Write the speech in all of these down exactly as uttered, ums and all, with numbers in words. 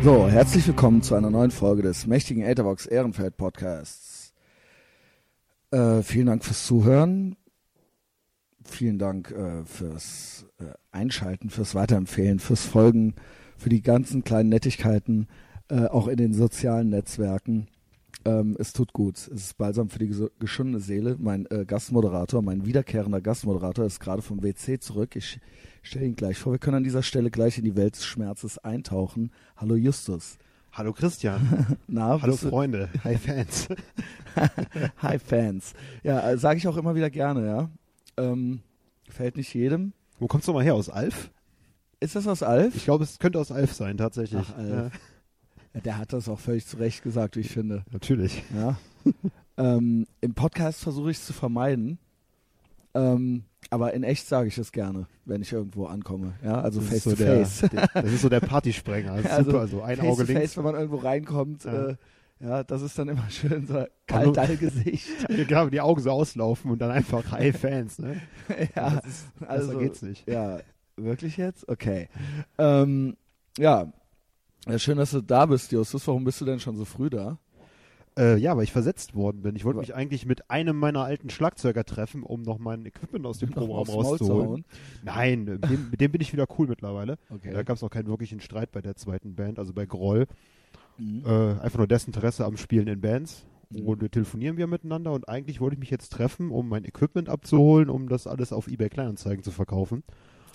So, herzlich willkommen zu einer neuen Folge des mächtigen Etherbox Ehrenfeld Podcasts. Äh, vielen Dank fürs Zuhören. Vielen Dank äh, fürs äh, Einschalten, fürs Weiterempfehlen, fürs Folgen, für die ganzen kleinen Nettigkeiten, äh, auch in den sozialen Netzwerken. Ähm, es tut gut. Es ist balsam für die ges- geschundene Seele. Mein äh, Gastmoderator, mein wiederkehrender Gastmoderator ist gerade vom W C zurück. Ich stelle ihn gleich vor. Wir können an dieser Stelle gleich in die Welt des Schmerzes eintauchen. Hallo Justus. Hallo Christian. Na, Hallo bist du- Freunde. Hi Fans. Hi Fans. Ja, äh, sage ich auch immer wieder gerne, ja. Ähm, gefällt nicht jedem. Wo kommst du mal her? Aus Alf? Ist das aus Alf? Ich glaube, es könnte aus Alf sein, tatsächlich. Ach, Alf. Ja, der hat das auch völlig zu Recht gesagt, wie ich finde. Ja, natürlich. Ja. ähm, Im Podcast versuche ich es zu vermeiden. Ähm, aber in echt sage ich es gerne, wenn ich irgendwo ankomme. Ja, also Das face ist so to der, face. der, das ist so der Partysprenger. Das ist Also super, also ein face Auge to face, links. wenn man irgendwo reinkommt. Ja. Äh, ja, das ist dann immer schön so ein Also- Kaltall-Gesicht. Genau, die Augen so auslaufen und dann einfach Hi Fans. Ne? Ja, Das ist, also besser geht's nicht. Ja, wirklich jetzt? Okay. Ähm, ja. ja, schön, dass du da bist, Justus. Warum bist du denn schon so früh da? Äh, ja, weil ich versetzt worden bin. Ich wollte mich eigentlich mit einem meiner alten Schlagzeuger treffen, um noch mein Equipment aus dem Noch Proberaum aufs Maul zu rauszuholen. hauen? Nein, mit dem, mit dem bin ich wieder cool mittlerweile. Okay. Da gab es auch keinen wirklichen Streit bei der zweiten Band, also bei Groll. Mhm. Äh, einfach nur Desinteresse am Spielen in Bands. Mhm. Und wir telefonieren wir miteinander und eigentlich wollte ich mich jetzt treffen, um mein Equipment abzuholen, um das alles auf eBay Kleinanzeigen zu verkaufen.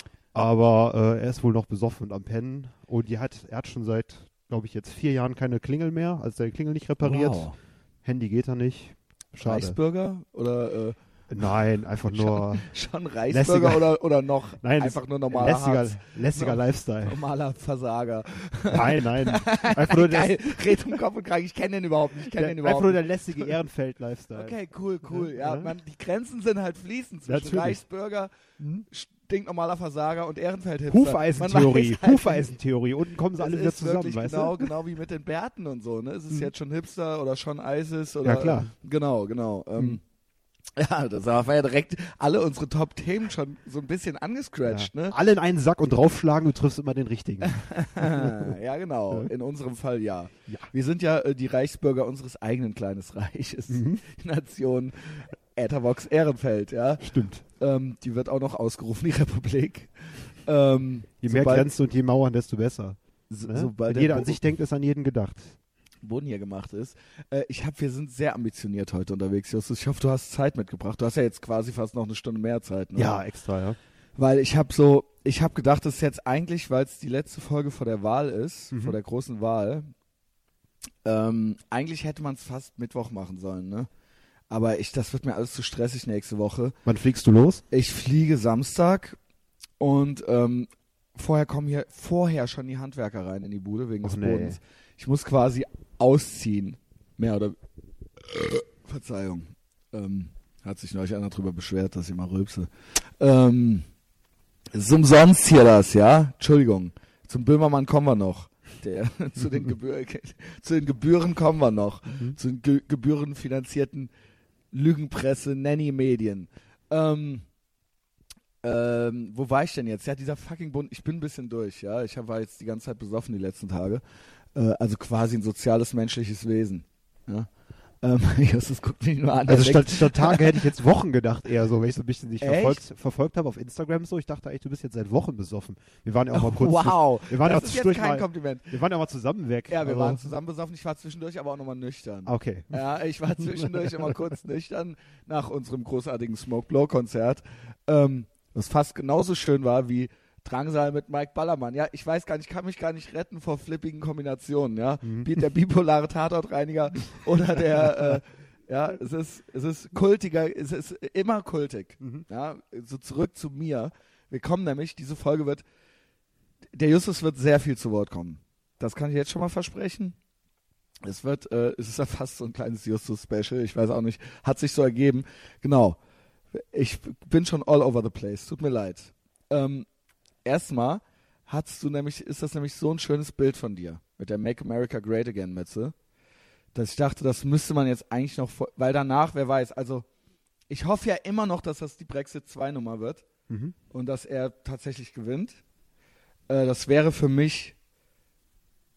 Aber äh, er ist wohl noch besoffen und am Pennen und die hat, er hat schon seit, glaube ich, jetzt vier Jahren keine Klingel mehr, also der Klingel nicht repariert. Wow. Handy geht er nicht. Schade. Reisburger? Oder äh, Nein, einfach nur schon Reisburger Lässiger- oder, oder noch nein, einfach nur normaler lässiger, Harz? lässiger No. Lifestyle. Normaler Versager. Nein, nein. Einfach nur, das, Geil, red um Kopf und Kragen. Ich kenne den überhaupt nicht. Ich kenne der, den einfach überhaupt nur nicht. der lässige Ehrenfeld-Lifestyle. Okay, cool, cool. Ja, Ja. man, die Grenzen sind halt fließend zwischen Natürlich. Reisburger, Hm? stinknormaler Versager und Ehrenfeld-Hipster. Hufeisentheorie, Man weiß halt Hufeisentheorie. Unten kommen sie Das alle wieder ist zusammen, wirklich weißt genau, du? genau wie mit den Bärten und so. Ne? Ist es Mhm. jetzt schon Hipster oder schon ISIS? Oder, Ja, klar. äh, Genau, genau. Ähm, Mhm. Ja, das war ja direkt alle unsere Top-Themen schon so ein bisschen angescratcht. Ja. Ne? Alle in einen Sack und draufschlagen, du triffst immer den richtigen. Ja, genau. Ja. In unserem Fall ja. Ja. Wir sind ja äh, die Reichsbürger unseres eigenen kleines Reiches. Mhm. Die Nation Etherbox Ehrenfeld, ja. Stimmt. Ähm, die wird auch noch ausgerufen, die Republik. Ähm, Je mehr sobald- Grenzen und je Mauern, desto besser. so, Ne? sobald Wenn der jeder Bo- an sich denkt, ist an jeden gedacht. Boden hier gemacht ist. Äh, ich hab, wir sind sehr ambitioniert heute unterwegs, Justus. Ich hoffe, du hast Zeit mitgebracht. Du hast ja jetzt quasi fast noch eine Stunde mehr Zeit. Ne? Ja, extra, ja. Weil ich habe so, ich habe gedacht, das ist jetzt eigentlich, weil es die letzte Folge vor der Wahl ist, Mhm. vor der großen Wahl, ähm, eigentlich hätte man es fast Mittwoch machen sollen, ne? Aber ich, das wird mir alles zu stressig nächste Woche. Wann fliegst du los? Ich fliege Samstag und ähm, vorher kommen hier vorher schon die Handwerker rein in die Bude wegen Och, des nee. Bodens. Ich muss quasi ausziehen, mehr oder Verzeihung. Ähm, hat sich neulich einer drüber beschwert, dass ich mal rülpse. Ähm, ist umsonst hier das, ja? Entschuldigung. Zum Böhmermann kommen wir noch. Der, zu, den Gebühr, zu den Gebühren kommen wir noch. Mhm. Zu den ge gebührenfinanzierten Lügenpresse, Nanny-Medien. Ähm, ähm, wo war ich denn jetzt? Ja, dieser fucking Bund. Ich bin ein bisschen durch, ja. Ich hab, war jetzt die ganze Zeit besoffen die letzten Tage. Äh, also quasi ein soziales, menschliches Wesen. Ja. Ähm, Justus guckt mich nur an. Also der statt, denkt, statt Tage hätte ich jetzt Wochen gedacht eher so, wenn ich so ein bisschen dich Echt? verfolgt, verfolgt habe auf Instagram so. Ich dachte eigentlich, du bist jetzt seit Wochen besoffen. Wir waren ja auch mal oh, kurz, wow. wir waren ja auch das ist jetzt zwischendurch kein mal, Kompliment. wir waren ja mal zusammen weg. Ja, wir aber- waren zusammen besoffen. Ich war zwischendurch aber auch nochmal nüchtern. Okay. Ja, ich war zwischendurch immer kurz nüchtern nach unserem großartigen Smoke Blow Konzert, ähm, was fast genauso schön war wie Drangsal mit Mike Ballermann. Ja, ich weiß gar nicht, ich kann mich gar nicht retten vor flippigen Kombinationen. Ja, Mhm. Bi- der bipolare Tatortreiniger oder der, äh, ja, es ist, es ist kultiger, es ist immer kultig. Mhm. Ja, so zurück zu mir. Wir kommen nämlich, diese Folge wird, der Justus wird sehr viel zu Wort kommen. Das kann ich jetzt schon mal versprechen. Es wird, äh, es ist ja fast so ein kleines Justus-Special, ich weiß auch nicht, hat sich so ergeben. Genau, ich bin schon all over the place, tut mir leid. Ähm, erstmal hast du nämlich, ist das nämlich so ein schönes Bild von dir, mit der Make America Great Again Mütze, dass ich dachte, das müsste man jetzt eigentlich noch, vor, weil danach, wer weiß, also ich hoffe ja immer noch, dass das die Brexit zwei Nummer wird Mhm. und dass er tatsächlich gewinnt. Äh, das wäre für mich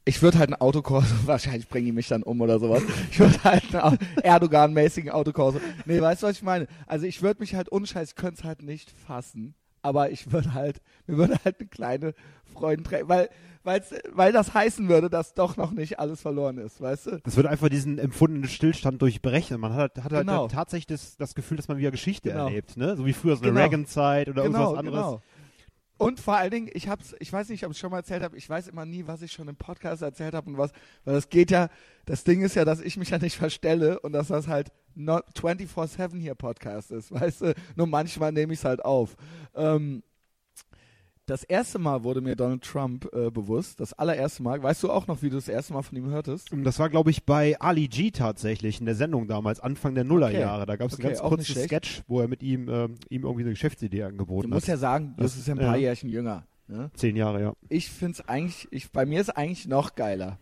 ich würde halt ein Autokorso, wahrscheinlich bringe ich mich dann um oder sowas. Ich würde halt einen Erdogan-mäßigen Autokorso. Nee, weißt du, was ich meine? Also ich würde mich halt unscheiß, ich könnte es halt nicht fassen, aber ich würde halt, mir würde halt eine kleine Freudenträne, weil, weil's, weil das heißen würde, dass doch noch nicht alles verloren ist, weißt du? Das würde einfach diesen empfundenen Stillstand durchbrechen. Man hat, hat halt Genau. dann tatsächlich das, das Gefühl, dass man wieder Geschichte Genau. erlebt, ne? So wie früher so eine Genau. Reagan-Zeit oder Genau, irgendwas anderes. genau. Und vor allen Dingen, ich hab's, ich weiß nicht, ob ich es schon mal erzählt habe, ich weiß immer nie, was ich schon im Podcast erzählt habe und was, weil das geht ja, das Ding ist ja, dass ich mich ja nicht verstelle und dass das halt not vierundzwanzig sieben hier Podcast ist, weißt du, nur manchmal nehme ich es halt auf. Ähm, das erste Mal wurde mir Donald Trump äh, bewusst, das allererste Mal, weißt du auch noch, wie du das erste Mal von ihm hörtest? Und das war, glaube ich, bei Ali G tatsächlich in der Sendung damals, Anfang der Nullerjahre. Da gab es Okay, einen ganz auch kurzen nicht schlecht. Sketch, wo er mit ihm, äh, ihm irgendwie eine Geschäftsidee angeboten Du musst hat. ja sagen, das Das- ist ja ein paar ja. Jährchen jünger. Ne? Zehn Jahre, ja. Ich finde es eigentlich, ich, bei mir ist eigentlich noch geiler.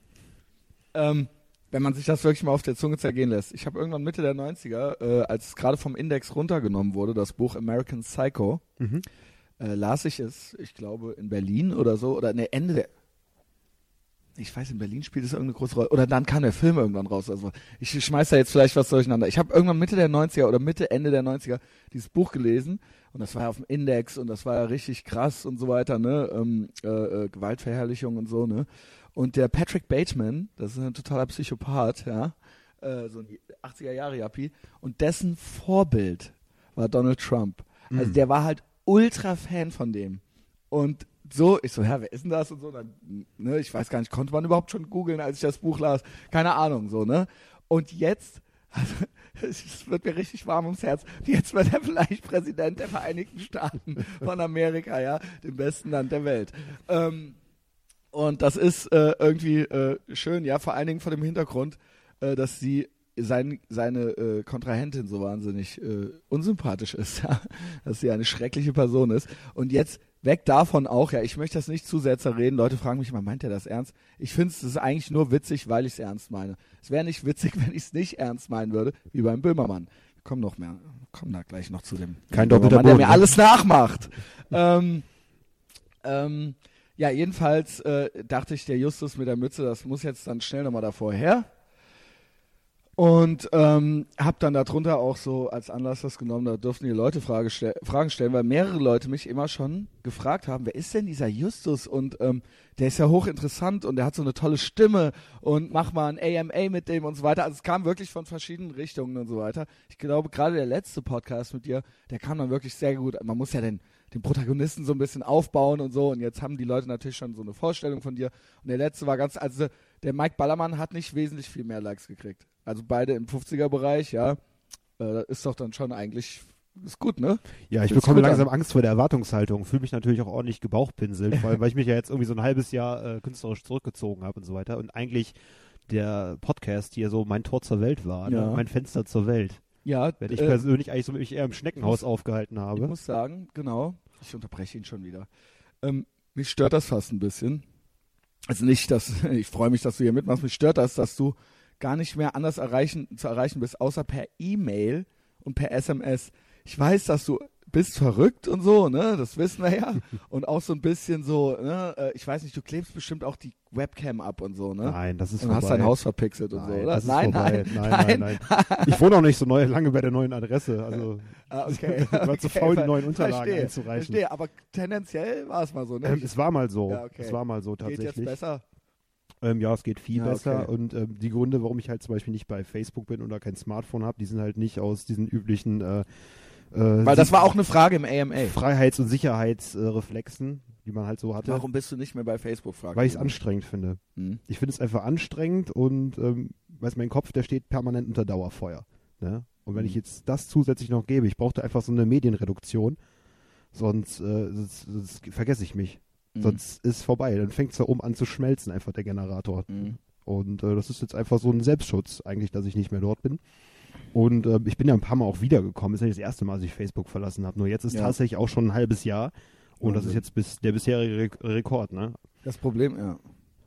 Ähm, wenn man sich das wirklich mal auf der Zunge zergehen lässt. Ich habe irgendwann Mitte der neunziger, äh, als es gerade vom Index runtergenommen wurde, das Buch American Psycho, Mhm. äh, las ich es, ich glaube, in Berlin oder so, oder ne, Ende der, ich weiß, in Berlin spielt es irgendeine große Rolle, oder dann kam der Film irgendwann raus. Also ich schmeiß da jetzt vielleicht was durcheinander. Ich habe irgendwann Mitte der neunziger oder Mitte, Ende der neunziger dieses Buch gelesen und das war ja auf dem Index und das war ja richtig krass und so weiter, ne, ähm, äh, äh, Gewaltverherrlichung und so, ne. Und der Patrick Bateman, das ist ein totaler Psychopath, ja, äh, so ein achtziger-Jahre-Jappi, und dessen Vorbild war Donald Trump. Also Mhm. der war halt ultra Fan von dem. Und so, ich so, ja, wer ist denn das und so, dann, ne, ich weiß gar nicht, konnte man überhaupt schon googeln, als ich das Buch las, keine Ahnung, so, ne. Und jetzt, also, es wird mir richtig warm ums Herz, jetzt wird er vielleicht Präsident der Vereinigten Staaten von Amerika, ja, dem besten Land der Welt. Ähm, und das ist äh, irgendwie äh, schön, ja, vor allen Dingen vor dem Hintergrund, äh, dass sie sein, seine äh, Kontrahentin so wahnsinnig äh, unsympathisch ist, ja, dass sie eine schreckliche Person ist. Und jetzt weg davon auch, ja, ich möchte das nicht zu sehr zerreden. Leute fragen mich immer, meint er das ernst? Ich finde es eigentlich nur witzig, weil ich es ernst meine. Es wäre nicht witzig, wenn ich es nicht ernst meinen würde, wie beim Böhmermann. Wir kommen noch mehr, kommen da gleich noch zu dem Kein doppelter Böhmermann, der Boden, mir ne? alles nachmacht. ähm, ähm, ja, jedenfalls äh, dachte ich, der Justus mit der Mütze, das muss jetzt dann schnell nochmal davor her. Und ähm, habe dann darunter auch so als Anlass das genommen, da durften die Leute Frage stell- Fragen stellen, weil mehrere Leute mich immer schon gefragt haben, wer ist denn dieser Justus? Und ähm, der ist ja hochinteressant und der hat so eine tolle Stimme und mach mal ein A M A mit dem und so weiter. Also es kam wirklich von verschiedenen Richtungen und so weiter. Ich glaube, gerade der letzte Podcast mit dir, der kam dann wirklich sehr gut. Man muss ja den, den Protagonisten so ein bisschen aufbauen und so. Und jetzt haben die Leute natürlich schon so eine Vorstellung von dir. Und der letzte war ganz, also der Mike Ballermann hat nicht wesentlich viel mehr Likes gekriegt. Also beide im fünfziger-Bereich, ja. Äh, das ist doch dann schon eigentlich, ist gut, ne? Ja, ich Fühlt's bekomme gut langsam an. Angst vor der Erwartungshaltung. Fühle mich natürlich auch ordentlich gebauchpinselt, vor allem, weil ich mich ja jetzt irgendwie so ein halbes Jahr äh, künstlerisch zurückgezogen habe und so weiter. Und eigentlich der Podcast hier so mein Tor zur Welt war, Ja. ne? Mein Fenster zur Welt. Ja, Wenn ich äh, persönlich eigentlich so mich eher im Schneckenhaus ich aufgehalten ich habe. muss sagen, genau, ich unterbreche ihn schon wieder. Ähm, mich stört das fast ein bisschen. Also nicht, dass, ich freue mich, dass du hier mitmachst, mich stört das, dass du gar nicht mehr anders erreichen, zu erreichen bist, außer per E-Mail und per S M S. Ich weiß, dass du bist verrückt und so, ne, das wissen wir ja. Und auch so ein bisschen so, ne, äh, ich weiß nicht, du klebst bestimmt auch die Webcam ab und so, ne? Nein, das ist Und vorbei. hast dein Haus verpixelt und nein, so, oder? Das ist nein, vorbei. nein, nein, nein, nein, Ich wohne auch nicht so neu, lange bei der neuen Adresse. Also Ah, okay. ich war okay. zu faul, die neuen Ver- Unterlagen verstehe, einzureichen. Verstehe, aber tendenziell war es mal so, ne? Ähm, es war mal so. Ja, okay. Es war mal so Geht tatsächlich. jetzt besser? Ähm, ja, es geht viel Ja, besser okay. und ähm, die Gründe, warum ich halt zum Beispiel nicht bei Facebook bin oder kein Smartphone habe, die sind halt nicht aus diesen üblichen äh, äh, Weil das Sich- war auch eine Frage im A M A. Freiheits- und Sicherheitsreflexen, die man halt so hatte, Warum bist du nicht mehr bei Facebook? Fragt weil ich es jemand. anstrengend finde. Hm. Ich finde es einfach anstrengend und ähm, weiß mein Kopf, der steht permanent unter Dauerfeuer. Ne? Und wenn Mhm. ich jetzt das zusätzlich noch gebe, ich brauchte einfach so eine Medienreduktion, sonst, äh, sonst, sonst vergesse ich mich. Mhm. Sonst ist vorbei. Dann fängt es da oben an zu schmelzen, einfach der Generator. Mhm. Und äh, das ist jetzt einfach so ein Selbstschutz, eigentlich, dass ich nicht mehr dort bin. Und äh, ich bin ja ein paar Mal auch wiedergekommen. Das ist ja das erste Mal, dass ich Facebook verlassen habe. Nur jetzt ist Ja. tatsächlich auch schon ein halbes Jahr. Und das ist Wahnsinn. jetzt bis der bisherige Re Rekord, ne? Das Problem, ja.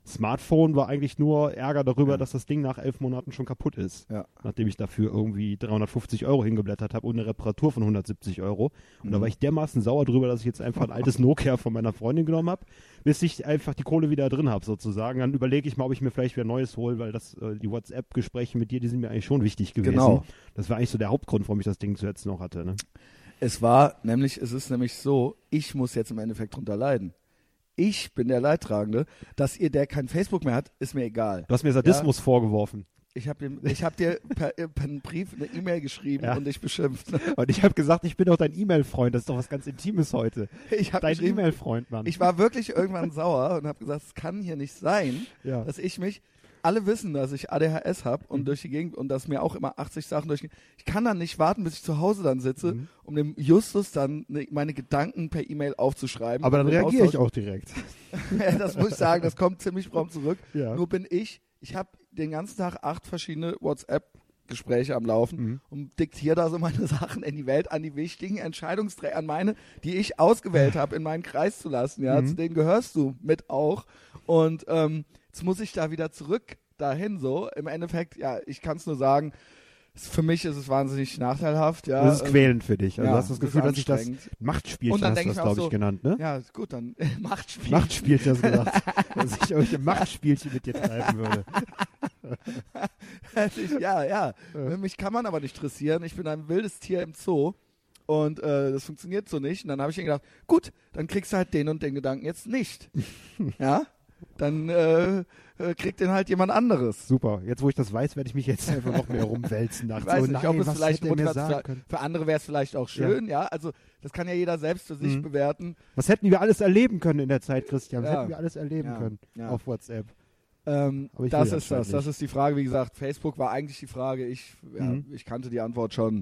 Smartphone war eigentlich nur Ärger darüber, Ja. dass das Ding nach elf Monaten schon kaputt ist. Ja. Nachdem ich dafür irgendwie dreihundertfünfzig Euro hingeblättert habe und eine Reparatur von hundertsiebzig Euro. Und Mhm. da war ich dermaßen sauer drüber, dass ich jetzt einfach ein altes Nokia von meiner Freundin genommen habe, bis ich einfach die Kohle wieder drin habe sozusagen. Dann überlege ich mal, ob ich mir vielleicht wieder Neues hole, weil das äh, die WhatsApp-Gespräche mit dir, die sind mir eigentlich schon wichtig gewesen. Genau. Das war eigentlich so der Hauptgrund, warum ich das Ding zuletzt noch hatte. Ne? Es war nämlich, es ist nämlich so, ich muss jetzt im Endeffekt drunter leiden. Ich bin der Leidtragende. Dass ihr, der kein Facebook mehr hat, ist mir egal. Du hast mir Sadismus ja. vorgeworfen. Ich habe hab dir per, per einen Brief eine E-Mail geschrieben ja. und dich beschimpft. Und ich habe gesagt, ich bin doch dein E-Mail-Freund. Das ist doch was ganz Intimes heute. Ich hab dein E-Mail-Freund, Mann. Ich war wirklich irgendwann sauer und habe gesagt, es kann hier nicht sein, ja. dass ich mich... Alle wissen, dass ich A D H S habe und mhm. durch die Gegend und dass mir auch immer achtzig Sachen durch. Ich kann dann nicht warten, bis ich zu Hause dann sitze, mhm. um dem Justus dann ne, meine Gedanken per E-Mail aufzuschreiben. Aber dann reagiere ich auch direkt. Ja, das muss ich sagen, das kommt ziemlich prompt zurück. Ja. Nur bin ich, ich habe den ganzen Tag acht verschiedene WhatsApp-Gespräche am Laufen mhm. und diktiere da so meine Sachen in die Welt an die wichtigen Entscheidungsträger, an meine, die ich ausgewählt habe, in meinen Kreis zu lassen. Ja, mhm. zu denen gehörst du mit auch. Und ähm, jetzt muss ich da wieder zurück dahin so. Im Endeffekt, ja, ich kann es nur sagen, für mich ist es wahnsinnig nachteilhaft. Ja. Das ist quälend für dich. Also ja, du hast das Gefühl, dass ich das Machtspielchen hast du das, glaube ich, so, genannt, ne? Ja, gut, dann Machtspielchen. Machtspielchen hast du gesagt. Dass ich euch ein Machtspielchen mit dir treiben würde. ich, ja, ja, ja. Mich kann man aber nicht dressieren. Ich bin ein wildes Tier im Zoo. Und äh, das funktioniert so nicht. Und dann habe ich mir gedacht, gut, dann kriegst du halt den und den Gedanken jetzt nicht. Ja? Dann äh, äh, kriegt den halt jemand anderes. Super. Jetzt, wo ich das weiß, werde ich mich jetzt einfach noch mehr rumwälzen. Ich weiß so, nicht, nein, ob es vielleicht für, für andere wäre es vielleicht auch schön. Ja. ja, also das kann ja jeder selbst für sich mhm. bewerten. Was hätten wir alles erleben können in der Zeit, Christian? Was ja. hätten wir alles erleben ja. können ja. auf WhatsApp? Ähm, das ist das. Das ist die Frage. Wie gesagt, Facebook war eigentlich die Frage. Ich, ja, mhm. ich kannte die Antwort schon.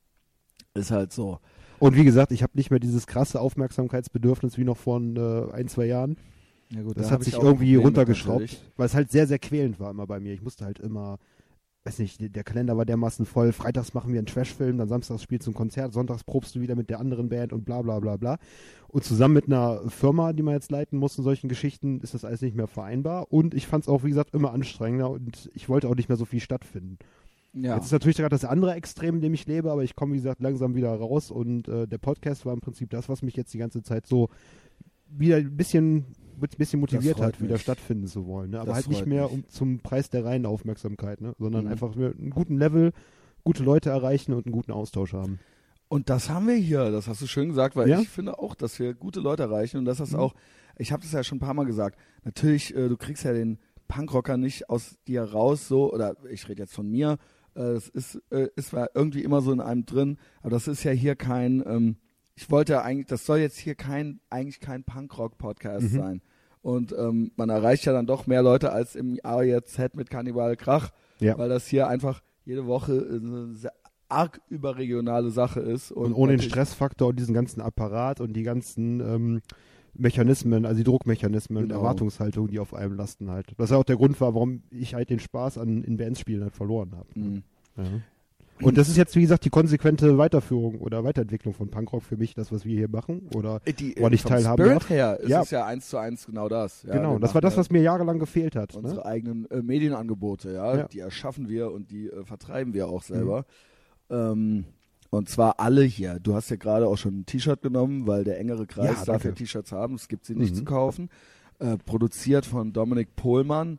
Ist halt so. Und wie gesagt, ich habe nicht mehr dieses krasse Aufmerksamkeitsbedürfnis wie noch vor äh, ein, zwei Jahren. Ja gut, das da hat sich irgendwie runtergeschraubt, weil es halt sehr, sehr quälend war immer bei mir. Ich musste halt immer, weiß nicht, der Kalender war dermaßen voll. Freitags machen wir einen Trashfilm, dann samstags spielst du ein Konzert, sonntags probst du wieder mit der anderen Band und bla bla bla bla. Und zusammen mit einer Firma, die man jetzt leiten muss in solchen Geschichten, ist das alles nicht mehr vereinbar. Und ich fand es auch, wie gesagt, immer anstrengender und ich wollte auch nicht mehr so viel stattfinden. Ja. Jetzt ist natürlich gerade das andere Extrem, in dem ich lebe, aber ich komme, wie gesagt, langsam wieder raus und äh, der Podcast war im Prinzip das, was mich jetzt die ganze Zeit so wieder ein bisschen, ein bisschen motiviert hat, wieder mich. stattfinden zu wollen. Ne? Aber das halt nicht mehr mich. um, zum Preis der reinen Aufmerksamkeit, ne? sondern mhm. einfach einen guten Level, gute Leute erreichen und einen guten Austausch haben. Und das haben wir hier, das hast du schön gesagt, weil ja? ich finde auch, dass wir gute Leute erreichen und das ist mhm. auch, ich habe das ja schon ein paar Mal gesagt, natürlich, äh, du kriegst ja den Punkrocker nicht aus dir raus, so, oder ich rede jetzt von mir, das ist, äh, ist zwar irgendwie immer so in einem drin, aber das ist ja hier kein, ähm, ich wollte ja eigentlich, das soll jetzt hier kein, eigentlich kein Punkrock-Podcast mhm. sein. Und ähm, man erreicht ja dann doch mehr Leute als im A J Z mit Kannibal Krach, ja. weil das hier einfach jede Woche eine sehr arg überregionale Sache ist. Und, und ohne den Stressfaktor und diesen ganzen Apparat und die ganzen ähm, Mechanismen, also die Druckmechanismen genau. und Erwartungshaltungen, die auf einem lasten halt. Was ja auch der Grund war, warum ich halt den Spaß an in Bands spielen halt verloren habe. Mhm. Ja. Und das ist jetzt, wie gesagt, die konsequente Weiterführung oder Weiterentwicklung von Punkrock für mich, das, was wir hier machen oder die, woran ich vom teilhaben Spirit darf. her ist ja. es ja eins zu eins genau das. Ja, genau, das war das, was mir jahrelang gefehlt hat. Unsere ne? eigenen äh, Medienangebote, ja, ja, die erschaffen wir und die äh, vertreiben wir auch selber. Mhm. Ähm, und zwar alle hier. Du hast ja gerade auch schon ein T-Shirt genommen, weil der engere Kreis ja, darf ja T-Shirts haben. Es gibt sie nicht mhm. zu kaufen. Äh, produziert von Dominik Pohlmann.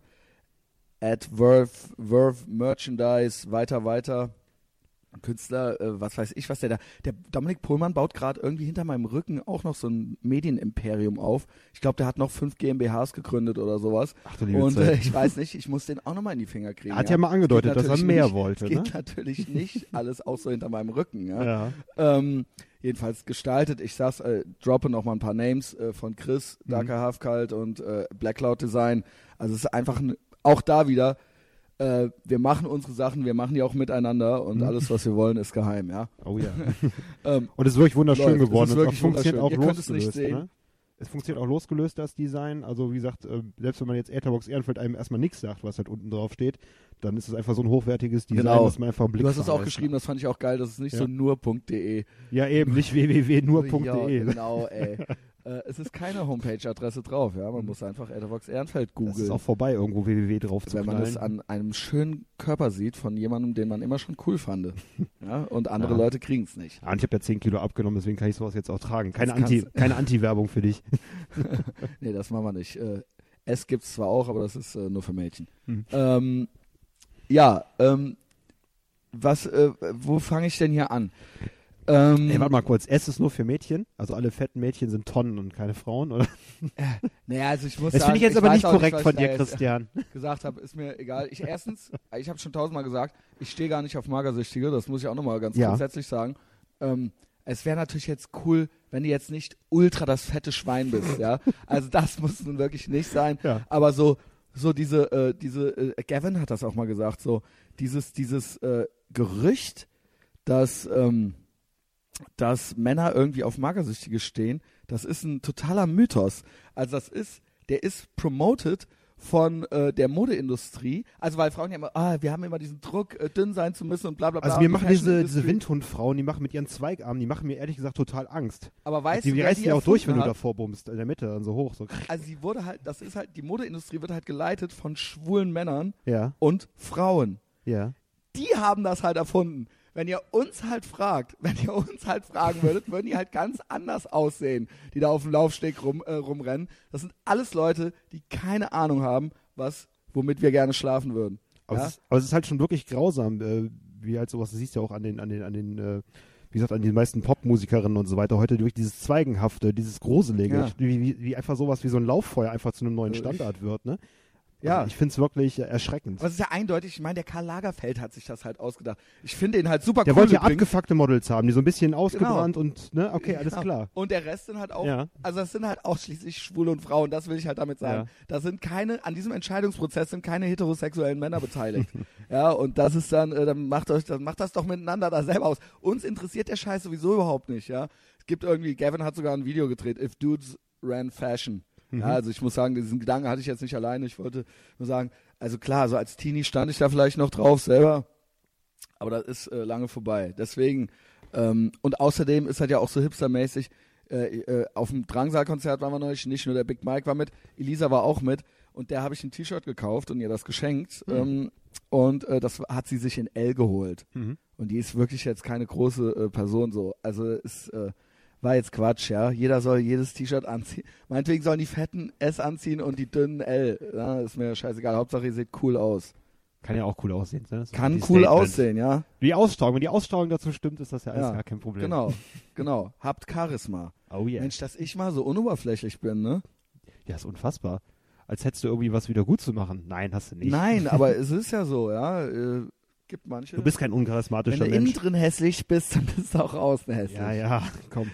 At Verve, Verve Merchandise, weiter, weiter. Künstler, äh, was weiß ich, was der da. Der Dominik Pohlmann baut gerade irgendwie hinter meinem Rücken auch noch so ein Medienimperium auf. Ich glaube, der hat noch fünf GmbHs gegründet oder sowas. Ach du liebe Und Zeit. äh, ich weiß nicht, ich muss den auch nochmal in die Finger kriegen. Er hat ja, ja mal angedeutet, dass er mehr nicht, wollte. Geht ne? natürlich nicht alles auch so hinter meinem Rücken. Ja. ja. Ähm, jedenfalls gestaltet. Ich sag's, äh, droppe noch mal ein paar Names äh, von Chris, Mhm. Darker Halfkalt und äh, Black Cloud Design. Also es ist einfach ein, auch da wieder. Äh, wir machen unsere Sachen, wir machen die auch miteinander und Mhm. alles, was wir wollen, ist geheim, ja. Oh ja. ähm, Und es ist wirklich wunderschön läuft. geworden. Es ist wirklich es funktioniert auch Ihr könnt es nicht losgelöst. sehen. Ne? Es funktioniert auch losgelöst, das Design. Also wie gesagt, äh, selbst wenn man jetzt Etherbox Ehrenfeld einem erstmal nichts sagt, was halt unten drauf steht, dann ist es einfach so ein hochwertiges Design, Genau. dass man einfach einen Blick Du hast es auch verheißt. geschrieben, das fand ich auch geil, das ist nicht Ja. so nur punkt de. Ja eben, nicht w w w punkt nur punkt de. Ja, genau, ey. Äh, es ist keine Homepage-Adresse drauf, ja. Man muss einfach Etavox Ehrenfeld googeln. Das ist auch vorbei, irgendwo w w w drauf zu Wenn man knallen. es an einem schönen Körper sieht von jemandem, den man immer schon cool fand. Ja, und andere Ja. Leute kriegen es nicht. Ah, und ich habe ja zehn Kilo abgenommen, deswegen kann ich sowas jetzt auch tragen. Keine Das Anti, kannst- keine Anti-Werbung für dich. Nee, das machen wir nicht. Äh, es gibt's zwar auch, aber das ist äh, nur für Mädchen. Hm. Ähm, ja, ähm, was, äh, wo fange ich denn hier an? Ähm, Ey, warte mal kurz. S ist nur für Mädchen? Also alle fetten Mädchen sind Tonnen und keine Frauen, oder? naja, also ich muss Das sagen, finde ich jetzt aber weiß nicht auch korrekt was von ich dir, da jetzt Christian. gesagt habe, ist mir egal. Ich erstens, ich habe schon tausendmal gesagt, ich stehe gar nicht auf Magersüchtige, das muss ich auch nochmal ganz Ja. grundsätzlich sagen. Ähm, es wäre natürlich jetzt cool, wenn du jetzt nicht ultra das fette Schwein bist, ja. Also das muss nun wirklich nicht sein. Ja. Aber so, so diese, äh, diese, äh, Gavin hat das auch mal gesagt, so dieses, dieses äh, Gerücht, dass, ähm, dass Männer irgendwie auf Magersüchtige stehen, das ist ein totaler Mythos. Also das ist, der ist promoted von äh, der Modeindustrie. Also weil Frauen ja immer, ah, wir haben immer diesen Druck, äh, dünn sein zu müssen und bla bla bla. Also mir Und die machen diese, diese Fashion-Industrie- Windhundfrauen, die machen mit ihren Zweigarmen, die machen mir ehrlich gesagt total Angst. Aber weißt Die, du, die wer reißen die ja auch durch, wenn du erfunden davor bummst, in der Mitte, dann so hoch. So. Also sie wurde halt, das ist halt, die Modeindustrie wird halt geleitet von schwulen Männern Ja, und Frauen. ja. Die haben das halt erfunden. Wenn ihr uns halt fragt, wenn ihr uns halt fragen würdet, würden die halt ganz anders aussehen, die da auf dem Laufsteg rum, äh, rumrennen. Das sind alles Leute, die keine Ahnung haben, was, womit wir gerne schlafen würden. Aber, Ja? es ist, aber es ist halt schon wirklich grausam, äh, wie halt sowas, das siehst du ja auch an den, an den, an den, äh, wie gesagt, an den meisten Popmusikerinnen und so weiter, heute durch dieses Zweigenhafte, dieses Gruselige, Ja. wie, wie, wie einfach sowas wie so ein Lauffeuer einfach zu einem neuen Äh, Standard wird, ne? Ja. Also ich finde es wirklich äh, erschreckend. Aber es ist ja eindeutig, ich meine, der Karl Lagerfeld hat sich das halt ausgedacht. Ich finde ihn halt super Der cool wollte ja übrigens. abgefuckte Models haben, die so ein bisschen ausgebrannt und, ne, okay, alles Genau. klar. Und der Rest sind halt auch, Ja. also das sind halt ausschließlich Schwule und Frauen, das will ich halt damit sagen. Ja. Da sind keine, an diesem Entscheidungsprozess sind keine heterosexuellen Männer beteiligt. Ja, und das ist dann, äh, dann macht euch, dann macht das doch miteinander da selber aus. Uns interessiert der Scheiß sowieso überhaupt nicht, ja. Es gibt irgendwie, Gavin hat sogar ein Video gedreht, If Dudes Ran Fashion. Mhm. Ja, also ich muss sagen, diesen Gedanken hatte ich jetzt nicht alleine. Ich wollte nur sagen, also klar, so als Teenie stand ich da vielleicht noch drauf selber, aber das ist äh, lange vorbei. Deswegen, ähm, und außerdem ist halt ja auch so hipstermäßig, äh, äh, auf dem Drangsal-Konzert waren wir neulich, nicht nur der Big Mike war mit, Elisa war auch mit und der habe ich ein T-Shirt gekauft und ihr das geschenkt Mhm. ähm, und äh, das hat sie sich in L geholt. Mhm. Und die ist wirklich jetzt keine große äh, Person so. Also ist, äh, war jetzt Quatsch, ja. Jeder soll jedes T-Shirt anziehen. Meinetwegen sollen die Fetten S anziehen und die dünnen L. Ja, ist mir scheißegal. Hauptsache ihr seht cool aus. Kann ja auch cool aussehen. Ne? Das ist Kann die cool Statement. aussehen, ja. Die Ausstrahlung, wenn die Ausstrahlung dazu stimmt, ist das ja alles Ja, gar kein Problem. Genau, genau. Habt Charisma. Oh yeah. Mensch, dass ich mal so unoberflächlich bin, ne? Ja, ist unfassbar. Als hättest du irgendwie was wieder gut zu machen. Nein, hast du nicht. Nein, aber es ist ja so, ja. Äh, gibt manche. Du bist kein Wenn uncharismatischer du innen Mensch. drin hässlich bist, dann bist du auch außen hässlich. Ja, ja, komm.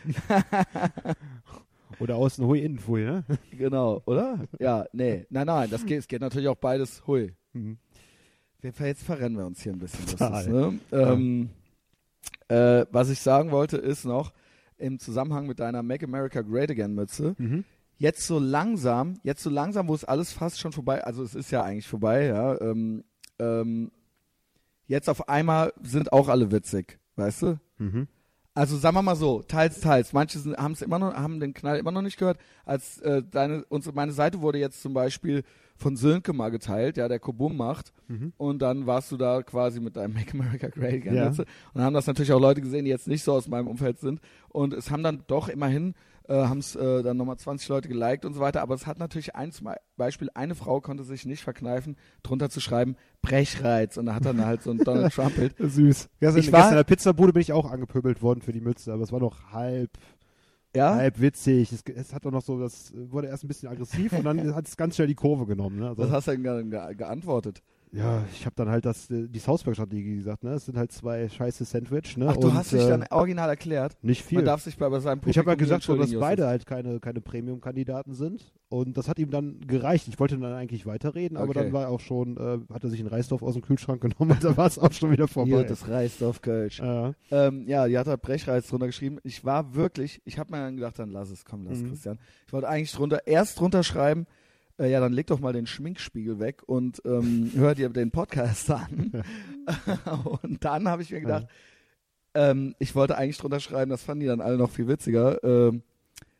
Oder außen hui, innen hui, ne? Genau, oder? Ja, nee. Nein, nein, das geht, es geht natürlich auch beides hui. Mhm. Wir, jetzt verrennen wir uns hier ein bisschen. Total. Das ist, ne? ähm, äh, was ich sagen wollte, ist noch, im Zusammenhang mit deiner Make America Great Again Mütze, Mhm. jetzt so langsam, jetzt so langsam, wo es alles fast schon vorbei, also es ist ja eigentlich vorbei, ja, ähm, ähm, jetzt auf einmal sind auch alle witzig, weißt du? Mhm. Also sagen wir mal so, teils, teils. Manche haben es immer noch, haben den Knall immer noch nicht gehört. Als äh, deine, unsere, meine Seite wurde jetzt zum Beispiel von Sönke mal geteilt, ja, der Kobum macht. Mhm. Und dann warst du da quasi mit deinem Make America Great Again. Ja. Mütze. Und dann haben das natürlich auch Leute gesehen, die jetzt nicht so aus meinem Umfeld sind. Und es haben dann doch immerhin, äh, haben es äh, dann nochmal zwanzig Leute geliked und so weiter. Aber es hat natürlich ein zum Beispiel, eine Frau konnte sich nicht verkneifen, drunter zu schreiben, Brechreiz. Und da hat dann halt so ein Donald Trump-Bild. Süß. Gestern, Ich gestern war- in der Pizzabude bin ich auch angepöbelt worden für die Mütze, aber es war noch halb, Ja? halb witzig. Es, es hat doch noch so, das wurde erst ein bisschen aggressiv und dann hat es ganz schnell die Kurve genommen. Ne? Also, Was hast du denn ge ge geantwortet? ja, ich habe dann halt das, äh, die Southpark-Strategie gesagt, ne? Es sind halt zwei scheiße Sandwich, ne? Ach, du und, hast dich äh, dann original erklärt. nicht viel. Man darf sich bei, bei seinem Publikum Ich habe ja nie gesagt, so, dass entschuldigen, beide Justus. halt keine, keine Premium-Kandidaten sind. Und das hat ihm dann gereicht. Ich wollte dann eigentlich weiterreden, aber Okay. dann war auch schon, äh, hat er sich einen Reisdorf aus dem Kühlschrank genommen und dann war es auch schon wieder vorbei. Hier, das Reisdorf Kölsch. ja. Ähm, ja, die hat halt Brechreiz drunter geschrieben. Ich war wirklich, ich habe mir dann gedacht, dann lass es, komm, lass Mhm. Christian. Ich wollte eigentlich drunter, erst drunter schreiben, äh, ja, dann leg doch mal den Schminkspiegel weg und ähm, hör dir den Podcast an. Und dann habe ich mir gedacht, ähm, ich wollte eigentlich drunter schreiben, das fanden die dann alle noch viel witziger. Ähm,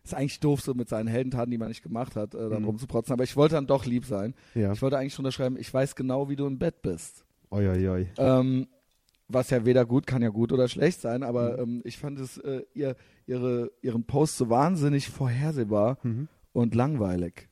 ist eigentlich doof, so mit seinen Heldentaten, die man nicht gemacht hat, äh, dann Mhm. rumzuprotzen. Aber ich wollte dann doch lieb sein. Ja. Ich wollte eigentlich schon unterschreiben, ich weiß genau, wie du im Bett bist. Oi, oi, oi. Ähm, was ja weder gut, kann ja gut oder schlecht sein, aber Mhm. ähm, ich fand es, äh, ihr, ihre, ihren Post so wahnsinnig vorhersehbar Mhm. und langweilig.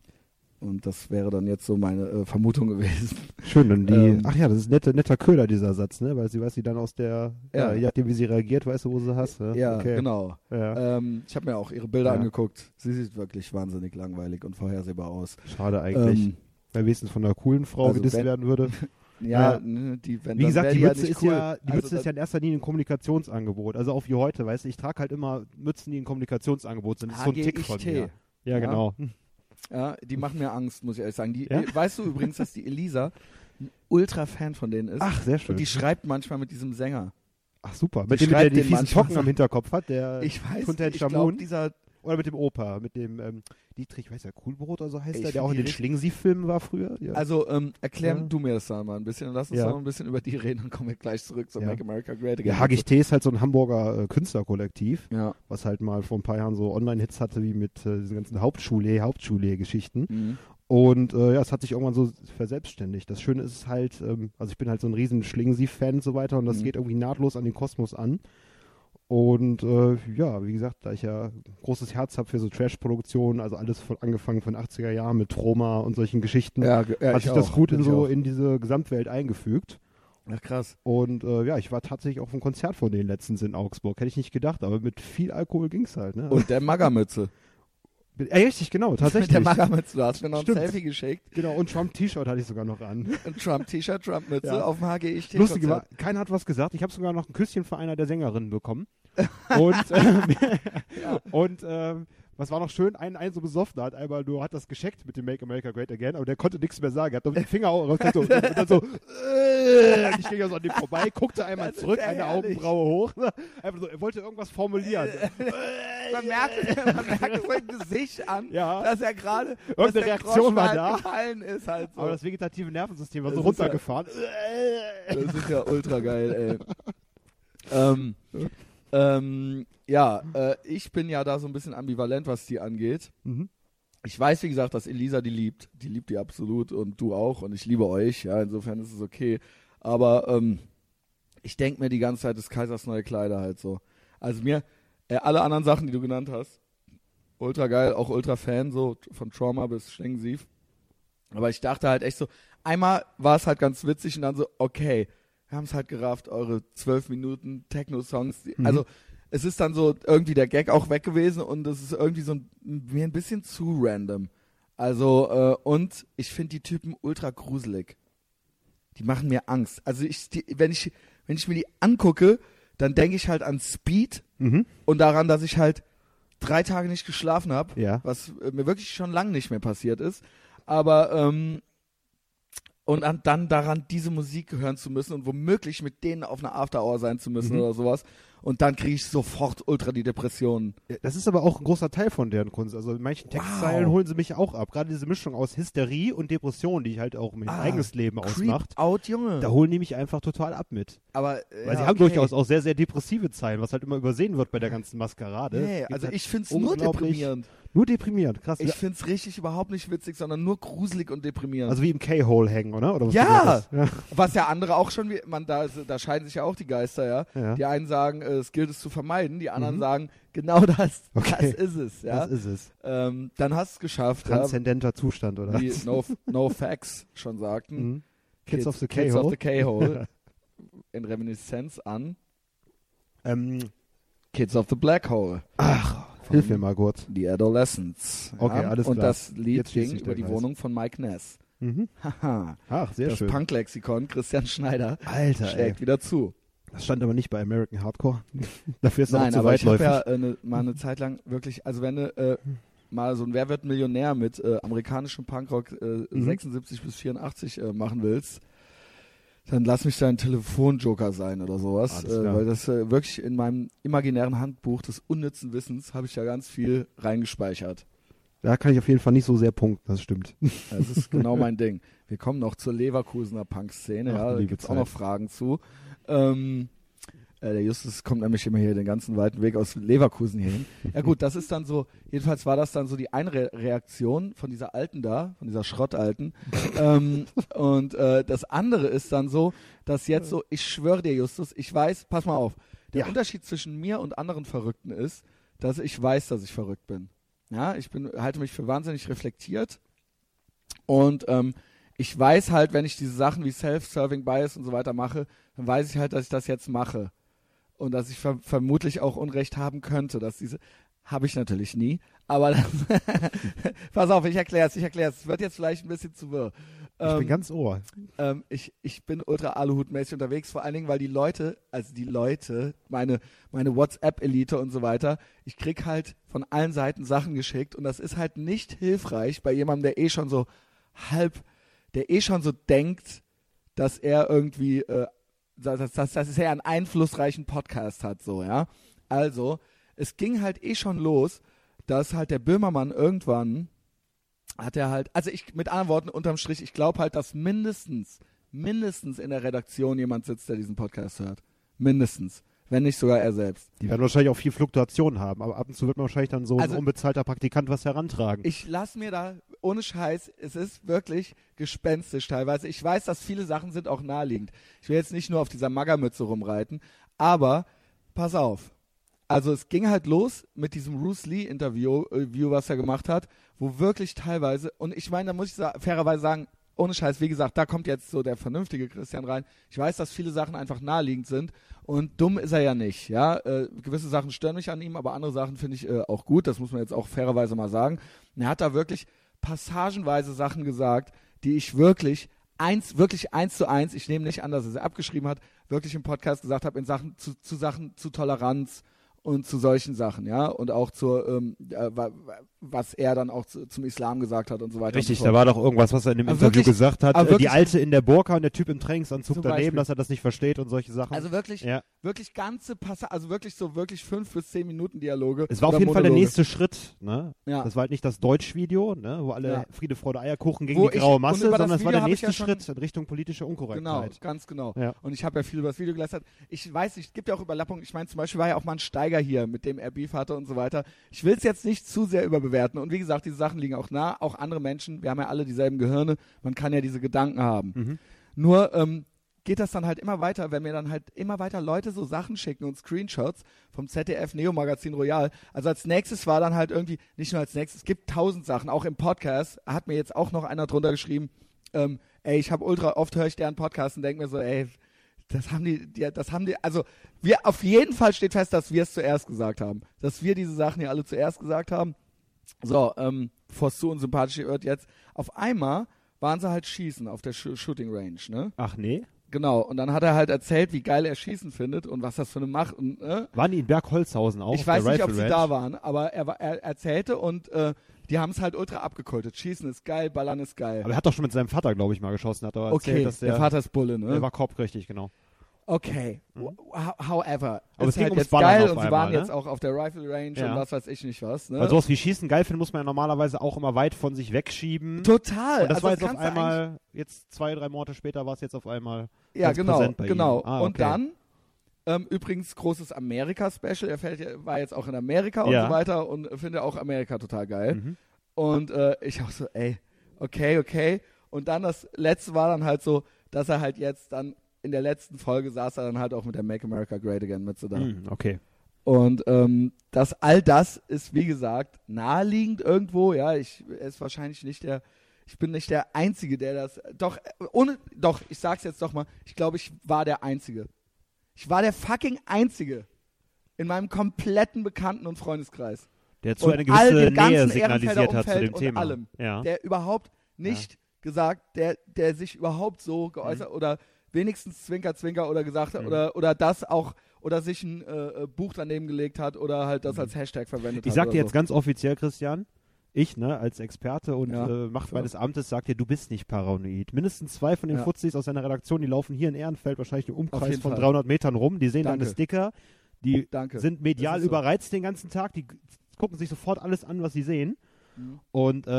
Und das wäre dann jetzt so meine äh, Vermutung gewesen. Schön, dann die, Ähm, ach ja, das ist netter, netter Köder, dieser Satz, ne? Weil sie weiß, sie dann aus der, ja, Ja. je nachdem, wie sie reagiert, weißt du, wo sie hast. Ne? Ja, okay. genau. Ja. Ähm, ich habe mir auch ihre Bilder Ja. angeguckt. Sie sieht wirklich wahnsinnig langweilig und vorhersehbar aus. Schade eigentlich, Ähm, weil wenigstens von einer coolen Frau also gedisst wenn- werden würde. ja, Ja. ne, die, wenn Wie dann gesagt, wär die ja Mütze, nicht ist, cool. ja, die Also Mütze ist ja dann- in erster Linie ein Kommunikationsangebot. Also auf wie heute, weißt du, ich trage halt immer Mützen, die ein Kommunikationsangebot sind. Das ist so ein Tick von H G I T. mir. Ja, Ja. genau. Ja, die machen mir Angst, muss ich ehrlich sagen. Die, Ja? äh, Weißt du übrigens, dass die Elisa ein Ultra-Fan von denen ist? Ach, sehr schön. Und die schreibt manchmal mit diesem Sänger. Ach, super. die Mit dem, der schreibt die den fiesen manchmal Pocken so. am Hinterkopf hat, der Ich weiß, Fontaine ich Chamoun. glaube, dieser, Oder mit dem Opa, mit dem ähm, Dietrich, weiß ja, Kuhlbrot oder so heißt Ich der, der find auch in die den richtig- Schlingensief-Filmen war früher. Ja. also ähm, erklär Ja. du mir das da mal ein bisschen und lass uns Ja. da mal ein bisschen über die reden, dann kommen wir gleich zurück zu Ja. Make America Great Again. ja, H G T ist halt so ein Hamburger äh, Künstlerkollektiv, Ja. was halt mal vor ein paar Jahren so Online-Hits hatte, wie mit äh, diesen ganzen Hauptschule, Hauptschule-Geschichten. Mhm. Und äh, ja, es hat sich irgendwann so verselbstständigt. Das Schöne ist halt, ähm, also ich bin halt so ein riesen Schlingensief-Fan und so weiter und das Mhm. geht irgendwie nahtlos an den Kosmos an. Und äh, ja, wie gesagt, da ich ja ein großes Herz habe für so Trash-Produktionen, also alles von angefangen von achtziger Jahren mit Troma und solchen Geschichten, Ja, ge- ja, hat ich sich das auch. gut in Ich so auch. in diese Gesamtwelt eingefügt. Ach krass. Und äh, ja, ich war tatsächlich auf einem Konzert von denen letztens in Augsburg. Hätte ich nicht gedacht, aber mit viel Alkohol ging's halt. Ne? Und der Magermütze. äh, richtig, genau, Mit tatsächlich. der Magermütze. Du hast mir noch Stimmt. ein Selfie geschickt. Genau, und Trump-T-Shirt hatte ich sogar noch an. Ein Trump-T-Shirt, Trump-Mütze Ja. auf dem H G I T. Lustig war, keiner hat was gesagt. Ich habe sogar noch ein Küsschen von einer der Sängerinnen bekommen. Und, ähm, und ähm, was war noch schön, ein, ein so besoffener hat einmal nur, hat das gescheckt mit dem Make America Great Again, aber der konnte nichts mehr sagen. Er hat doch mit dem Finger raus und so, und dann so, äh, ich ging ja so an dem vorbei, guckte einmal Das ist zurück, ja eine herrlich. Augenbraue hoch. Einfach so, er wollte irgendwas formulieren. Man merkt, man merkt es im Gesicht an, Ja. dass er gerade, dass Irgendeine der Reaktion Groschen war halt da. gefallen ist halt so. Aber das vegetative Nervensystem war so Das ist ja- runtergefahren. Das ist ja ultra geil, ey. ähm, ähm, ja, äh, ich bin ja da so ein bisschen ambivalent, was die angeht. Mhm. Ich weiß, wie gesagt, dass Elisa die liebt. Die liebt die absolut und du auch und ich liebe euch. Ja, insofern ist es okay. Aber ähm, ich denke mir die ganze Zeit, des Kaisers neue Kleider halt so. Also mir, äh, alle anderen Sachen, die du genannt hast, ultra geil, auch ultra Fan, so von Trauma bis Schlingensief. Aber ich dachte halt echt so, einmal war es halt ganz witzig und dann so, okay, wir haben es halt gerafft, eure zwölf Minuten Techno-Songs. die- Mhm. Also es ist dann so irgendwie der Gag auch weg gewesen und es ist irgendwie so ein, mir ein bisschen zu random. Also äh, und ich finde die Typen ultra gruselig. Die machen mir Angst. Also ich, die, wenn ich, wenn ich mir die angucke, dann denke ich halt an Speed Mhm. und daran, dass ich halt drei Tage nicht geschlafen habe, Ja. was äh, mir wirklich schon lange nicht mehr passiert ist. Aber ähm, und an, dann daran, diese Musik hören zu müssen und womöglich mit denen auf einer After-Hour sein zu müssen Mhm. oder sowas. Und dann kriege ich sofort ultra die Depressionen. Ja, das ist aber auch ein großer Teil von deren Kunst. Also in manchen Textzeilen Wow. holen sie mich auch ab. Gerade diese Mischung aus Hysterie und Depression, die ich halt auch mein Ah, eigenes Leben ausmacht, Creep out, Junge. da holen die mich einfach total ab mit. Aber, äh, Weil sie ja, haben okay. durchaus auch sehr, sehr depressive Zeilen, was halt immer übersehen wird bei der ganzen Maskerade. Nee, Es gibt also halt ich finde es nur unglaublich- deprimierend. Nur deprimierend, krass. Ich finde es richtig überhaupt nicht witzig, sondern nur gruselig und deprimierend. Also wie im K-Hole hängen, oder? oder was Ja! du gesagt hast? Was ja andere auch schon, wie, man, da, da scheiden sich ja auch die Geister, ja. Ja. Die einen sagen, äh, es gilt es zu vermeiden, die anderen Mhm. sagen, genau das, Okay. das ist es, ja. Das ist es. Ähm, dann hast du es geschafft, ja. Transzendenter Zustand, oder? Wie no, no Facts schon sagten. Mhm. Kids, of the Kids K-Hole. of the K-Hole. In Reminiszenz an ähm, Kids of the Black Hole. ach, hilf mir mal kurz. The Adolescents. Okay, ja? alles Und klar. das Lied Jetzt schließt ging sich über der die Kreis. Wohnung von Mike Ness. Mhm. Haha. Ach, sehr Das schön. Punk-Lexikon Christian Schneider Alter, ey. schlägt wieder zu. Das stand aber nicht bei American Hardcore. Dafür ist es Nein, auch zu aber ich habe weitläufig. ja äh, ne, mal eine Zeit lang wirklich, also wenn du äh, mal so ein Wer wird Millionär mit äh, amerikanischem Punkrock äh, Mhm. sechsundsiebzig bis vierundachtzig äh, machen willst, dann lass mich dein Telefonjoker sein oder sowas, Alles äh, klar. weil das äh, wirklich in meinem imaginären Handbuch des unnützen Wissens habe ich da ganz viel reingespeichert. Da kann ich auf jeden Fall nicht so sehr punkten, das stimmt. Das ist genau mein Ding. Wir kommen noch zur Leverkusener Punk-Szene, Ach, ja, da liebe gibt es auch Zeit. noch Fragen zu. Ähm, Äh, der Justus kommt nämlich immer hier den ganzen weiten Weg aus Leverkusen hier hin. Ja gut, das ist dann so, jedenfalls war das dann so die eine Re- Reaktion von dieser Alten da, von dieser Schrottalten. ähm, und äh, das andere ist dann so, dass jetzt so, ich schwöre dir Justus, ich weiß, pass mal auf, der Ja. Unterschied zwischen mir und anderen Verrückten ist, dass ich weiß, dass ich verrückt bin. Ja, ich bin, halte mich für wahnsinnig reflektiert und ähm, ich weiß halt, wenn ich diese Sachen wie Self-Serving Bias und so weiter mache, dann weiß ich halt, dass ich das jetzt mache. Und dass ich ver- vermutlich auch Unrecht haben könnte, dass diese, habe ich natürlich nie, aber das pass auf, ich erkläre es, ich erkläre es, es wird jetzt vielleicht ein bisschen zu wirr. Ich Ähm, bin ganz ohr. ähm, ich, ich bin ultra Aluhut-mäßig unterwegs, vor allen Dingen, weil die Leute, also die Leute, meine, meine WhatsApp-Elite und so weiter, ich krieg halt von allen Seiten Sachen geschickt und das ist halt nicht hilfreich bei jemandem, der eh schon so halb, der eh schon so denkt, dass er irgendwie, äh, dass, dass, dass er einen einflussreichen Podcast hat, so, ja. Also, es ging halt eh schon los, dass halt der Böhmermann irgendwann hat er halt, also ich, mit anderen Worten, unterm Strich, ich glaube halt, dass mindestens, mindestens in der Redaktion jemand sitzt, der diesen Podcast hört. Mindestens. Wenn nicht sogar er selbst. Die werden wahrscheinlich auch viel Fluktuation haben, aber ab und zu wird man wahrscheinlich dann so Also- ein unbezahlter Praktikant was herantragen. Ich lass mir da, ohne Scheiß, es ist wirklich gespenstisch teilweise. Ich weiß, dass viele Sachen sind auch naheliegend. Ich will jetzt nicht nur auf dieser Magermütze rumreiten, aber pass auf. Also es ging halt los mit diesem Bruce Lee-Interview, äh, View, was er gemacht hat, wo wirklich teilweise, und ich meine, da muss ich sa- fairerweise sagen, ohne Scheiß, wie gesagt, da kommt jetzt so der vernünftige Christian rein. Ich weiß, dass viele Sachen einfach naheliegend sind und dumm ist er ja nicht, ja. Äh, gewisse Sachen stören mich an ihm, aber andere Sachen finde ich äh, auch gut, das muss man jetzt auch fairerweise mal sagen. Und er hat da wirklich passagenweise Sachen gesagt, die ich wirklich eins, wirklich eins zu eins, ich nehme nicht an, dass er sie abgeschrieben hat, wirklich im Podcast gesagt habe, in Sachen, zu, zu Sachen, zu Toleranz und zu solchen Sachen, ja, und auch zur, ähm, äh, wa- wa- was er dann auch zu, zum Islam gesagt hat und so weiter. Richtig, und so da fort. war doch irgendwas, was er in dem Aber Interview wirklich- gesagt hat. aber Äh, die wirklich- Alte in der Burka und der Typ im Trainingsanzug Zum daneben, Beispiel. dass er das nicht versteht und solche Sachen. Also wirklich, ja. wirklich ganze Passagen, also wirklich so wirklich fünf bis zehn Minuten Dialoge. Es war auf oder jeden Fall der Monologe. nächste Schritt. Ne? Ja. Das war halt nicht das Deutsch-Video, ne? wo alle Ja. Friede, Freude, Eierkuchen gegen Wo die ich- graue und Masse, über das sondern es war Video der habe ich nächste ja schon- Schritt in Richtung politische Genau, Unkorrektheit. ganz genau. Ja. Und ich habe ja viel über das Video gelästert. Ich weiß nicht, es gibt ja auch Überlappungen. Ich meine, zum Beispiel war ja auch mal ein Steiger hier, mit dem er Beef hatte und so weiter. Ich will es jetzt nicht zu sehr überbewerten. Und wie gesagt, diese Sachen liegen auch nah. Auch andere Menschen, wir haben ja alle dieselben Gehirne. Man kann ja diese Gedanken haben. Mhm. Nur ähm, geht das dann halt immer weiter, wenn mir dann halt immer weiter Leute so Sachen schicken und Screenshots vom Z D F Neo Magazin Royal. Also als nächstes war dann halt irgendwie, nicht nur als nächstes, es gibt tausend Sachen, auch im Podcast hat mir jetzt auch noch einer drunter geschrieben, ähm, ey, ich habe ultra oft höre ich deren Podcast und denke mir so, ey, das haben die, die, das haben die, also wir, auf jeden Fall steht fest, dass wir es zuerst gesagt haben, dass wir diese Sachen hier alle zuerst gesagt haben. So, ähm, bevor es zu unsympathisch wird jetzt, auf einmal waren sie halt schießen auf der Sh- Shooting Range, ne? Ach nee? Genau, und dann hat er halt erzählt, wie geil er Schießen findet und was das für eine Macht und äh, Waren die in Bergholzhausen auch? ich auf weiß der nicht, ob Rifle sie Ranch? da waren, aber er, war- er erzählte und äh, die haben es halt ultra abgekultet. Schießen ist geil, Ballern ist geil. Aber er hat doch schon mit seinem Vater, glaube ich, mal geschossen. Hat er Okay, erzählt, dass der, der Vater ist Bulle, ne? der war Korb, richtig, genau. Okay, Ho- however, Aber ist es ging halt ums jetzt Ballern geil auf und sie einmal, waren ne? jetzt auch auf der Rifle Range Ja. und was weiß ich nicht was, ne? Weil sowas wie Schießen geil finden, muss man ja normalerweise auch immer weit von sich wegschieben. Total. Und das also war jetzt auf kannst du eigentlich- einmal, jetzt zwei, drei Monate später war es jetzt auf einmal Ja, ganz genau, präsent bei genau. ihm. Ah, Und okay. dann, ähm, übrigens, großes Amerika-Special. Er fällt, ja- war jetzt auch in Amerika und Ja. so weiter und finde auch Amerika total geil. Mhm. Und äh, ich auch so, ey, okay, okay. Und dann das letzte war dann halt so, dass er halt jetzt dann in der letzten Folge saß er dann halt auch mit der Make America Great Again mit so da. Mhm, okay. Und ähm, das all das ist, wie gesagt, naheliegend irgendwo. Ja, ich er ist wahrscheinlich nicht der, ich bin nicht der Einzige, der das, doch, äh, ohne, doch, ich sag's jetzt doch mal, ich glaube, ich war der Einzige. Ich war der fucking Einzige in meinem kompletten Bekannten- und Freundeskreis, Der zu Und eine all gewisse dem ganzen Nähe signalisiert Ehrenfelder hat zu Umfeld dem und Thema. allem. Ja. der überhaupt nicht gesagt, der, der sich überhaupt so geäußert Mhm. oder wenigstens Zwinker, Zwinker oder gesagt hat Mhm. oder, oder das auch oder sich ein äh, Buch daneben gelegt hat oder halt das als Hashtag verwendet Ich hat. sag oder dir jetzt so. ganz offiziell, Christian, ich, ne, als Experte und Ja. äh, Macht So. meines Amtes, sag dir, du bist nicht paranoid. Mindestens zwei von den Ja. Fuzis aus deiner Redaktion, die laufen hier in Ehrenfeld wahrscheinlich im Auf Umkreis jeden von Fall. dreihundert Metern rum, die sehen Danke. deine Sticker, die Danke. sind medial Das ist so. überreizt den ganzen Tag, die g- gucken sich sofort alles an, was sie sehen. Mhm. Und äh,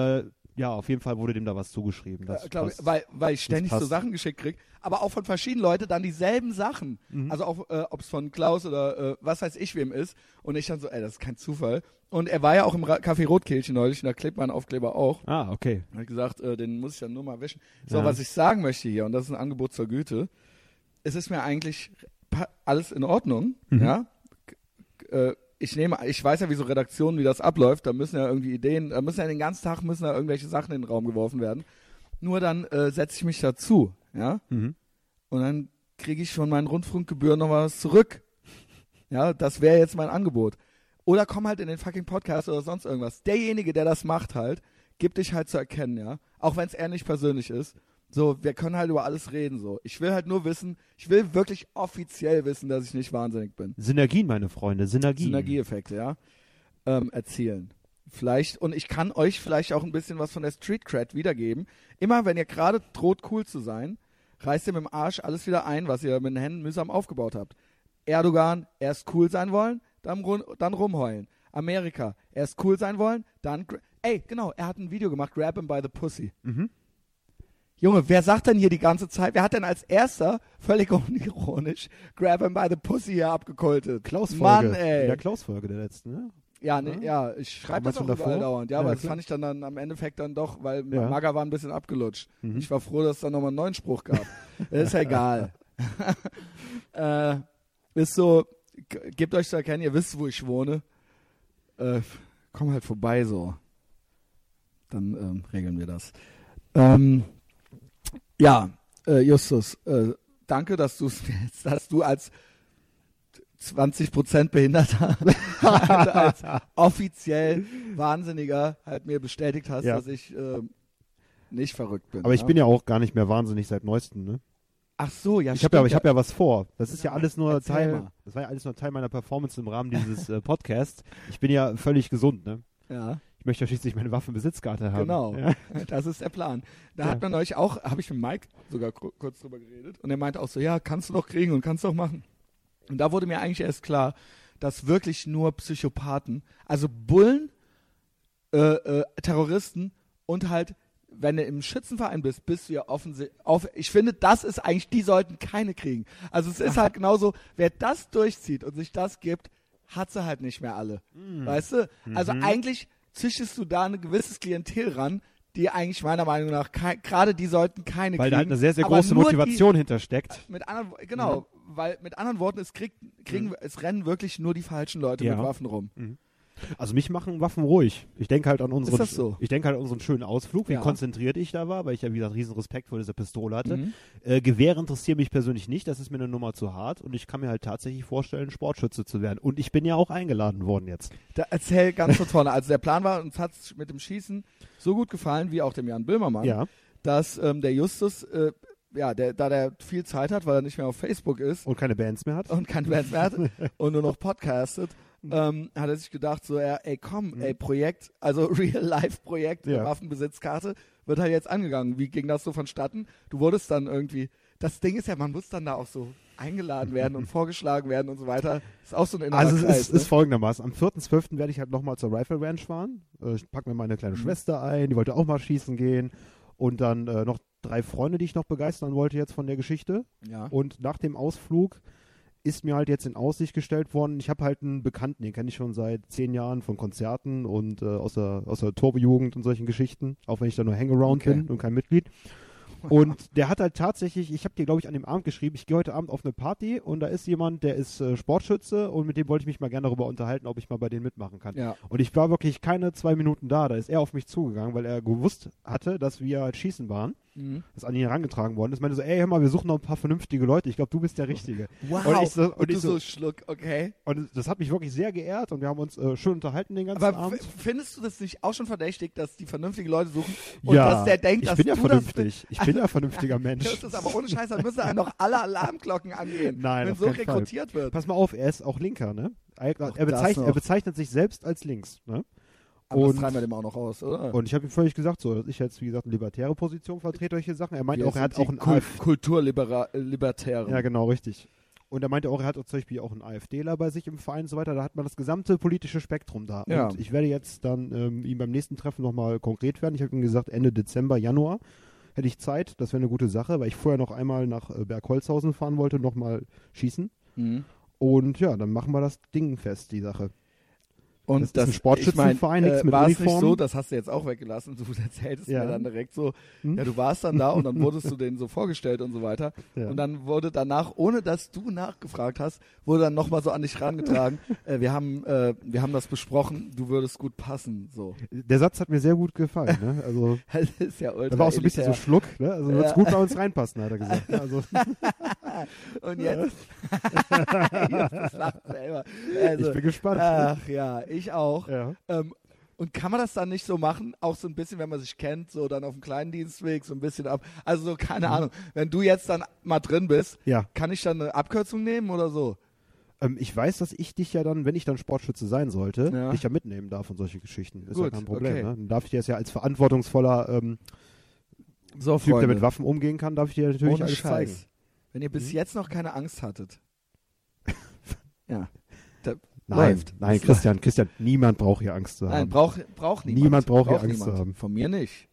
Ja, auf jeden Fall wurde dem da was zugeschrieben. Das Äh, glaub ich, passt. weil, weil ich ständig so passt. Sachen geschickt krieg, aber auch von verschiedenen Leuten dann dieselben Sachen. Mhm. Also auch, äh, ob es von Klaus oder äh, was weiß ich wem ist. Und ich dann so, ey, das ist kein Zufall. Und er war ja auch im Ra- Café Rotkehlchen neulich, und da klebt mein Aufkleber auch. Ah, okay. Er hat gesagt, äh, den muss ich dann nur mal wischen. So, Ja. was ich sagen möchte hier, und das ist ein Angebot zur Güte, es ist mir eigentlich pa- alles in Ordnung, Mhm. ja. G- äh, ich nehme, ich weiß ja, wie so Redaktionen, wie das abläuft, da müssen ja irgendwie Ideen, da müssen ja den ganzen Tag müssen da irgendwelche Sachen in den Raum geworfen werden. Nur dann äh, setze ich mich dazu, ja. Mhm. Und dann kriege ich von meinen Rundfunkgebühren noch was zurück. Ja, das wäre jetzt mein Angebot. Oder komm halt in den fucking Podcast oder sonst irgendwas. Derjenige, der das macht halt, gibt dich halt zu erkennen, ja. Auch wenn es eher nicht persönlich ist. So, wir können halt über alles reden, so. Ich will halt nur wissen, ich will wirklich offiziell wissen, dass ich nicht wahnsinnig bin. Synergien, meine Freunde, Synergien. Synergieeffekte, ja. Ähm, erzielen. Vielleicht, und ich kann euch vielleicht auch ein bisschen was von der Street Cred wiedergeben. Immer wenn ihr gerade droht, cool zu sein, reißt ihr mit dem Arsch alles wieder ein, was ihr mit den Händen mühsam aufgebaut habt. Erdogan, erst cool sein wollen, dann, rum, dann rumheulen. Amerika, erst cool sein wollen, dann... gra- Ey, genau, er hat ein Video gemacht, Grab him by the Pussy. Mhm. Junge, wer sagt denn hier die ganze Zeit, wer hat denn als erster, völlig unironisch, Grab him by the Pussy hier abgekultet? Klaus-Folge. Mann, ey. In der Klaus-Folge der letzten, ne? Ja, ne, Ja. ja, ich schreibe Damals das auch schon überall davor? dauernd. Ja, Ja, aber ja, das klar. fand ich dann, dann am Endeffekt dann doch, weil Ja. Maga war ein bisschen abgelutscht. Mhm. Ich war froh, dass es dann nochmal einen neuen Spruch gab. Ist ja egal. äh, ist so, g- gebt euch zu erkennen, ihr wisst, wo ich wohne. Äh, komm halt vorbei so. Dann ähm, regeln wir das. Ähm, ja, äh, Justus, äh, danke, dass, du's mir jetzt, dass du als zwanzig Prozent Behinderter als offiziell Wahnsinniger halt mir bestätigt hast, Ja. dass ich äh, nicht verrückt bin. Aber ich ja? bin ja auch gar nicht mehr wahnsinnig seit neuestem, ne? Ach so, ja, Ich habe ja, stimmt, ich hab ja was vor. Das ist ja Genau. alles nur Erzähl Teil, mal. das war ja alles nur Teil meiner Performance im Rahmen dieses äh, Podcasts. Ich bin ja völlig gesund, ne? Ja, Ich möchte ja schließlich meine Waffenbesitzkarte haben. genau. Ja. Das ist der Plan. Da Ja. hat man euch auch, habe ich mit Mike sogar ku- kurz drüber geredet, und er meinte auch so, ja, kannst du doch kriegen und kannst doch machen. Und da wurde mir eigentlich erst klar, dass wirklich nur Psychopathen, also Bullen, äh, äh, Terroristen und halt, wenn du im Schützenverein bist, bist du ja offensichtlich, auf, ich finde, das ist eigentlich, die sollten keine kriegen. Also es ist halt genauso, wer das durchzieht und sich das gibt, hat sie halt nicht mehr alle. Mhm. Weißt du? Also eigentlich züchtest du da ein gewisses Klientel ran, die eigentlich meiner Meinung nach, kei- gerade die sollten keine Weil kriegen. da halt eine sehr, sehr aber große nur Motivation hintersteckt. Die, mit anderen, genau, weil mit anderen Worten, es kriegt, kriegen, es rennen wirklich nur die falschen Leute Ja. mit Waffen rum. Also mich machen Waffen ruhig. Ich denke halt an unseren, das so? ich denke halt an unseren schönen Ausflug, wie Ja. konzentriert ich da war, weil ich ja wie gesagt riesen Respekt vor dieser Pistole hatte. Mhm. Äh, Gewehre interessieren mich persönlich nicht, das ist mir eine Nummer zu hart und ich kann mir halt tatsächlich vorstellen, Sportschütze zu werden. Und ich bin ja auch eingeladen worden jetzt. Da erzähl ganz von vorne. Also der Plan war, uns hat es mit dem Schießen so gut gefallen, wie auch dem Jan Böhmermann, Ja. dass ähm, der Justus, äh, ja, der, da der viel Zeit hat, weil er nicht mehr auf Facebook ist Und keine Bands mehr hat. und keine Bands mehr hat und nur noch podcastet, ähm, hat er sich gedacht, so, ja, ey, komm, ey, Projekt, also Real-Life-Projekt, Ja. Waffenbesitzkarte, wird halt jetzt angegangen. Wie ging das so vonstatten? Du wurdest dann irgendwie, das Ding ist ja, man muss dann da auch so eingeladen werden und vorgeschlagen werden und so weiter. Ist auch so ein innerer Also es Kreis, ist, ne? ist folgendermaßen. Am vierten zwölften werde ich halt nochmal zur Rifle Ranch fahren. Äh, ich packe mir meine kleine Mhm. Schwester ein, die wollte auch mal schießen gehen. Und dann äh, noch drei Freunde, die ich noch begeistern wollte jetzt von der Geschichte. Ja. Und nach dem Ausflug ist mir halt jetzt in Aussicht gestellt worden, ich habe halt einen Bekannten, den kenne ich schon seit zehn Jahren von Konzerten und äh, aus der, aus der Turbo-Jugend und solchen Geschichten, auch wenn ich da nur Hangaround Okay. bin und kein Mitglied. Und der hat halt tatsächlich, ich habe dir glaube ich an dem Abend geschrieben, ich gehe heute Abend auf eine Party und da ist jemand, der ist äh, Sportschütze und mit dem wollte ich mich mal gerne darüber unterhalten, ob ich mal bei denen mitmachen kann. Ja. Und ich war wirklich keine zwei Minuten da, da ist er auf mich zugegangen, weil er gewusst hatte, dass wir halt schießen waren, Mhm. das an ihn herangetragen worden ist. Meinte so, ey, hör mal, wir suchen noch ein paar vernünftige Leute, ich glaube, du bist der Richtige. Wow. Und ich so, und und ich du so, so Schluck, okay. und das hat mich wirklich sehr geehrt und wir haben uns äh, schön unterhalten den ganzen Aber Abend. f- findest du das nicht auch schon verdächtig, dass die vernünftige Leute suchen und Ja, dass der denkt, ich dass bin ja du vernünftig. Ich bin ja vernünftiger das Mensch. bist? Das ist aber ohne Scheiß, dann müssen einem doch alle Alarmglocken angehen, Nein, wenn auf so keinen Fall. rekrutiert wird. Pass mal auf, er ist auch Linker, ne? Er, Auch er, das bezeichnet, noch. er bezeichnet sich selbst als links, ne? Aber das und- treiben wir dem auch noch aus, oder? Und ich habe ihm völlig gesagt, so, dass ich jetzt, wie gesagt, eine libertäre Position vertrete, solche Sachen. Er meint Wir auch, er hat sind auch die ein Kul Kulturlibertäre. Ja, genau, richtig. Und er meinte auch, er hat zum Beispiel auch einen AfDler bei sich im Verein und so weiter. Da hat man das gesamte politische Spektrum da. Ja. Und ich werde jetzt dann ähm, ihm beim nächsten Treffen nochmal konkret werden. Ich habe ihm gesagt, Ende Dezember, Januar hätte ich Zeit. Das wäre eine gute Sache, weil ich vorher noch einmal nach äh, Bergholzhausen fahren wollte, nochmal schießen. Mhm. Und ja, dann machen wir das Ding fest, die Sache. Und das, das ist ein Sportschützenverein, ich mein, nichts äh, mit war Uniform. es nicht so, das hast du jetzt auch weggelassen, du erzähltest Ja. mir dann direkt so, Hm? ja, du warst dann da und dann wurdest du denen so vorgestellt und so weiter. Ja. Und dann wurde danach, ohne dass du nachgefragt hast, wurde dann nochmal so an dich herangetragen, äh, wir haben äh, wir haben das besprochen, du würdest gut passen, so. Der Satz hat mir sehr gut gefallen. Ne? Also, Das ist ja ultra da war auch so ein bisschen so elitär. Schluck. Ne? Also, wird Ja. gut bei uns reinpassen, hat er gesagt. Ne? Also, Und jetzt, das lacht selber. Also, ich bin gespannt. ach ja, ich auch. Ja. Ähm, und kann man das dann nicht so machen, auch so ein bisschen, wenn man sich kennt, so dann auf dem kleinen Dienstweg, so ein bisschen ab, also so, keine Mhm. Ahnung, wenn du jetzt dann mal drin bist, Ja. kann ich dann eine Abkürzung nehmen oder so? Ähm, ich weiß, dass ich dich ja dann, wenn ich dann Sportschütze sein sollte, Ja. dich ja mitnehmen darf und solche Geschichten. Ist ja Gut, kein Problem. okay. Ne? Dann darf ich dir das ja als verantwortungsvoller ähm, So, Typ, der mit Waffen umgehen kann, darf ich dir natürlich ohne alles Scheiß. zeigen. Wenn ihr bis Mhm. jetzt noch keine Angst hattet. Ja. Da Nein, läuft. nein, Das Christian, Christian, niemand braucht hier Angst zu Nein, haben. braucht brauch niemand. Niemand braucht hier Angst niemand. zu haben. Von mir nicht.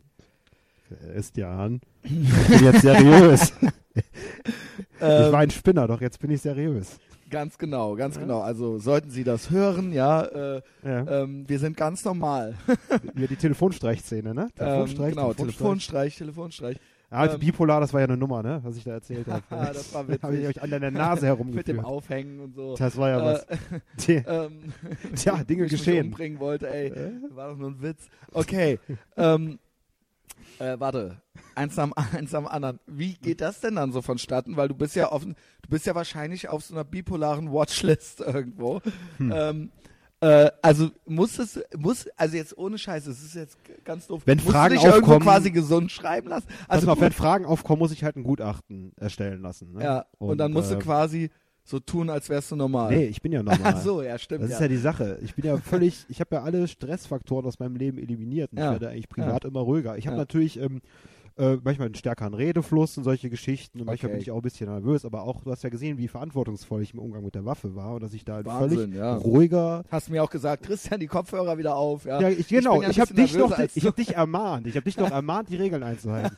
Christian, ich bin jetzt seriös. ich Ähm, war ein Spinner, doch jetzt bin ich seriös. Ganz genau, ganz Ja. genau. Also sollten Sie das hören, ja, äh, Ja. ähm, wir sind ganz normal. Ja, die Telefonstreichszene, ne? Ähm, Telefonstreich, genau, Telefonstreich. Telefonstreich, Telefonstreich. Ja, also ähm, bipolar, das war ja eine Nummer, ne? Was ich da erzählt habe. Das war witzig. Habe ich euch an der Nase herumgeführt. Mit dem Aufhängen und so. Das war ja was. Äh, Die- ähm, Tja, Dinge wie ich mich geschehen. umbringen wollte, ey. Äh? War doch nur ein Witz. Okay. ähm, äh, warte. Eins am, eins am anderen. Wie geht das denn dann so vonstatten? Weil du bist ja offen, du bist ja wahrscheinlich auf so einer bipolaren Watchlist irgendwo. Hm. Ähm, äh, also muss es, muss, also jetzt ohne Scheiß, es ist jetzt g- ganz doof. Wenn musst Fragen du dich irgendwo aufkommen- quasi gesund schreiben lassen? Also Also auf, wenn gut, Fragen aufkommen, muss ich halt ein Gutachten erstellen lassen. Ne? ja. Und, dann musst äh, du quasi so tun, als wärst du normal. Nee, ich bin ja normal. Ach so, ja, stimmt. Das ja. ist ja die Sache. Ich bin ja völlig, ich habe ja alle Stressfaktoren aus meinem Leben eliminiert und Ja. ich werde eigentlich privat immer ruhiger. Ich habe Ja. natürlich ähm, äh, manchmal einen stärkeren Redefluss und solche Geschichten und manchmal Okay. bin ich auch ein bisschen nervös, aber auch, du hast ja gesehen, wie verantwortungsvoll ich im Umgang mit der Waffe war und dass ich da halt Wahnsinn, völlig ja. ruhiger. Hast mir auch gesagt, Christian, die Kopfhörer wieder auf. Ja, Ja, ich, genau, bin ja ein ich, habe bisschen dich noch, nervöser als ich du. habe dich ermahnt, ich habe dich noch ermahnt, die Regeln einzuhalten.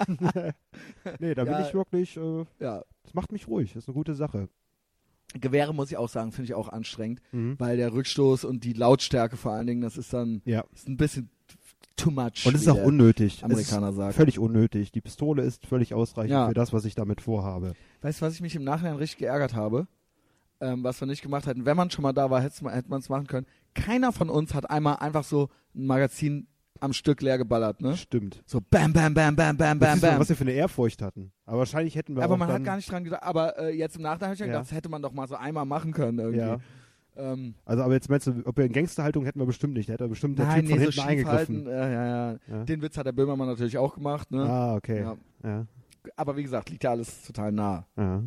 Nee, da Ja. bin ich wirklich, äh, Ja. das macht mich ruhig, das ist eine gute Sache. Gewehre muss ich auch sagen, finde ich auch anstrengend, Mhm. weil der Rückstoß und die Lautstärke vor allen Dingen, das ist dann Ja. ist ein bisschen too much. Und es ist wie auch der unnötig. Amerikaner es ist sagt. völlig unnötig. Die Pistole ist völlig ausreichend Ja. für das, was ich damit vorhabe. Weißt du, was ich mich im Nachhinein richtig geärgert habe? Ähm, was wir nicht gemacht hätten. Wenn man schon mal da war, hätte man es machen können. Keiner von uns hat einmal einfach so ein Magazin am Stück leer geballert, ne? Stimmt. So bam, bam, bam, bam, bam, Jetzt bam, siehst du mal, bam. was wir für eine Ehrfurcht hatten. Aber wahrscheinlich hätten wir Aber auch man dann, hat gar nicht dran gedacht. Aber äh, jetzt im Nachhinein habe ich dann Ja. gedacht, das hätte man doch mal so einmal machen können irgendwie. Ja. Ähm, Also, aber jetzt meinst du, ob wir in Gangsterhaltung hätten wir bestimmt nicht. Da hätte er bestimmt der nein, Typ von nee, so hinten schief eingegriffen. halten. Ja, ja, ja. Ja. Den Witz hat der Böhmermann natürlich auch gemacht, ne? Ah, okay. Ja. Ja. Aber wie gesagt, liegt ja alles total nah. Ja.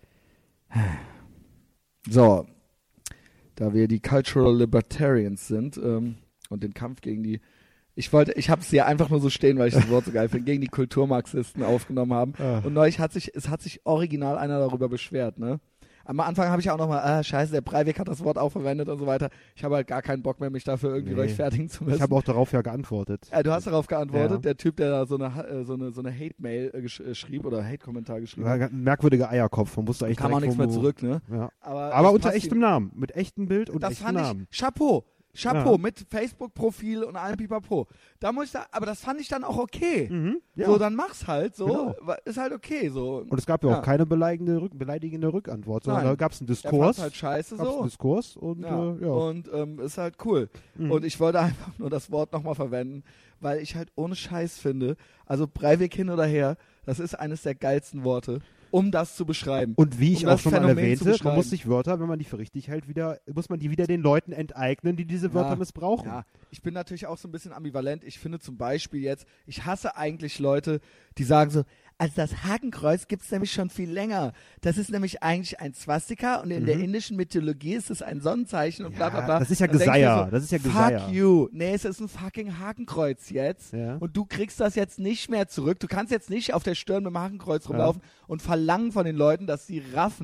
So, da wir die Cultural Libertarians sind ähm, und den Kampf gegen die, ich wollte, ich habe es hier einfach nur so stehen, weil ich das Wort so geil finde, gegen die Kulturmarxisten aufgenommen haben. Ah. Und neulich hat sich, es hat sich original einer darüber beschwert, ne? Am Anfang habe ich auch nochmal, ah, scheiße, der Breivik hat das Wort auch verwendet und so weiter. Ich habe halt gar keinen Bock mehr, mich dafür irgendwie Nee. rechtfertigen zu müssen. Ich habe auch darauf ja geantwortet. Ja, du hast darauf geantwortet, Ja. der Typ, der da so eine, äh, so eine, so eine Hate-Mail äh, gesch äh, schrieb oder Hate-Kommentar geschrieben War hat. ein merkwürdiger Eierkopf. Man wusste eigentlich Kam auch direkt, nichts mehr wo- zurück, ne? Ja. Aber, Aber es unter passt ihm. echtem Namen. Mit echtem Bild und Das echtem fand Namen. ich, Chapeau, Chapeau, Ja. mit Facebook-Profil und allem Pipapo. Da muss ich da, aber das fand ich dann auch okay. Mhm. Ja. So, dann mach's halt, so, Genau. wa- ist halt okay, so. Und es gab ja, Ja. auch keine beleidigende, Rück beleidigende Rückantwort, sondern Nein. da gab es einen Der fand's Diskurs. halt scheiße, Gab's einen so. Diskurs und Ja. äh, ja. Und ähm, ist halt cool. Mhm. Und ich wollte einfach nur das Wort nochmal verwenden, weil ich halt ohne Scheiß finde, also Breivik hin oder her, das ist eines der geilsten Worte, um das zu beschreiben. Und wie ich um auch das schon mal Phänomen zu erwähnte, man beschreiben. muss sich Wörter, wenn man die für richtig hält, wieder, muss man die wieder den Leuten enteignen, die diese Wörter Ja. missbrauchen. Ja, ich bin natürlich auch so ein bisschen ambivalent. Ich finde zum Beispiel jetzt, ich hasse eigentlich Leute, die sagen so, also das Hakenkreuz gibt es nämlich schon viel länger. Das ist nämlich eigentlich ein Swastika und in Mhm. der indischen Mythologie ist es ein Sonnenzeichen und bla bla Ja, bla. das ist ja Dann denkst du Geseier, so, das ist ja Geseier. Fuck you. Nee, es ist ein fucking Hakenkreuz jetzt. Ja. Und du kriegst das jetzt nicht mehr zurück. Du kannst jetzt nicht auf der Stirn mit dem Hakenkreuz rumlaufen und verlangen von den Leuten, dass sie raffen,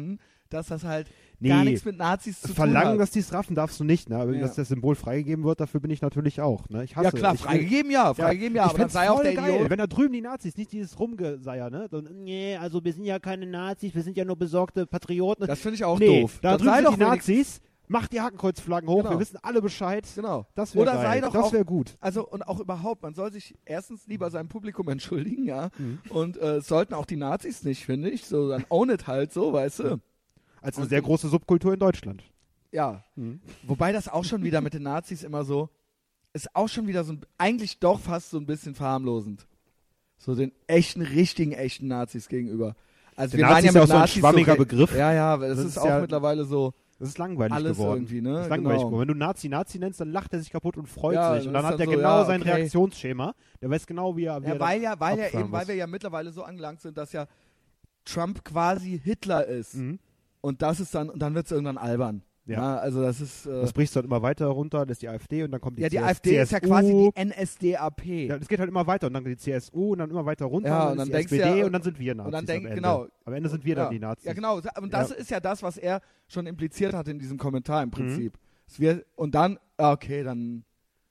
dass das halt Nee, gar nichts mit Nazis zu tun verlangen, hat. dass die es raffen, darfst du nicht, ne? Aber Ja. dass das Symbol freigegeben wird, dafür bin ich natürlich auch, ne? Ich hasse, Ja klar, ich will- freigegeben ja, freigegeben ja, ich aber dann find's sei auch voll der geil, Idiot. wenn da drüben die Nazis, nicht dieses Rumgeseier, ne? So, nee, also wir sind ja keine Nazis, wir sind ja nur besorgte Patrioten. Das finde ich auch nee, doof. da Dann drüben sei sind doch die wenigstens- Nazis, macht die Hakenkreuzflaggen hoch, Genau. wir wissen alle Bescheid. Genau. Das wäre Oder geil. sei doch das auch- wäre gut. Also und auch überhaupt, man soll sich erstens lieber seinem Publikum entschuldigen, ja. Mhm. Und äh, es sollten auch die Nazis nicht, finde ich. So, dann own it halt so, weißt du. Als eine Und- sehr große Subkultur in Deutschland. Ja. Mhm. Wobei das auch schon wieder mit den Nazis immer so, ist auch schon wieder so ein, eigentlich doch fast so ein bisschen verharmlosend. So den echten, richtigen, echten Nazis gegenüber. Also Der wir Nazi waren ja ist mit ja auch so ein Nazis schwammiger re- Begriff. Ja, ja, das, Das ist, ist auch ja- mittlerweile so. Das ist langweilig Alles geworden. irgendwie, ne? Das ist langweilig Genau. geworden. Wenn du Nazi Nazi nennst, dann lacht er sich kaputt und freut Ja, sich. Und das dann ist hat er dann so, genau ja, sein okay. Reaktionsschema. Der weiß genau, wie er, wie Ja, er weil ja, weil ja abfahren eben, weil muss. wir ja mittlerweile so angelangt sind, dass ja Trump quasi Hitler ist. Mhm. Und das ist dann, und dann wird es irgendwann albern. Ja. Ja, also das ist. Äh, Das brichst du halt immer weiter runter, das ist die AfD und dann kommt die ja, die C S- AfD ist ja C S U. quasi die N S D A P. Ja, das geht halt immer weiter und dann die C S U und dann immer weiter runter Ja, und und dann, dann ist die denkst du S P D ja- und dann sind wir Nazis und dann denk- am Ende. genau. Am Ende sind wir ja. dann die Nazis. Ja, genau. Und das Ja. ist ja das, was er schon impliziert hat in diesem Kommentar Mhm. im Prinzip. Es wird, und dann, ah, okay, dann.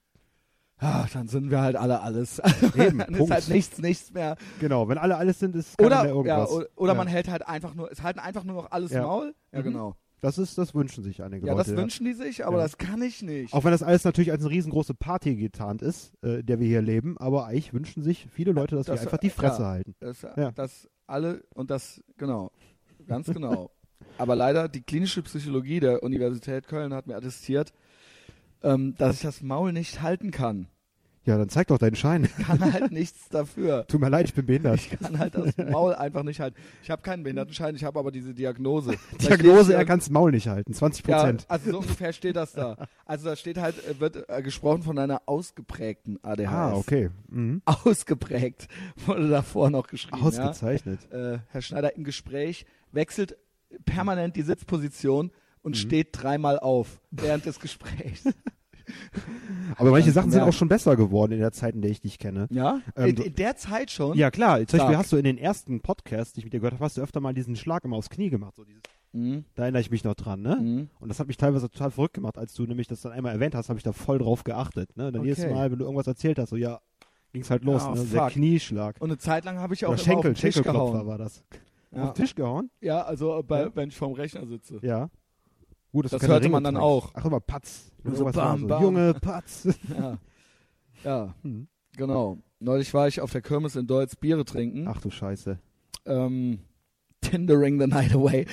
Ah, dann sind wir halt alle alles. Eben, dann ist Punkt. halt nichts, nichts mehr. Genau, wenn alle alles sind, ist keiner Oder, mehr ja, irgendwas. oder, oder Ja. man hält halt einfach nur, es halten einfach nur noch alles Ja. Maul. Ja, Mhm. genau. Das ist, das wünschen sich einige Ja, Leute. das wünschen die sich, aber Ja. das kann ich nicht. Auch wenn das alles natürlich als eine riesengroße Party getarnt ist, äh, der wir hier leben, aber eigentlich wünschen sich viele Leute, dass Das- wir einfach die Fresse ja. halten. Das, Ja. das alle und das, genau, ganz genau. Aber leider, die klinische Psychologie der Universität Köln hat mir attestiert, ähm, dass ich das Maul nicht halten kann. Ja, dann zeig doch deinen Schein. Ich kann halt nichts dafür. Tut mir leid, ich bin behindert. Ich kann halt das Maul einfach nicht halten. Ich habe keinen Behindertenschein, ich habe aber diese Diagnose. Da Diagnose, steht- er kann das Maul nicht halten. zwanzig Ja, Prozent. also so ungefähr steht das da. Also da steht halt, äh, wird äh, gesprochen von einer ausgeprägten A D H S. Ah, okay. Mhm. Ausgeprägt, wurde davor noch geschrieben. Ja? Ausgezeichnet. Äh, Herr Schneider im Gespräch wechselt permanent die Sitzposition und Mhm. steht dreimal auf während des Gesprächs. Aber manche Ganz Sachen sind gemerkt. auch schon besser geworden in der Zeit, in der ich dich kenne. Ja? Ähm, in, so- in der Zeit schon? Ja, klar. Zum Stark. Beispiel hast du in den ersten Podcasts, die ich mit dir gehört habe, hast du öfter mal diesen Schlag immer aufs Knie gemacht. So dieses, Mhm. da erinnere ich mich noch dran, ne? Mhm. Und das hat mich teilweise total verrückt gemacht, als du nämlich das dann einmal erwähnt hast, habe ich da voll drauf geachtet. Ne? Dann Okay. jedes Mal, wenn du irgendwas erzählt hast, so ja, ging's halt los, Ah, ne? Der fuck. Knieschlag. Und eine Zeit lang habe ich auch Oder immer Schenkel, auf den Tisch Schenkelklopfer gehauen. war das. Ja. Auf den Tisch gehauen? Ja, also äh, bei, Ja. wenn ich vorm Rechner sitze. Ja. Gut, dass Das du keine hörte Ringe man dann trägst. auch. Ach, immer Patz. Und so Irgendwas war bam, so, bam. Junge, Patz. Ja. Ja, Hm. genau. Neulich war ich auf der Kirmes in Deutz Biere trinken. Ach du Scheiße. Ähm, Tindering the night away.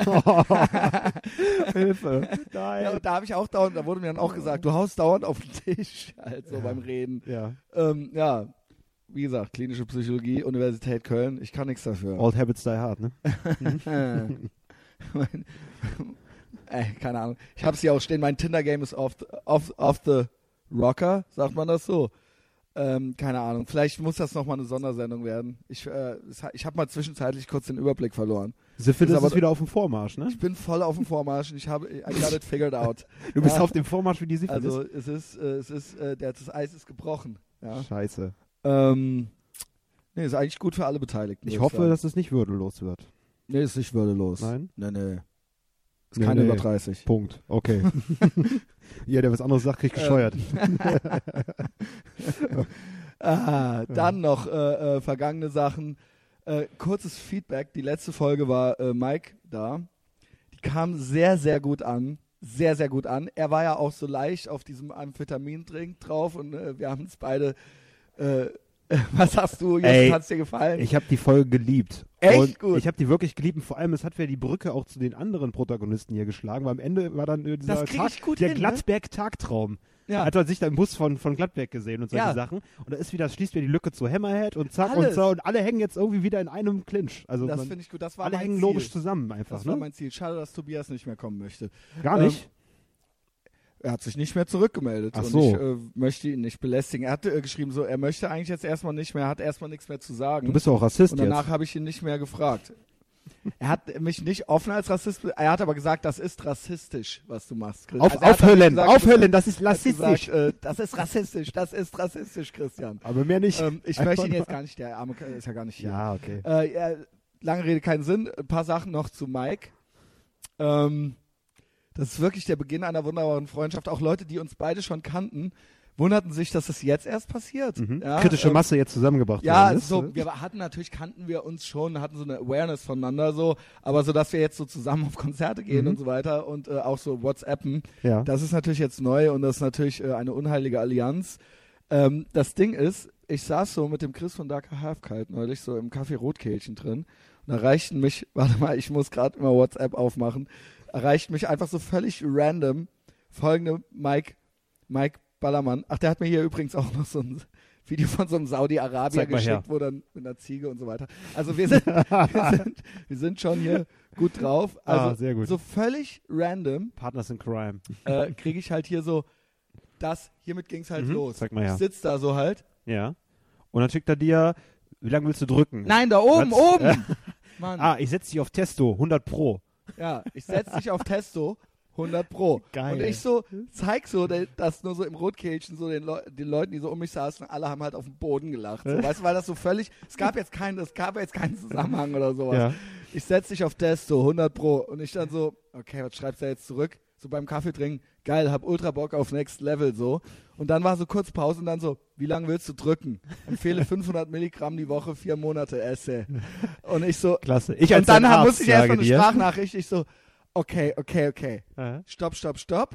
Hilfe. Nein. Ja, und da habe ich auch dauernd, da wurde mir dann auch gesagt, du haust dauernd auf den Tisch, halt so Ja. beim Reden. Ja. Ähm, ja, wie gesagt, klinische Psychologie, Universität Köln, ich kann nichts dafür. Old Habits Die Hard, ne? mein, ey, keine Ahnung. Ich hab's hier auch stehen, mein Tinder-Game ist off, off, off the rocker, sagt man das so? Ähm, keine Ahnung, vielleicht muss das nochmal eine Sondersendung werden. Ich, äh, es hat- ich habe mal zwischenzeitlich kurz den Überblick verloren. Syphilis Ist aber- ist wieder auf dem Vormarsch, ne? Ich bin voll auf dem Vormarsch und ich habe, I got it figured out. Du bist Ja. auf dem Vormarsch wie die Syphilis. Also es ist, äh, es ist, äh, der, das Eis ist gebrochen. Ja. Scheiße. Ähm, nee, ist eigentlich gut für alle Beteiligten. Ich würde hoffe, sagen. dass es nicht würdelos wird. Nee, ist nicht würdelos. Nein? Nee, nee. Ist Nee, keine nee. über dreißig. Punkt. Okay. Ja, der was anderes sagt, kriegt gescheuert. Ah, dann noch äh, äh, vergangene Sachen. Äh, kurzes Feedback. Die letzte Folge war äh, Mike da. Die kam sehr, sehr gut an. Sehr, sehr gut an. Er war ja auch so leicht auf diesem Amphetamin-Drink drauf und äh, wir haben es beide. Äh, was sagst du? Ey, Jetzt hat's dir gefallen? Ich habe die Folge geliebt. Echt und gut. Ich habe die wirklich geliebt. Und vor allem, es hat ja die Brücke auch zu den anderen Protagonisten hier geschlagen, weil am Ende war dann äh, dieser Das krieg Tag, ich gut der hin, ne? Gladberg-Tagtraum. ja. Hat man sich da im Bus von, von Gladberg gesehen und solche Ja. Sachen. Und da ist wieder, schließt wieder die Lücke zu Hammerhead und zack Alles. und so. Und alle hängen jetzt irgendwie wieder in einem Clinch. Also das man, finde ich gut. Das war alle mein hängen Ziel. logisch zusammen einfach. Das war Ne? mein Ziel. Schade, dass Tobias nicht mehr kommen möchte. Gar Ähm, nicht. Er hat sich nicht mehr zurückgemeldet. Ach und so. ich äh, möchte ihn nicht belästigen. Er hat äh, geschrieben, so, er möchte eigentlich jetzt erstmal nicht mehr, hat erstmal nichts mehr zu sagen. Du bist doch auch Rassist und danach jetzt. habe ich ihn nicht mehr gefragt. Er hat mich nicht offen als Rassist, be- er hat aber gesagt, das ist rassistisch, was du machst. Chris. Auf, Also er hat aufhöllen, gesagt, aufhöllen, das ist er hat rassistisch. Gesagt, äh, das ist rassistisch, das ist rassistisch, Christian. Aber mehr nicht. Ähm, ich Einfach möchte ihn nur- jetzt gar nicht, der Arme ist ja gar nicht hier. Ja, okay. Äh, ja, lange Rede, keinen Sinn. Ein paar Sachen noch zu Mike. Ähm, das ist wirklich der Beginn einer wunderbaren Freundschaft. Auch Leute, die uns beide schon kannten, wunderten sich, dass das jetzt erst passiert. Mhm. Ja, Kritische ähm, Masse jetzt zusammengebracht Ja, worden ist, so, ne? wir hatten natürlich, kannten wir uns schon, hatten so eine Awareness voneinander so, aber so, dass wir jetzt so zusammen auf Konzerte gehen Mhm. und so weiter und äh, auch so WhatsAppen, Ja. das ist natürlich jetzt neu und das ist natürlich äh, eine unheilige Allianz. Ähm, das Ding ist, ich saß so mit dem Chris von Darker Halfkite neulich so im Café Rotkehlchen drin und erreichten mich, warte mal, ich muss gerade immer WhatsApp aufmachen, erreichten mich einfach so völlig random folgende Mike, Mike Ballermann. Ach, der hat mir hier übrigens auch noch so ein Video von so einem Saudi-Arabier Zeig mal her. geschickt, wo dann mit einer Ziege und so weiter. Also wir sind, wir sind, wir sind schon hier gut drauf. Also Ah, sehr gut. so völlig random Partners in Crime. äh, kriege ich halt hier so das, hiermit ging es halt Mhm, los. zeig mal her. Ich sitze da so halt. Ja. Und dann schickt er dir, wie lange willst du drücken? Nein, da oben, Was? oben! Mann, Ah, ich setze dich auf Testo, hundert Pro. ja, ich setze dich auf Testo, hundert Pro. Geil. Und ich so, zeig so, de- das nur so im Rotkehlchen, so den, Leu den Leuten, die so um mich saßen, alle haben halt auf den Boden gelacht. So, weißt du, weil das so völlig, es gab jetzt keinen, es gab jetzt keinen Zusammenhang oder sowas. Ja. Ich setze dich auf Testo, hundert Pro. Und ich dann so, okay, was schreibst du jetzt zurück? So beim Kaffee trinken, geil, hab ultra Bock auf Next Level, so. Und dann war so kurz Pause und dann so, wie lange willst du drücken? Empfehle fünfhundert Milligramm die Woche, vier Monate esse. Und ich so, Klasse. Ich als und dann dein Arzt musste ich erst mal sage eine dir. Sprachnachricht, ich so, okay, okay, okay, Aha. stopp, stopp, stopp.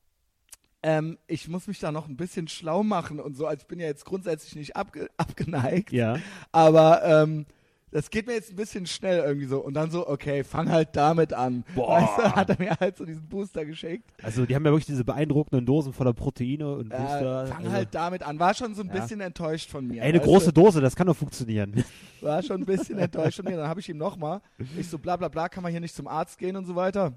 Ähm, ich muss mich da noch ein bisschen schlau machen und so, also ich bin ja jetzt grundsätzlich nicht abge abgeneigt, Ja. aber ähm, das geht mir jetzt ein bisschen schnell irgendwie so. Und dann so, okay, fang halt damit an. Boah. Weißt du, hat er mir halt so diesen Booster geschickt. Also die haben ja wirklich diese beeindruckenden Dosen voller Proteine und Äh, Booster. fang also, halt damit an. War schon so ein Ja. bisschen enttäuscht von mir. Ey, eine weißt große Dose, das kann doch funktionieren. Du? War schon ein bisschen enttäuscht von mir. Dann habe ich ihm nochmal, ich so, bla bla bla, kann man hier nicht zum Arzt gehen und so weiter.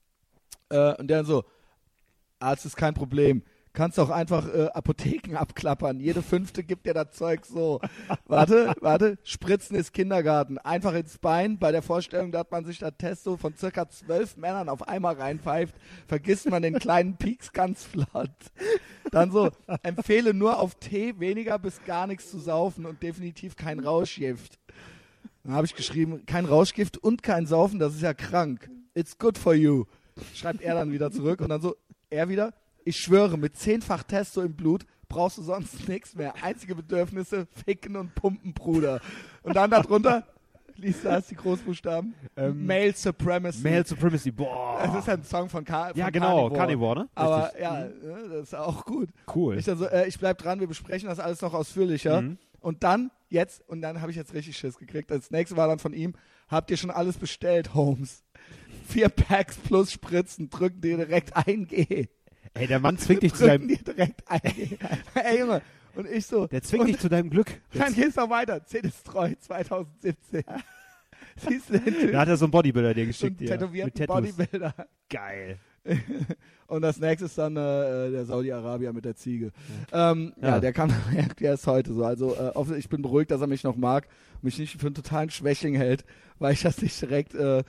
Äh, und der dann so, Arzt ist kein Problem. Kannst auch einfach äh, Apotheken abklappern. Jede fünfte gibt dir das Zeug so. Warte, warte. Spritzen ist Kindergarten. Einfach ins Bein. Bei der Vorstellung, dass man sich das Testo von circa zwölf Männern auf einmal reinpfeift, vergisst man den kleinen Pieks ganz flott. Dann so, empfehle nur auf Tee weniger bis gar nichts zu saufen und definitiv kein Rauschgift. Dann habe ich geschrieben, kein Rauschgift und kein Saufen, das ist ja krank. It's good for you. Schreibt er dann wieder zurück und dann so, er wieder, ich schwöre, mit zehnfach Testo im Blut brauchst du sonst nichts mehr. Einzige Bedürfnisse, ficken und pumpen, Bruder. Und dann darunter, liest du das, die Großbuchstaben, Ähm, Male Supremacy. Male Supremacy, boah. Das ist ja ein Song von, Car ja, von genau, Carnivore. Carnivore, ne? Aber Richtig. ja, ne, das ist auch gut. Cool. Ich dann so, äh, ich bleib dran, wir besprechen das alles noch ausführlicher. Mhm. Und dann, jetzt, und dann habe ich jetzt richtig Schiss gekriegt. Das nächste war dann von ihm, habt ihr schon alles bestellt, Holmes? Vier Packs plus Spritzen, drücken dir direkt ein G. Ey, der Mann zwingt dich zu Drücken deinem, dir direkt ein G. Ey, Junge. Und ich so, der zwingt und dich zu deinem Glück. Der dann geht's noch weiter. Zedestreu zwanzig siebzehn. Siehst du den Typ? Da hat er so einen Bodybuilder dir So einen geschickt. ja. tätowierten Mit Tattoos. Bodybuilder. Geil. Und das nächste ist dann äh, der Saudi-Arabier mit der Ziege. Ja, ähm, ja. Ja. der kam erst heute so. Also äh, offen- ich bin beruhigt, dass er mich noch mag, mich nicht für einen totalen Schwächling hält, weil ich das nicht direkt äh,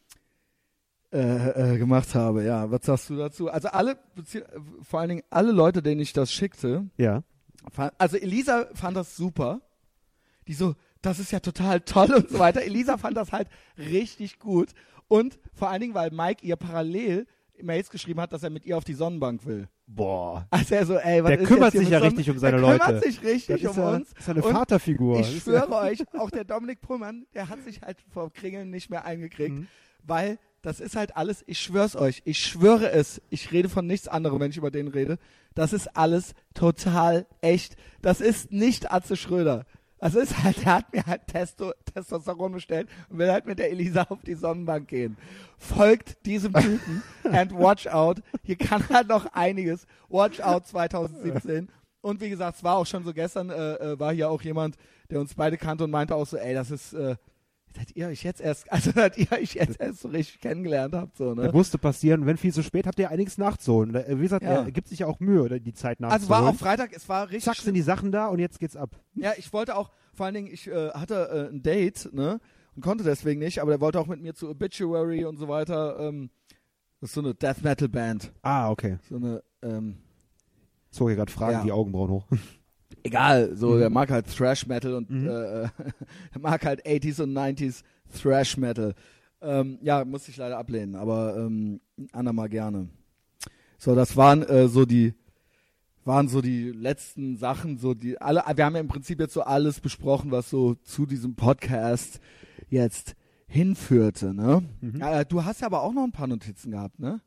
äh, äh, gemacht habe. Ja, was sagst du dazu? Also alle, bezieh- äh, vor allen Dingen alle Leute, denen ich das schickte, Ja. fand, also Elisa fand das super. Die so, das ist ja total toll und so weiter. Elisa fand das halt richtig gut. Und vor allen Dingen, weil Mike ihr parallel Mails geschrieben hat, dass er mit ihr auf die Sonnenbank will. Boah. Also er so, ey, was Der ist kümmert jetzt hier sich mit ja Sonnen- richtig um seine der Leute. kümmert sich richtig Das ist um ja, uns. das ist ja eine Und Vaterfigur. Ich Das ist schwöre ja, euch, auch der Dominik Pullmann, der hat sich halt vor Kringeln nicht mehr eingekriegt, Mhm. weil das ist halt alles, ich schwör's euch, ich schwöre es, ich rede von nichts anderem, wenn ich über den rede, das ist alles total echt. Das ist nicht Atze Schröder. Das ist halt, der hat mir halt Testo, Testosteron bestellt und will halt mit der Elisa auf die Sonnenbank gehen. Folgt diesem Typen and watch out. Hier kann halt noch einiges. Watch out zwanzig siebzehn. Und wie gesagt, es war auch schon so gestern, äh, äh, war hier auch jemand, der uns beide kannte und meinte auch so, ey, das ist, äh, dass ihr euch jetzt erst, also dass ihr euch jetzt erst so richtig kennengelernt habt, so, ne? Das musste passieren. Wenn viel zu spät, habt ihr einiges nachzuholen. Da- Wie gesagt, Ja. er gibt sich ja auch Mühe, oder die Zeit nachzuholen. Also war auch Freitag, es war richtig. Zack, sind die Sachen da und jetzt geht's ab. Ja, ich wollte auch, vor allen Dingen, ich äh, hatte äh, ein Date, ne, und konnte deswegen nicht, aber der wollte auch mit mir zu Obituary und so weiter. Ähm, das ist so eine Death Metal Band, Ah, okay. so eine, ähm, So, hier gerade Fragen, Ja. die Augenbrauen hoch. egal, so, Mhm. der mag halt Thrash Metal und Mhm. äh, äh, der mag halt achtziger und neunziger Thrash Metal. Ähm, ja, musste ich leider ablehnen, aber ähm, andermal gerne. So, das waren äh, so die waren so die letzten Sachen, so die alle. Wir haben ja im Prinzip jetzt so alles besprochen, was so zu diesem Podcast jetzt hinführte, ne? Mhm. Äh, du hast ja aber auch noch ein paar Notizen gehabt, ne?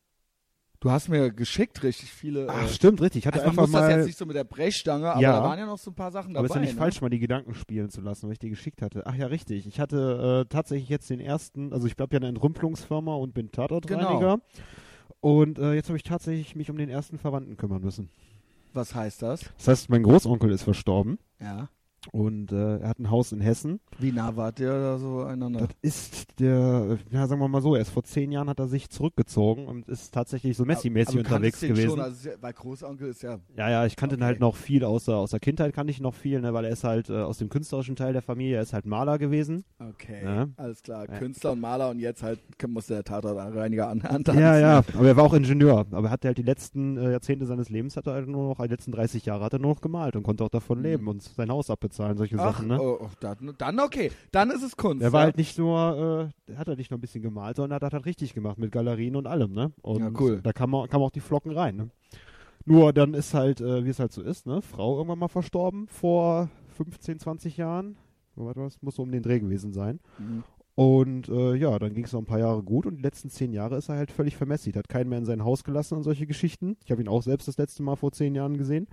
Du hast mir geschickt richtig viele. Ach, äh, stimmt, richtig. Ich hatte also man einfach muss mal, das jetzt nicht so mit der Brechstange, aber Ja. da waren ja noch so ein paar Sachen dabei. aber ist ja nicht ne? falsch, mal die Gedanken spielen zu lassen, was ich dir geschickt hatte. Ach ja, richtig. Ich hatte äh, tatsächlich jetzt den ersten, also ich bleib ja in einer Entrümpelungsfirma und bin Tatortreiniger. Genau. Und äh, jetzt habe ich tatsächlich mich um den ersten Verwandten kümmern müssen. Was heißt das? Das heißt, mein Großonkel ist verstorben Ja. und äh, er hat ein Haus in Hessen. Wie nah wart ihr da so einander? Das ist der, ja, sagen wir mal so, erst vor zehn Jahren hat er sich zurückgezogen und ist tatsächlich so Messi-mäßig Aber du unterwegs kanntest den gewesen. Schon, also, es ist ja- weil Großonkel ist ja. Ja, ja, ich kannte ihn Okay. halt noch viel aus der, aus der Kindheit, kannte ich noch viel, ne, weil er ist halt äh, aus dem künstlerischen Teil der Familie, er ist halt Maler gewesen. Okay, Ja. alles klar. Ja. Künstler und Maler und jetzt halt musste der Tatortreiniger an, antanzen. Ja, ja, aber er war auch Ingenieur, aber er hatte halt die letzten äh, Jahrzehnte seines Lebens, hat er halt nur noch, die letzten dreißig Jahre hat er nur noch gemalt und konnte auch davon Mhm. leben und sein Haus abbezahlen, solche Ach, Sachen, ne. oh, oh, dann, dann okay. Dann ist es Kunst. Er war ja. halt nicht nur, äh, er hat halt nicht nur ein bisschen gemalt, sondern hat das halt richtig gemacht mit Galerien und allem, ne? Und Ja, cool. da kam, kam auch die Flocken rein, ne? Nur dann ist halt, äh, wie es halt so ist, ne? Frau irgendwann mal verstorben vor fünfzehn, zwanzig Jahren. Warte, was muss so um den Dreh gewesen sein. Mhm. Und äh, ja, dann ging es noch ein paar Jahre gut und die letzten zehn Jahre ist er halt völlig vermäßigt. Hat keinen mehr in sein Haus gelassen und solche Geschichten. Ich habe ihn auch selbst das letzte Mal vor zehn Jahren gesehen.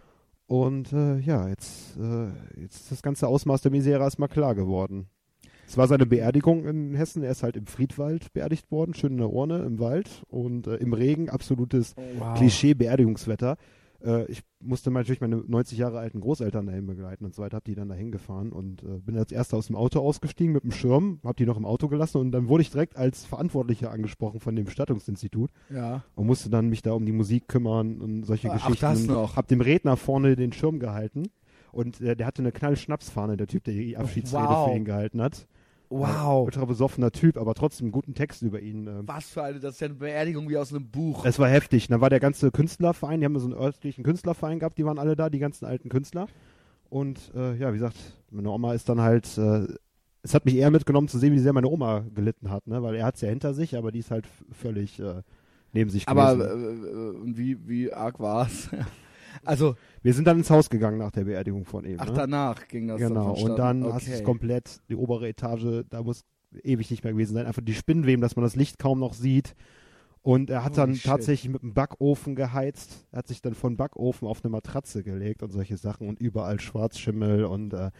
Und äh, ja, jetzt, äh, jetzt ist das ganze Ausmaß der Misere erstmal klar geworden. Es war seine Beerdigung in Hessen. Er ist halt im Friedwald beerdigt worden, schön in der Urne im Wald und äh, im Regen, absolutes Oh, wow. Klischee-Beerdigungswetter. Äh, ich musste mal natürlich meine neunzig Jahre alten Großeltern dahin begleiten und so weiter, hab die dann dahin gefahren und äh, bin als erster aus dem Auto ausgestiegen mit dem Schirm, hab die noch im Auto gelassen und dann wurde ich direkt als Verantwortlicher angesprochen von dem Bestattungsinstitut Ja. und musste dann mich da um die Musik kümmern und solche Ach, Geschichten. das noch. Hab dem Redner vorne den Schirm gehalten und äh, der hatte eine Knallschnapsfahne, der Typ, der die Abschiedsrede Wow. für ihn gehalten hat. Wow. Ultra besoffener Typ, aber trotzdem einen guten Text über ihn. Äh. Was für eine, das ist ja eine Beerdigung wie aus einem Buch. Es war heftig. Da war der ganze Künstlerverein, die haben so einen örtlichen Künstlerverein gehabt, die waren alle da, die ganzen alten Künstler. Und äh, ja, wie gesagt, meine Oma ist dann halt, äh, es hat mich eher mitgenommen zu sehen, wie sehr meine Oma gelitten hat, ne? Weil er hat es ja hinter sich, aber die ist halt f- völlig äh, neben sich Aber gewesen. äh, äh, und wie, wie arg war es? Also, Wir sind dann ins Haus gegangen nach der Beerdigung von ihm. ach, ne? danach ging das Genau, dann vonstatten. und dann okay. hast du es komplett, die obere Etage, da muss ewig nicht mehr gewesen sein. Einfach die Spinnweben, dass man das Licht kaum noch sieht. Und er hat Holy dann shit. tatsächlich mit einem Backofen geheizt. Er hat sich dann von Backofen auf eine Matratze gelegt und solche Sachen und überall Schwarzschimmel und äh,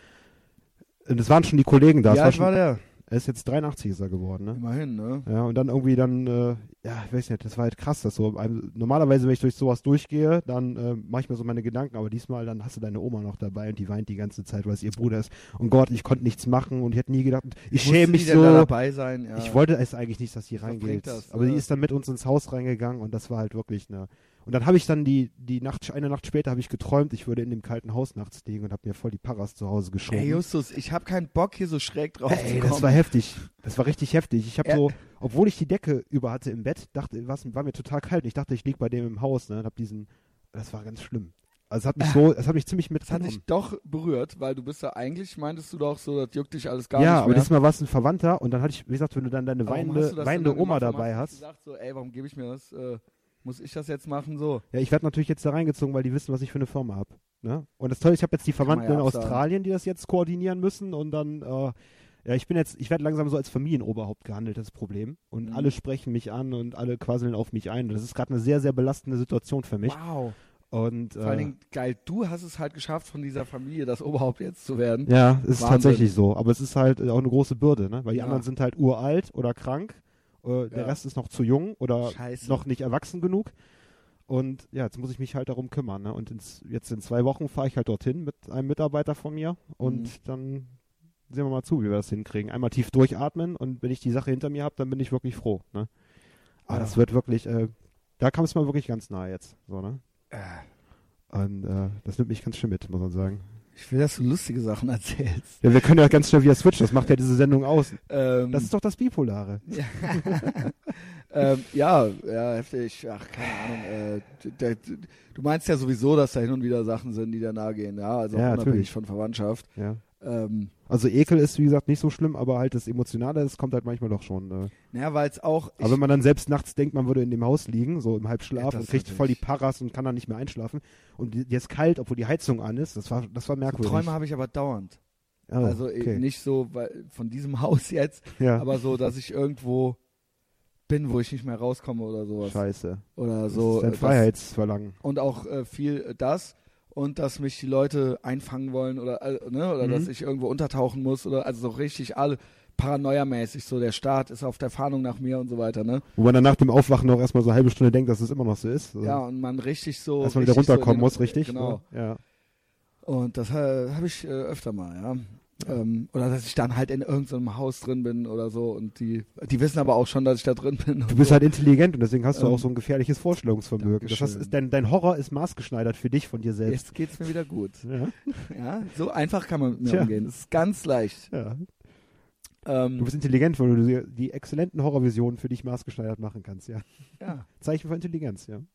und es waren schon die Kollegen da. Wie Es war alt schon, war der? er ist jetzt dreiundachtzig ist er geworden, ne? Immerhin, ne? Ja, und dann irgendwie dann, äh, ja, ich weiß nicht, das war halt krass, dass so, also, normalerweise, wenn ich durch sowas durchgehe, dann äh, mache ich mir so meine Gedanken, aber diesmal, dann hast du deine Oma noch dabei und die weint die ganze Zeit, weil es ihr Bruder ist. Und Gott, ich konnte nichts machen und ich hätte nie gedacht, ich schäme Musste mich die denn so. da dabei sein? Ja. Ich wollte es eigentlich nicht, dass sie Was reingeht. bringt das, aber ne? sie ist dann mit uns ins Haus reingegangen und das war halt wirklich eine. Und dann habe ich dann die, die Nacht, eine Nacht später habe ich geträumt, ich würde in dem kalten Haus nachts liegen und habe mir voll die Paras zu Hause geschoben. Ey, Justus, ich habe keinen Bock, hier so schräg drauf zu Ey, kommen. das war heftig. Das war richtig heftig. Ich habe Ja. so, obwohl ich die Decke über hatte im Bett, dachte, was, war mir total kalt. Ich dachte, ich lieg bei dem im Haus, ne? Und hab diesen, das war ganz schlimm. Also es hat mich so, es hat mich ziemlich Das hat mitgenommen. dich doch berührt, weil du bist ja eigentlich, meintest du doch so, das juckt dich alles gar Ja, nicht aber mehr. diesmal war es ein Verwandter und dann hatte ich, wie gesagt, wenn du dann deine Aber warum hast weinende, du das weinende denn dann Oma gemacht? Warum dabei hast. hast. Du gesagt so, ey, warum gebe ich mir das, äh, muss ich das jetzt machen, so? Ja, ich werde natürlich jetzt da reingezogen, weil die wissen, was ich für eine Firma habe. Ne? Und das Tolle, ich habe jetzt die Kann man Verwandten ja in absagen. Australien, die das jetzt koordinieren müssen und dann, äh, ja, ich bin jetzt, ich werde langsam so als Familienoberhaupt gehandelt, das Problem. Und Mhm. alle sprechen mich an und alle quasseln auf mich ein. Das ist gerade eine sehr, sehr belastende Situation für mich. Wow. Und, Vor allen äh, Dingen, geil, du hast es halt geschafft, von dieser Familie das Oberhaupt jetzt zu werden. ja, es ist Wahnsinn. tatsächlich so. Aber es ist halt äh, auch eine große Bürde, ne? Weil die Ja. anderen sind halt uralt oder krank. Äh, der Ja. Rest ist noch zu jung oder Scheiße. noch nicht erwachsen genug. Und ja, jetzt muss ich mich halt darum kümmern. Ne? Und ins, jetzt in zwei Wochen fahre ich halt dorthin mit einem Mitarbeiter von mir und Mhm. dann sehen wir mal zu, wie wir das hinkriegen. Einmal tief durchatmen und wenn ich die Sache hinter mir habe, dann bin ich wirklich froh. Ne? Aber Ja. das wird wirklich, äh, da kam es mal wirklich ganz nahe jetzt. So, ne? Äh, Und äh, das nimmt mich ganz schön mit, muss man sagen. ich will, dass du lustige Sachen erzählst. Ja, wir können ja ganz schnell wieder switchen, das macht ja diese Sendung aus. Ähm, Das ist doch das Bipolare. Ja. ähm, ja, ja, heftig. Ach, keine Ahnung. Äh, d- d- d- du meinst ja sowieso, dass da hin und wieder Sachen sind, die da nahe gehen, ja, also Ja, auch unabhängig natürlich. von Verwandtschaft. Ja. Ähm, Also Ekel ist, wie gesagt, nicht so schlimm, aber halt das Emotionale, das kommt halt manchmal doch schon. Äh. naja, weil es auch... Aber wenn man dann selbst nachts denkt, man würde in dem Haus liegen, so im Halbschlaf Ja, und das kriegt voll die natürlich. Paras und kann dann nicht mehr einschlafen und die- jetzt kalt, obwohl die Heizung an ist, das war, das war so merkwürdig. Träume habe ich aber dauernd. Oh, also okay. eben nicht so weil, von diesem Haus jetzt, Ja. aber so, dass ich irgendwo bin, wo ich nicht mehr rauskomme oder sowas. Scheiße. Oder Das so. ist dein äh, Freiheitsverlangen. Das, und auch äh, viel äh, das und dass mich die Leute einfangen wollen oder, äh, ne, oder Mhm. dass ich irgendwo untertauchen muss oder also so richtig alle paranoiamäßig, so der Staat ist auf der Fahndung nach mir und so weiter, ne? Wo man dann nach dem Aufwachen noch erstmal so eine halbe Stunde denkt, dass es immer noch so ist. Also Ja, und man richtig so. erstmal wieder richtig so in runterkommen den- muss, richtig? Genau. Ne? Ja. Und das äh, habe ich äh, öfter mal, ja. Ähm, oder dass ich dann halt in irgendeinem Haus drin bin oder so und die, die wissen aber auch schon, dass ich da drin bin. Du und bist so. halt intelligent und deswegen hast du Ähm, auch so ein gefährliches Vorstellungsvermögen. Das heißt, Dankeschön. ist dein, dein Horror ist maßgeschneidert für dich von dir selbst. Jetzt geht's mir wieder gut. Ja. Ja, so einfach kann man mit mir Tja. umgehen. Das ist ganz leicht. Ja. Ähm, Du bist intelligent, weil du die, die exzellenten Horrorvisionen für dich maßgeschneidert machen kannst. Ja. ja. Zeichen für Intelligenz, ja.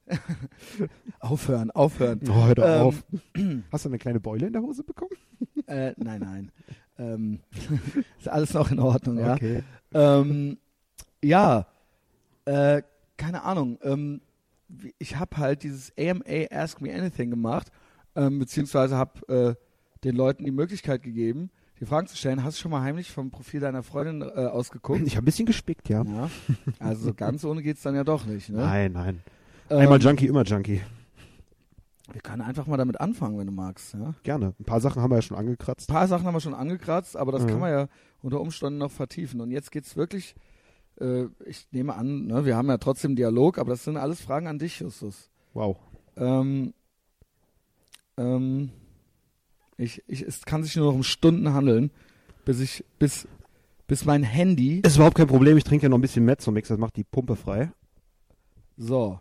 Aufhören, aufhören. Oh, hör doch Ähm, auf. Hast du eine kleine Beule in der Hose bekommen? Äh, nein, nein. Ähm, ist alles noch in Ordnung, ja. Okay. Ähm, ja, äh, keine Ahnung. Ähm, wie- ich habe halt dieses A M A Ask Me Anything gemacht, ähm, beziehungsweise habe äh, den Leuten die Möglichkeit gegeben, die Fragen zu stellen. Hast du schon mal heimlich vom Profil deiner Freundin äh, ausgeguckt? Ich habe ein bisschen gespickt, ja. Ja. Also so ganz ohne geht's dann ja doch nicht. Ne? Nein, nein. Ähm, Einmal Junkie, immer Junkie. Wir können einfach mal damit anfangen, wenn du magst. Ja? Ein Gerne. Ein paar Sachen haben wir ja schon angekratzt. paar Sachen haben wir schon angekratzt, aber das Mhm. kann man ja unter Umständen noch vertiefen. Und jetzt geht's wirklich, äh, ich nehme an, ne, wir haben ja trotzdem einen Dialog, aber das sind alles Fragen an dich, Justus. Wow. Ähm, ähm, ich, ich, es kann sich nur noch um Stunden handeln, bis ich, bis, bis mein Handy, Ist überhaupt kein Problem. Ich trinke ja noch ein bisschen Mezzo-Mix. Das macht die Pumpe frei. so.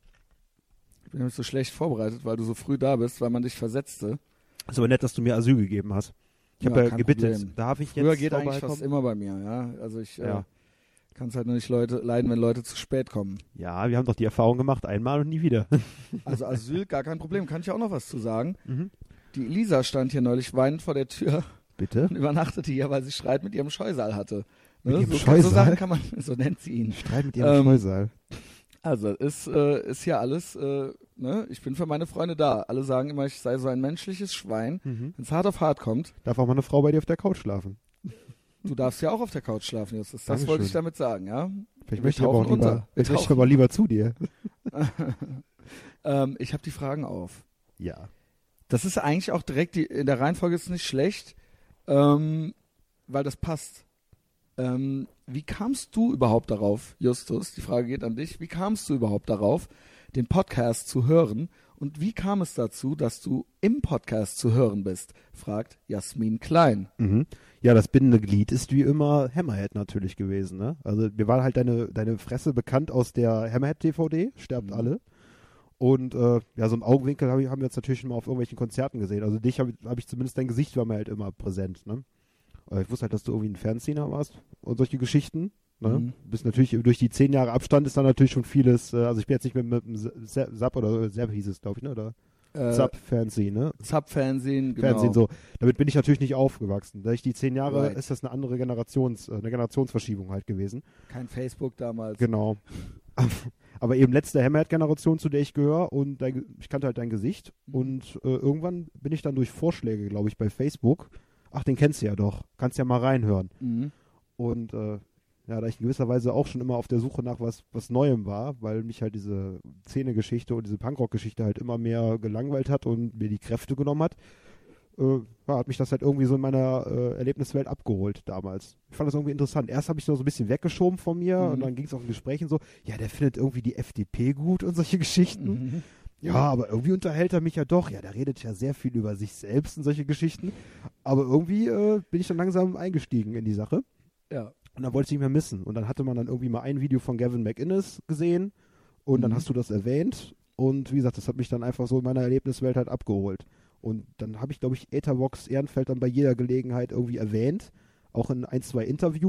Ich bin nämlich so schlecht vorbereitet, weil du so früh da bist, weil man dich versetzte. Ist aber nett, dass du mir Asyl gegeben hast. Ich Ja, habe ja kein gebittet. Problem. Darf ich jetzt Früher geht eigentlich vorbeikommen? fast immer bei mir, ja. Also ich Ja. äh, kann es halt nur nicht Leute, leiden, wenn Leute zu spät kommen. Ja, wir haben doch die Erfahrung gemacht. Einmal und nie wieder. Also Asyl, gar kein Problem. Kann ich auch noch was zu sagen. Mhm. Die Elisa stand hier neulich weinend vor der Tür Bitte? und übernachtete hier, weil sie Streit mit ihrem Scheusal hatte. Mit ihrem so, Scheusal? so Sachen kann man, so nennt sie ihn. Streit mit ihrem Ähm, Scheusal. Also ist, äh, ist hier alles, äh, ne? Ich bin für meine Freunde da. Alle sagen immer, ich sei so ein menschliches Schwein. Mhm. Wenn es hart auf hart kommt, Darf auch mal eine Frau bei dir auf der Couch schlafen? du darfst ja auch auf der Couch schlafen, Justus. Das Dankeschön. wollte ich damit sagen, ja. Vielleicht Wir möchte ich aber auch tauchen lieber, unter. Wir ich möchte tauchen- aber lieber zu dir. ähm, ich habe die Fragen auf. Ja. Das ist eigentlich auch direkt, die, in der Reihenfolge ist nicht schlecht, ähm, weil das passt. Ähm, wie kamst du überhaupt darauf, Justus? Die Frage geht an dich. Wie kamst du überhaupt darauf, den Podcast zu hören? Und wie kam es dazu, dass du im Podcast zu hören bist? Fragt Jasmin Klein. Mhm. Ja, das bindende Glied ist wie immer Hammerhead natürlich gewesen. Ne? Also mir war halt deine, deine Fresse bekannt aus der Hammerhead-D V D, Sterbt Mhm. alle. Und äh, ja, so im Augenwinkel hab ich, haben wir jetzt natürlich schon mal auf irgendwelchen Konzerten gesehen. Also dich habe hab ich zumindest, dein Gesicht war mir halt immer präsent. Ne? Äh, ich wusste halt, dass du irgendwie ein Fernseher warst und solche Geschichten. Ne? Mhm. Bist natürlich durch die zehn Jahre Abstand ist dann natürlich schon vieles, äh, also ich bin jetzt nicht mehr mit dem Zap oder Zap hieß es, glaube ich, ne? Oder Äh, Zap-Fernsehen, ne? Zap-Fernsehen, genau. Fernsehen so. Damit bin ich natürlich nicht aufgewachsen. Durch die zehn Jahre Right. ist das eine andere Generations, äh, eine Generationsverschiebung halt gewesen. Kein Facebook damals. Genau. Aber eben letzte Hammerhead-Generation, zu der ich gehöre und dein, Ge- ich kannte halt dein Gesicht Mhm. und äh, irgendwann bin ich dann durch Vorschläge, glaube ich, bei Facebook, ach, den kennst du ja doch, kannst ja mal reinhören. Mhm. Und äh, ja, da ich in gewisser Weise auch schon immer auf der Suche nach was, was Neuem war, weil mich halt diese Szene-Geschichte und diese Punkrock-Geschichte halt immer mehr gelangweilt hat und mir die Kräfte genommen hat, äh, ja, hat mich das halt irgendwie so in meiner äh, Erlebniswelt abgeholt damals. Ich fand das irgendwie interessant. Erst habe ich so ein bisschen weggeschoben von mir Mhm. und dann ging es auch in Gesprächen so, ja, der findet irgendwie die F D P gut und solche Geschichten. Mhm. Ja, aber irgendwie unterhält er mich ja doch. Ja, der redet ja sehr viel über sich selbst und solche Geschichten. Aber irgendwie äh, bin ich dann langsam eingestiegen in die Sache. Ja. Und dann wollte ich nicht mehr missen. Und dann hatte man dann irgendwie mal ein Video von Gavin McInnes gesehen und dann Mhm. hast du das erwähnt. Und wie gesagt, das hat mich dann einfach so in meiner Erlebniswelt halt abgeholt. Und dann habe ich, glaube ich, Ethervox Ehrenfeld dann bei jeder Gelegenheit irgendwie erwähnt. Auch in ein, zwei Interviews.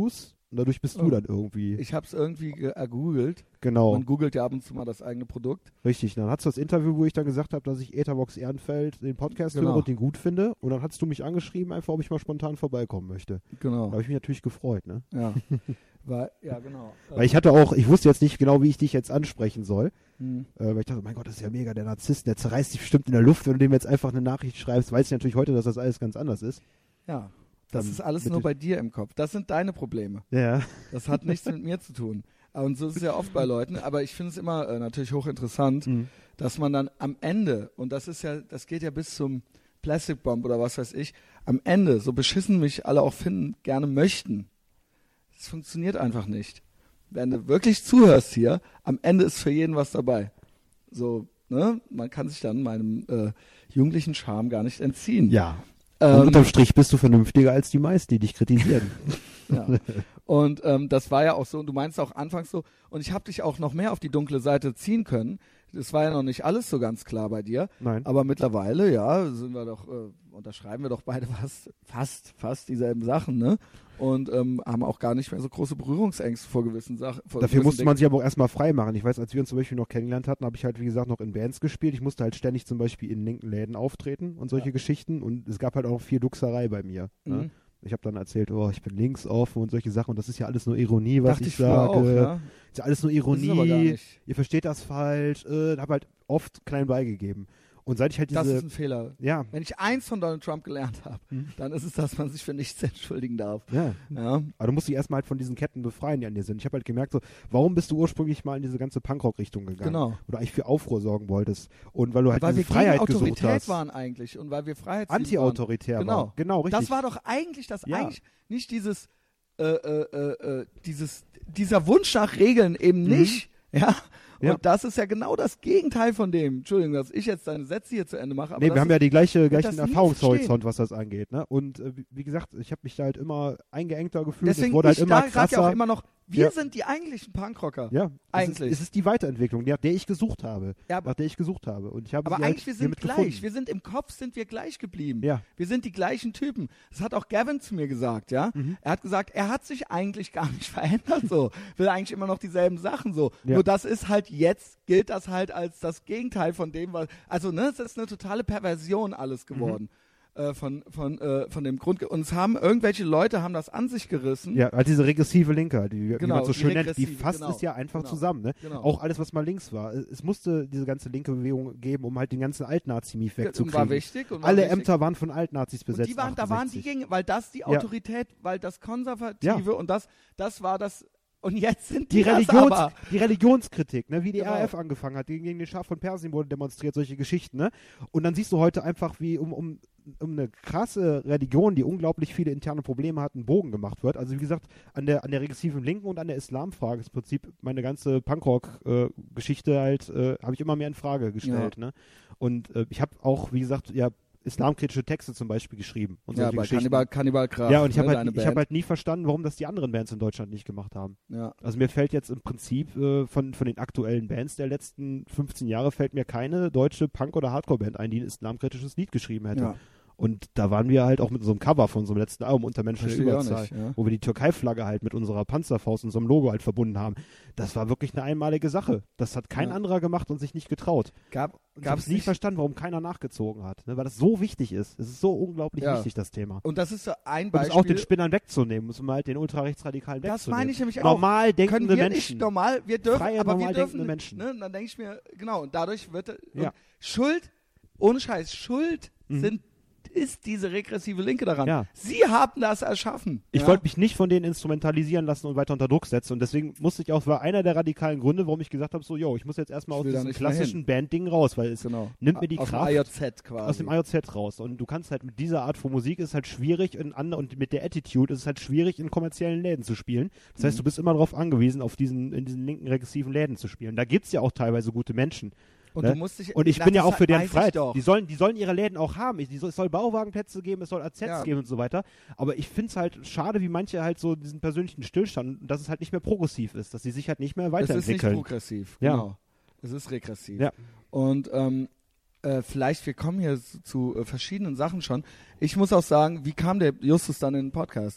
und dadurch bist Oh. du dann irgendwie. Ich habe es irgendwie ge- ergoogelt. Genau, Man googelt ja ab und zu mal das eigene Produkt. richtig. Dann hattest du das Interview, wo ich dann gesagt habe, dass ich Etherbox Ehrenfeld den Podcast Genau. höre und den gut finde. Und dann hattest du mich angeschrieben, einfach, ob ich mal spontan vorbeikommen möchte. Da Genau. habe ich mich natürlich gefreut, ne? Ja. Weil, ja, genau. Weil ich hatte auch, ich wusste jetzt nicht genau, wie ich dich jetzt ansprechen soll. Hm. Äh, weil ich dachte, mein Gott, das ist ja mega der Narzisst, der zerreißt dich bestimmt in der Luft, wenn du dem jetzt einfach eine Nachricht schreibst. Weiß ich natürlich heute, dass das alles ganz anders ist. Ja. Das Dann ist alles bitte- nur bei dir im Kopf. Das sind deine Probleme. Ja. Das hat nichts mit mir zu tun. Und so ist es ja oft bei Leuten. Aber ich finde es immer äh, natürlich hochinteressant, Mhm. dass man dann am Ende, und das ist ja, das geht ja bis zum Plastic Bomb oder was weiß ich, am Ende, so beschissen mich alle auch finden, gerne möchten. Das funktioniert einfach nicht. Wenn du wirklich zuhörst hier, am Ende ist für jeden was dabei. So, ne? Man kann sich dann meinem äh, jugendlichen Charme gar nicht entziehen. Ja. Ähm, Und unterm Strich bist du vernünftiger als die meisten, die dich kritisieren. Ja. Und ähm, das war ja auch so, und du meinst auch anfangs so, und ich habe dich auch noch mehr auf die dunkle Seite ziehen können. Das war ja noch nicht alles so ganz klar bei dir. Nein. Aber mittlerweile, ja, sind wir doch, äh, unterschreiben wir doch beide fast, fast, fast dieselben Sachen, ne? Und ähm, haben auch gar nicht mehr so große Berührungsängste vor gewissen Sachen. vor Dafür gewissen musste man Dingen. sich aber auch erstmal frei machen. Ich weiß, als wir uns zum Beispiel noch kennengelernt hatten, habe ich halt, wie gesagt, noch in Bands gespielt. Ich musste halt ständig zum Beispiel in linken Läden auftreten und solche Ja. Geschichten. Und es gab halt auch viel Duxerei bei mir. Ne? Mhm. Ich habe dann erzählt, oh, ich bin links offen und solche Sachen. Und das ist ja alles nur Ironie, was Dachte ich ich früher sage. auch, ja? Ist ja alles nur Das ist aber gar Ironie. nicht. Ihr versteht das falsch. Äh, habe halt oft klein beigegeben. Und seit ich halt Das ist diese, ein Fehler. ja, Wenn ich eins von Donald Trump gelernt habe, Mhm. dann ist es, dass man sich für nichts entschuldigen darf. ja, Ja, aber du musst dich erstmal halt von diesen Ketten befreien, die an dir sind. Ich habe halt gemerkt, so, warum bist du ursprünglich mal in diese ganze Punkrock-Richtung gegangen? genau. Wo du eigentlich für Aufruhr sorgen wolltest. Und weil du halt Weil wir diese Freiheit gegen gesucht Autorität hast. waren eigentlich und weil wir Freiheitsliebend waren. Anti-autoritär Genau. war. Genau, richtig. Das war doch eigentlich das Ja. eigentlich nicht dieses äh, äh, äh, äh, dieses dieser Wunsch nach Regeln eben Mhm. nicht, ja. Und Ja. das ist ja genau das Gegenteil von dem. Entschuldigung, dass ich jetzt deine Sätze hier zu Ende mache. Aber Nee, das wir haben ist, ja die gleiche, das gleichen nie Erfahrungshorizont, verstehen. was das angeht. Ne? Und äh, wie, wie gesagt, ich habe mich da halt immer eingeengter gefühlt. deswegen es wurde halt ich immer da krasser. sag ja auch immer noch, wir Ja. sind die eigentlichen Punkrocker. ja, eigentlich. Es ist, es ist die Weiterentwicklung, nach der ich gesucht habe. Ja, aber- nach der ich gesucht habe. Und ich habe Aber sie eigentlich, halt wir sind hiermit gleich. gefunden. Wir sind im Kopf, sind wir gleich geblieben. Ja. Wir sind die gleichen Typen. Das hat auch Gavin zu mir gesagt, ja. Mhm. Er hat gesagt, er hat sich eigentlich gar nicht verändert so. Will eigentlich immer noch dieselben Sachen so. Ja. Nur das ist halt jetzt, gilt das halt als das Gegenteil von dem, was, also ne, es ist eine totale Perversion alles geworden. Äh, von, von, äh, von dem Grund. Und es haben irgendwelche Leute haben das an sich gerissen. Ja, halt diese regressive Linke, die, wie Genau, man so die schön nennt, die regressive, fasst genau, es ja einfach genau, zusammen. Ne? genau. Auch alles, was mal links war. Es es musste diese ganze linke Bewegung geben, um halt den ganzen Altnazi-Mief Und war wegzukriegen. wichtig. Und war Alle wichtig. Ämter waren von Altnazis Und besetzt. die waren, da waren die achtundsechzig. gegen, weil das die Autorität, weil das Konservative Ja. und das, das war das, und jetzt sind die, Die, das Religions, aber. die Religionskritik, ne, wie die Genau. R A F angefangen hat, gegen, gegen den Schaf von Persien wurde demonstriert, solche Geschichten. Ne? Und dann siehst du heute einfach, wie um, um, um eine krasse Religion, die unglaublich viele interne Probleme hat, ein Bogen gemacht wird. Also wie gesagt, an der, an der regressiven Linken und an der Islamfrage ist im Prinzip meine ganze Punkrock-Geschichte halt, äh, habe ich immer mehr in Frage gestellt. Ne? Und äh, ich habe auch, wie gesagt, ja, islamkritische Texte zum Beispiel geschrieben. Und Ja, solche bei Geschichten. Kannibal, Kannibal Kraft, Ja, und ich ne, habe deine halt, ich Band. hab halt nie verstanden, warum das die anderen Bands in Deutschland nicht gemacht haben. ja. Also mir fällt jetzt im Prinzip äh, von, von den aktuellen Bands der letzten fünfzehn Jahre fällt mir keine deutsche Punk- oder Hardcore-Band ein, die ein islamkritisches Lied geschrieben hätte. Ja. Und da waren wir halt auch mit so einem Cover von unserem letzten Album unter Menschen der Verstehe ich auch Überzahl, nicht, ja. wo wir die Türkei-Flagge halt mit unserer Panzerfaust, unserem Logo halt verbunden haben. Das war wirklich eine einmalige Sache. Das hat kein Ja. anderer gemacht und sich nicht getraut. Gab, Ich gab habe es nie nicht, verstanden, warum keiner nachgezogen hat, ne? Weil das so wichtig ist. Es ist so unglaublich Ja. wichtig, das Thema. und das ist so ein Und es Beispiel. auch den Spinnern wegzunehmen, um halt den Ultrarechtsradikalen Das wegzunehmen. meine ich nämlich auch. Normal Können denkende wir Menschen. nicht normal, wir dürfen, Freie, aber wir normal dürfen, denkende Menschen. ne, und dann denke ich mir, genau, und dadurch wird, Ja. und Schuld, ohne Scheiß, Schuld Mhm. sind, ist diese regressive Linke daran. Ja. Sie haben das erschaffen. Ich ja? wollte mich nicht von denen instrumentalisieren lassen und weiter unter Druck setzen. Und deswegen musste ich auch, war einer der radikalen Gründe, warum ich gesagt habe, so, yo, ich muss jetzt erstmal Ich aus will da diesem nicht mehr klassischen Bandding raus, weil es Genau. nimmt mir die Aus Kraft dem I J Z quasi. aus dem I J Z raus. Und du kannst halt mit dieser Art von Musik ist halt schwierig in an, und mit der Attitude ist es halt schwierig in kommerziellen Läden zu spielen. Das heißt, Mhm. du bist immer darauf angewiesen, auf diesen, in diesen linken regressiven Läden zu spielen. Da gibt's ja auch teilweise gute Menschen. Und ne? du musst dich, Und ich na, bin ja das auch für deren weiß ich Freiheit. doch. Die sollen, die sollen ihre Läden auch haben. Ich, die soll, es soll Bauwagenplätze geben, es soll A Zs Ja. geben und so weiter. Aber ich finde es halt schade, wie manche halt so diesen persönlichen Stillstand, dass es halt nicht mehr progressiv ist, dass sie sich halt nicht mehr Es ist nicht weiterentwickeln. progressiv, Ja. genau. Es ist regressiv. Ja. Und ähm, äh, vielleicht, wir kommen hier zu, zu äh, verschiedenen Sachen schon. Ich muss auch sagen, wie kam der Justus dann in den Podcast?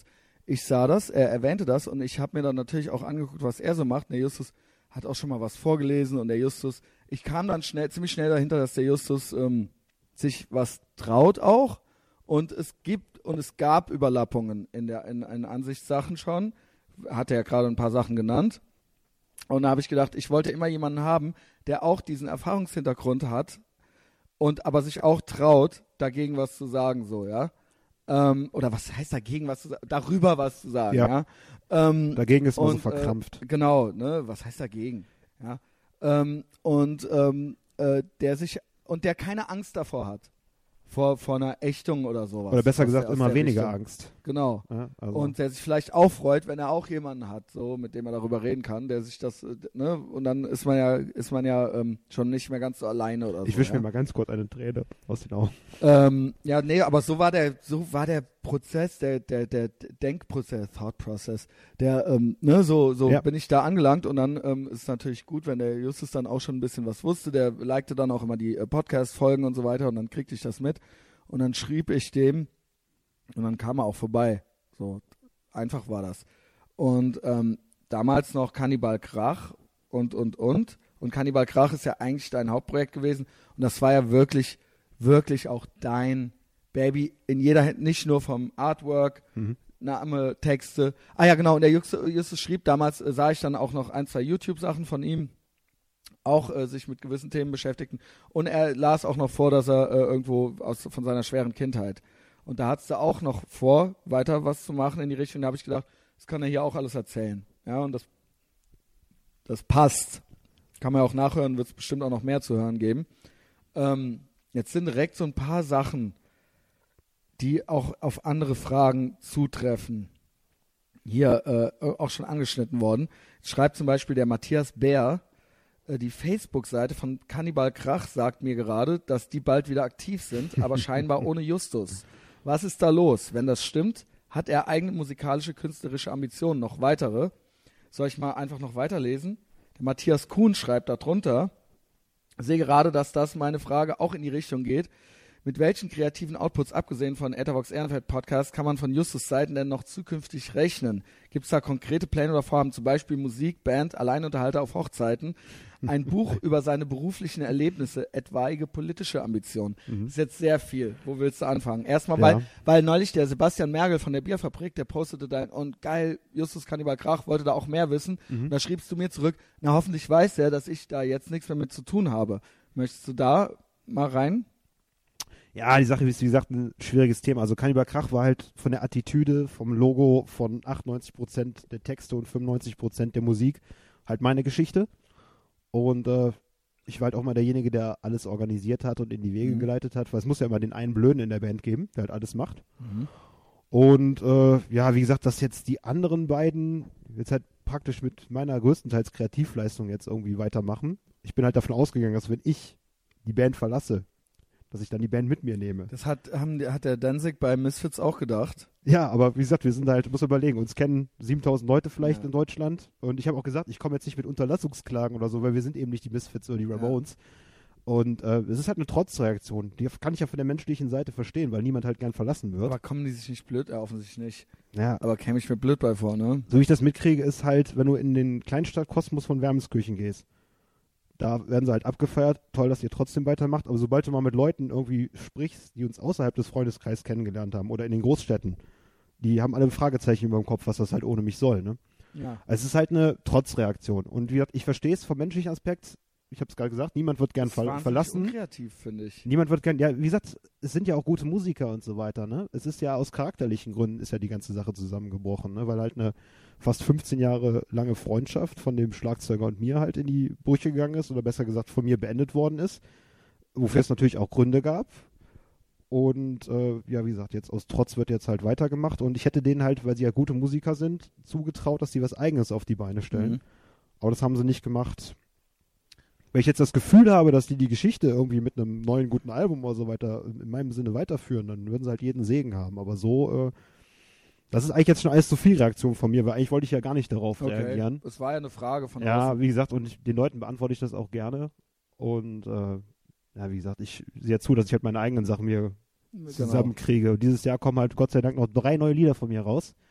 ich sah das, er erwähnte das und ich habe mir dann natürlich auch angeguckt, was er so macht. Der Justus hat auch schon mal was vorgelesen und der Justus, ich kam dann schnell, ziemlich schnell dahinter, dass der Justus ähm, sich was traut auch und es gibt und es gab Überlappungen in der in, in Ansichtssachen schon. Hat er ja gerade ein paar Sachen genannt. Und da habe ich gedacht, ich wollte immer jemanden haben, der auch diesen Erfahrungshintergrund hat und aber sich auch traut, dagegen was zu sagen, so, ja. Ähm, oder was heißt dagegen was zu sagen? Darüber was zu sagen, ja. Ja. Ähm, Dagegen ist man so und, verkrampft. Äh, genau, ne? Was heißt dagegen? Ja. Ähm, und ähm, äh, der sich und der keine Angst davor hat. Vor, vor einer Ächtung oder sowas. Oder besser Aus gesagt, der- aus immer der weniger Richtung. Angst. Genau. Ja, also. Und der sich vielleicht auch freut, wenn er auch jemanden hat, so mit dem er darüber reden kann, der sich das, äh, ne, und dann ist man ja, ist man ja ähm, schon nicht mehr ganz so alleine oder ich so. wische ja. mir mal ganz kurz eine Träne aus den Augen. Ähm, ja, nee, aber so war der, so war der Prozess, der, der, der Denkprozess, Thought Process, der, ähm, ne, so, so Ja. bin ich da angelangt und dann ähm, ist es natürlich gut, wenn der Justus dann auch schon ein bisschen was wusste, der likte dann auch immer die äh, Podcast-Folgen und so weiter und dann kriegte ich das mit und dann schrieb ich dem und dann kam er auch vorbei. So einfach war das. Und ähm, damals noch Kannibal Krach und, und, und. Und Kannibal Krach ist ja eigentlich dein Hauptprojekt gewesen. Und das war ja wirklich, wirklich auch dein Baby in jeder Hinsicht, nicht nur vom Artwork, Mhm. Name, Texte. Ah ja, genau. Und der Justus, Justus schrieb damals, äh, sah ich dann auch noch ein, zwei YouTube-Sachen von ihm, auch äh, sich mit gewissen Themen beschäftigten. Und er las auch noch vor, dass er äh, irgendwo aus, von seiner schweren Kindheit. Und da hattest du auch noch vor, weiter was zu machen in die Richtung. Da habe ich gedacht, das kann er hier auch alles erzählen. Ja, und das, das passt. Kann man ja auch nachhören, wird es bestimmt auch noch mehr zu hören geben. Ähm, jetzt sind direkt so ein paar Sachen, die auch auf andere Fragen zutreffen. Hier äh, auch schon angeschnitten worden. Schreibt zum Beispiel der Matthias Bär, äh, die Facebook-Seite von Kannibal Krach sagt mir gerade, dass die bald wieder aktiv sind, aber scheinbar ohne Justus. Was ist da los? Wenn das stimmt, hat er eigene musikalische, künstlerische Ambitionen, noch weitere. Soll ich mal einfach noch weiterlesen? Der Matthias Kuhn schreibt darunter, sehe gerade, dass das meine Frage auch in die Richtung geht. Mit welchen kreativen Outputs, abgesehen von Etherbox Ehrenfeld Podcast, kann man von Justus Seiten denn noch zukünftig rechnen? Gibt es da konkrete Pläne oder Vorhaben, zum Beispiel Musik, Band, Alleinunterhalter auf Hochzeiten, ein Buch über seine beruflichen Erlebnisse, etwaige politische Ambitionen? Mhm. Das ist jetzt sehr viel. Wo willst du anfangen? Erstmal, Ja. weil, weil neulich der Sebastian Mergel von der Bierfabrik, der postete da und geil, Justus Kannibal Krach wollte da auch mehr wissen. Mhm. Und da schriebst du mir zurück, na hoffentlich weiß er, dass ich da jetzt nichts mehr mit zu tun habe. Möchtest du da mal rein? Ja, die Sache ist, wie gesagt, ein schwieriges Thema. Also Kannibal Krach war halt von der Attitüde, vom Logo, von achtundneunzig Prozent der Texte und fünfundneunzig Prozent der Musik halt meine Geschichte. Und äh, ich war halt auch mal derjenige, der alles organisiert hat und in die Wege Mhm. geleitet hat, weil es muss ja immer den einen Blöden in der Band geben, der halt alles macht. Mhm. Und äh, ja, wie gesagt, dass jetzt die anderen beiden jetzt halt praktisch mit meiner größtenteils Kreativleistung jetzt irgendwie weitermachen. Ich bin halt davon ausgegangen, dass wenn ich die Band verlasse, dass ich dann die Band mit mir nehme. Das hat, haben, die- hat der Danzig bei Misfits auch gedacht. Ja, aber wie gesagt, wir sind halt, muss überlegen, uns kennen siebentausend Leute vielleicht Ja. in Deutschland und ich habe auch gesagt, ich komme jetzt nicht mit Unterlassungsklagen oder so, weil wir sind eben nicht die Misfits oder die Ramones. Und äh, es ist halt eine Trotzreaktion, die kann ich ja von der menschlichen Seite verstehen, weil niemand halt gern verlassen wird. Aber kommen die sich nicht blöd? Ja, offensichtlich nicht. Ja, Aber käme ich mir blöd bei vor, ne? so wie ich das mitkriege, ist halt, wenn du in den Kleinstadtkosmos von Wermeskirchen gehst, da werden sie halt abgefeiert, toll, dass ihr trotzdem weitermacht, aber sobald du mal mit Leuten irgendwie sprichst, die uns außerhalb des Freundeskreises kennengelernt haben oder in den Großstädten, die haben alle ein Fragezeichen über dem Kopf, was das halt ohne mich soll, ne? Ja. Es ist halt eine Trotzreaktion und wie gesagt, ich verstehe es vom menschlichen Aspekt, ich habe es gerade gesagt, niemand wird gern Das ist ver wahnsinnig verlassen. unkreativ, finde ich. Niemand wird gern, ja, wie gesagt, es sind ja auch gute Musiker und so weiter, ne? Es ist ja aus charakterlichen Gründen ist ja die ganze Sache zusammengebrochen, ne? Weil halt eine fast fünfzehn Jahre lange Freundschaft von dem Schlagzeuger und mir halt in die Brüche gegangen ist oder besser gesagt von mir beendet worden ist, wofür es natürlich auch Gründe gab. Und äh, ja, wie gesagt, jetzt aus Trotz wird jetzt halt weitergemacht und ich hätte denen halt, weil sie ja gute Musiker sind, zugetraut, dass sie was Eigenes auf die Beine stellen. Mhm. Aber das haben sie nicht gemacht. Wenn ich jetzt das Gefühl habe, dass die die Geschichte irgendwie mit einem neuen guten Album oder so weiter in meinem Sinne weiterführen, dann würden sie halt jeden Segen haben. Aber so, äh, das ist eigentlich jetzt schon alles zu viel Reaktion von mir, weil eigentlich wollte ich ja gar nicht darauf Okay. reagieren. Es war ja eine Frage von Ja, außen. wie gesagt, und ich, den Leuten beantworte ich das auch gerne. Und äh, ja, wie gesagt, ich sehe zu, dass ich halt meine eigenen Sachen mir Genau. zusammenkriege. Und dieses Jahr kommen halt Gott sei Dank noch drei neue Lieder von mir raus.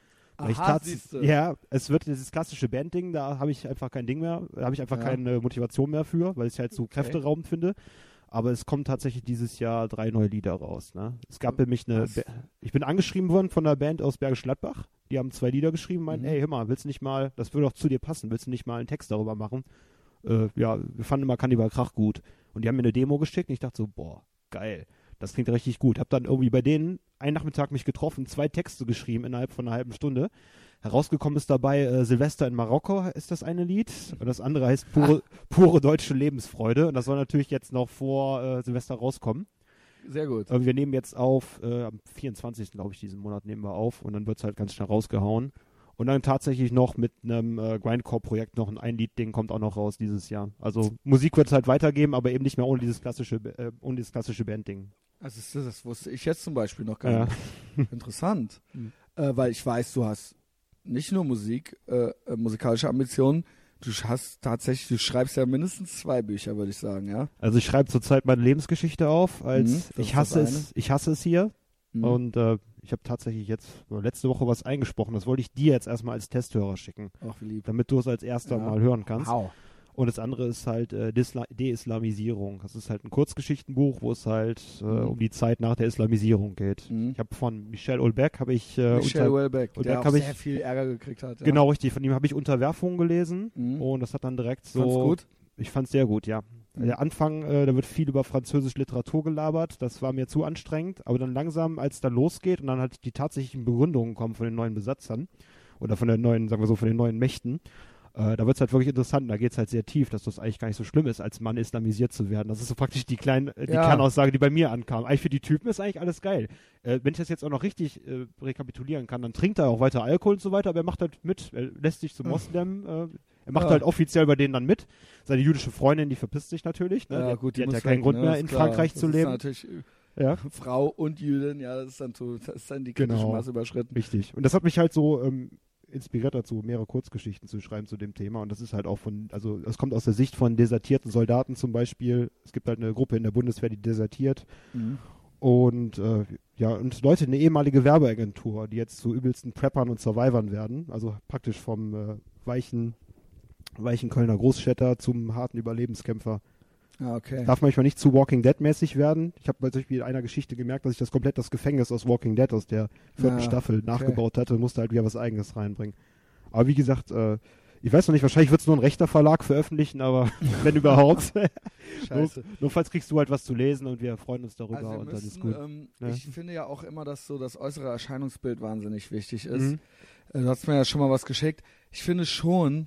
Weil ich Aha, tats- siehste. ja, es wird dieses klassische Bandding, da habe ich einfach kein Ding mehr, da habe ich einfach Ja. keine Motivation mehr für, weil ich es halt so kräfteraubend finde. Aber es kommen tatsächlich dieses Jahr drei neue Lieder raus. Ne? Es gab nämlich eine, Was? Ba- ich bin angeschrieben worden von einer Band aus Bergisch Gladbach. Die haben zwei Lieder geschrieben, meinten, Mhm. ey, hör mal, willst du nicht mal, das würde auch zu dir passen, willst du nicht mal einen Text darüber machen? Äh, ja, wir fanden immer Kannibal Krach gut. Und die haben mir eine Demo geschickt und ich dachte so, boah, geil, das klingt richtig gut. Hab dann irgendwie bei denen einen Nachmittag mich getroffen, zwei Texte geschrieben innerhalb von einer halben Stunde. Herausgekommen ist dabei äh, Silvester in Marokko ist das eine Lied und das andere heißt pure, pure deutsche Lebensfreude und das soll natürlich jetzt noch vor äh, Silvester rauskommen. Sehr gut. Äh, wir nehmen jetzt auf, äh, am vierundzwanzigsten glaube ich diesen Monat nehmen wir auf und dann wird es halt ganz schnell rausgehauen. Und dann tatsächlich noch mit einem äh, Grindcore-Projekt noch ein Ein-Lied-Ding kommt auch noch raus dieses Jahr. Also Musik wird es halt weitergeben, aber eben nicht mehr ohne dieses klassische, äh, ohne dieses klassische Bandding. Also das, das wusste ich jetzt zum Beispiel noch gar Ja. nicht. Interessant. Mhm. Äh, weil ich weiß, du hast nicht nur Musik, äh, äh, musikalische Ambitionen, du hast tatsächlich, du schreibst ja mindestens zwei Bücher, würde ich sagen, ja? Also ich schreibe zurzeit meine Lebensgeschichte auf, als Mhm, das ich ist hasse das es, ich hasse es hier. Mhm. Und äh, ich habe tatsächlich jetzt äh, letzte Woche was eingesprochen. Das wollte ich dir jetzt erstmal als Testhörer schicken, Auch wie lieb. damit du es als erster Ja. mal hören kannst. Wow. Und das andere ist halt äh, Disla- De-Islamisierung. Das ist halt ein Kurzgeschichtenbuch, wo es halt äh, Mhm. um die Zeit nach der Islamisierung geht. Mhm. Ich habe von Michel Houellebecq habe ich äh, Michel unter- Houellebecq, und der da auch hab ich- sehr viel Ärger gekriegt hat. Ja. genau richtig, von ihm habe ich Unterwerfung gelesen Mhm. und das hat dann direkt so Fand's gut? Ich fand es sehr gut, ja. Mhm. Der Anfang, äh, da wird viel über französische Literatur gelabert, das war mir zu anstrengend, aber dann langsam, als es dann losgeht und dann halt die tatsächlichen Begründungen kommen von den neuen Besatzern oder von den neuen, sagen wir so, von den neuen Mächten, äh, da wird es halt wirklich interessant, da geht es halt sehr tief, dass das eigentlich gar nicht so schlimm ist, als Mann islamisiert zu werden. Das ist so praktisch die kleine, äh, die Ja. Kernaussage, die bei mir ankam. Eigentlich für die Typen ist eigentlich alles geil. Äh, wenn ich das jetzt auch noch richtig äh, rekapitulieren kann, dann trinkt er auch weiter Alkohol und so weiter, aber er macht halt mit, er lässt sich zum Moslem, äh, er macht Ja. halt offiziell bei denen dann mit. Seine jüdische Freundin, die verpisst sich natürlich. Ne? Ja, die, gut, die, die hat ja muss keinen weg, Grund ne? mehr, Ist in klar. Frankreich das zu ist leben. natürlich Ja, Frau und Jüdin, ja, das ist dann, so, das ist dann die kritische Genau. Masse überschritten. richtig. Und das hat mich halt so ähm, inspiriert dazu, mehrere Kurzgeschichten zu schreiben zu dem Thema. Und das ist halt auch von, also es kommt aus der Sicht von desertierten Soldaten zum Beispiel. Es gibt halt eine Gruppe in der Bundeswehr, die desertiert. Mhm. Und äh, ja, und Leute, eine ehemalige Werbeagentur, die jetzt zu übelsten Preppern und Survivern werden. Also praktisch vom äh, weichen, weichen Kölner Großstädter zum harten Überlebenskämpfer. Ah, okay. Darf manchmal nicht zu Walking Dead mäßig werden. Ich habe bei zum Beispiel in einer Geschichte gemerkt, dass ich das komplett das Gefängnis aus Walking Dead aus der vierten Ja, Staffel okay. nachgebaut hatte und musste halt wieder was Eigenes reinbringen. Aber wie gesagt, äh, ich weiß noch nicht, wahrscheinlich wird es nur ein rechter Verlag veröffentlichen, aber wenn überhaupt. Scheiße. Notfalls kriegst du halt was zu lesen und wir freuen uns darüber Also wir und dann ist müssen, gut. ähm, Ja. ich finde ja auch immer, dass so das äußere Erscheinungsbild wahnsinnig wichtig ist. Mhm. Äh, Du hast mir ja schon mal was geschickt. Ich finde schon,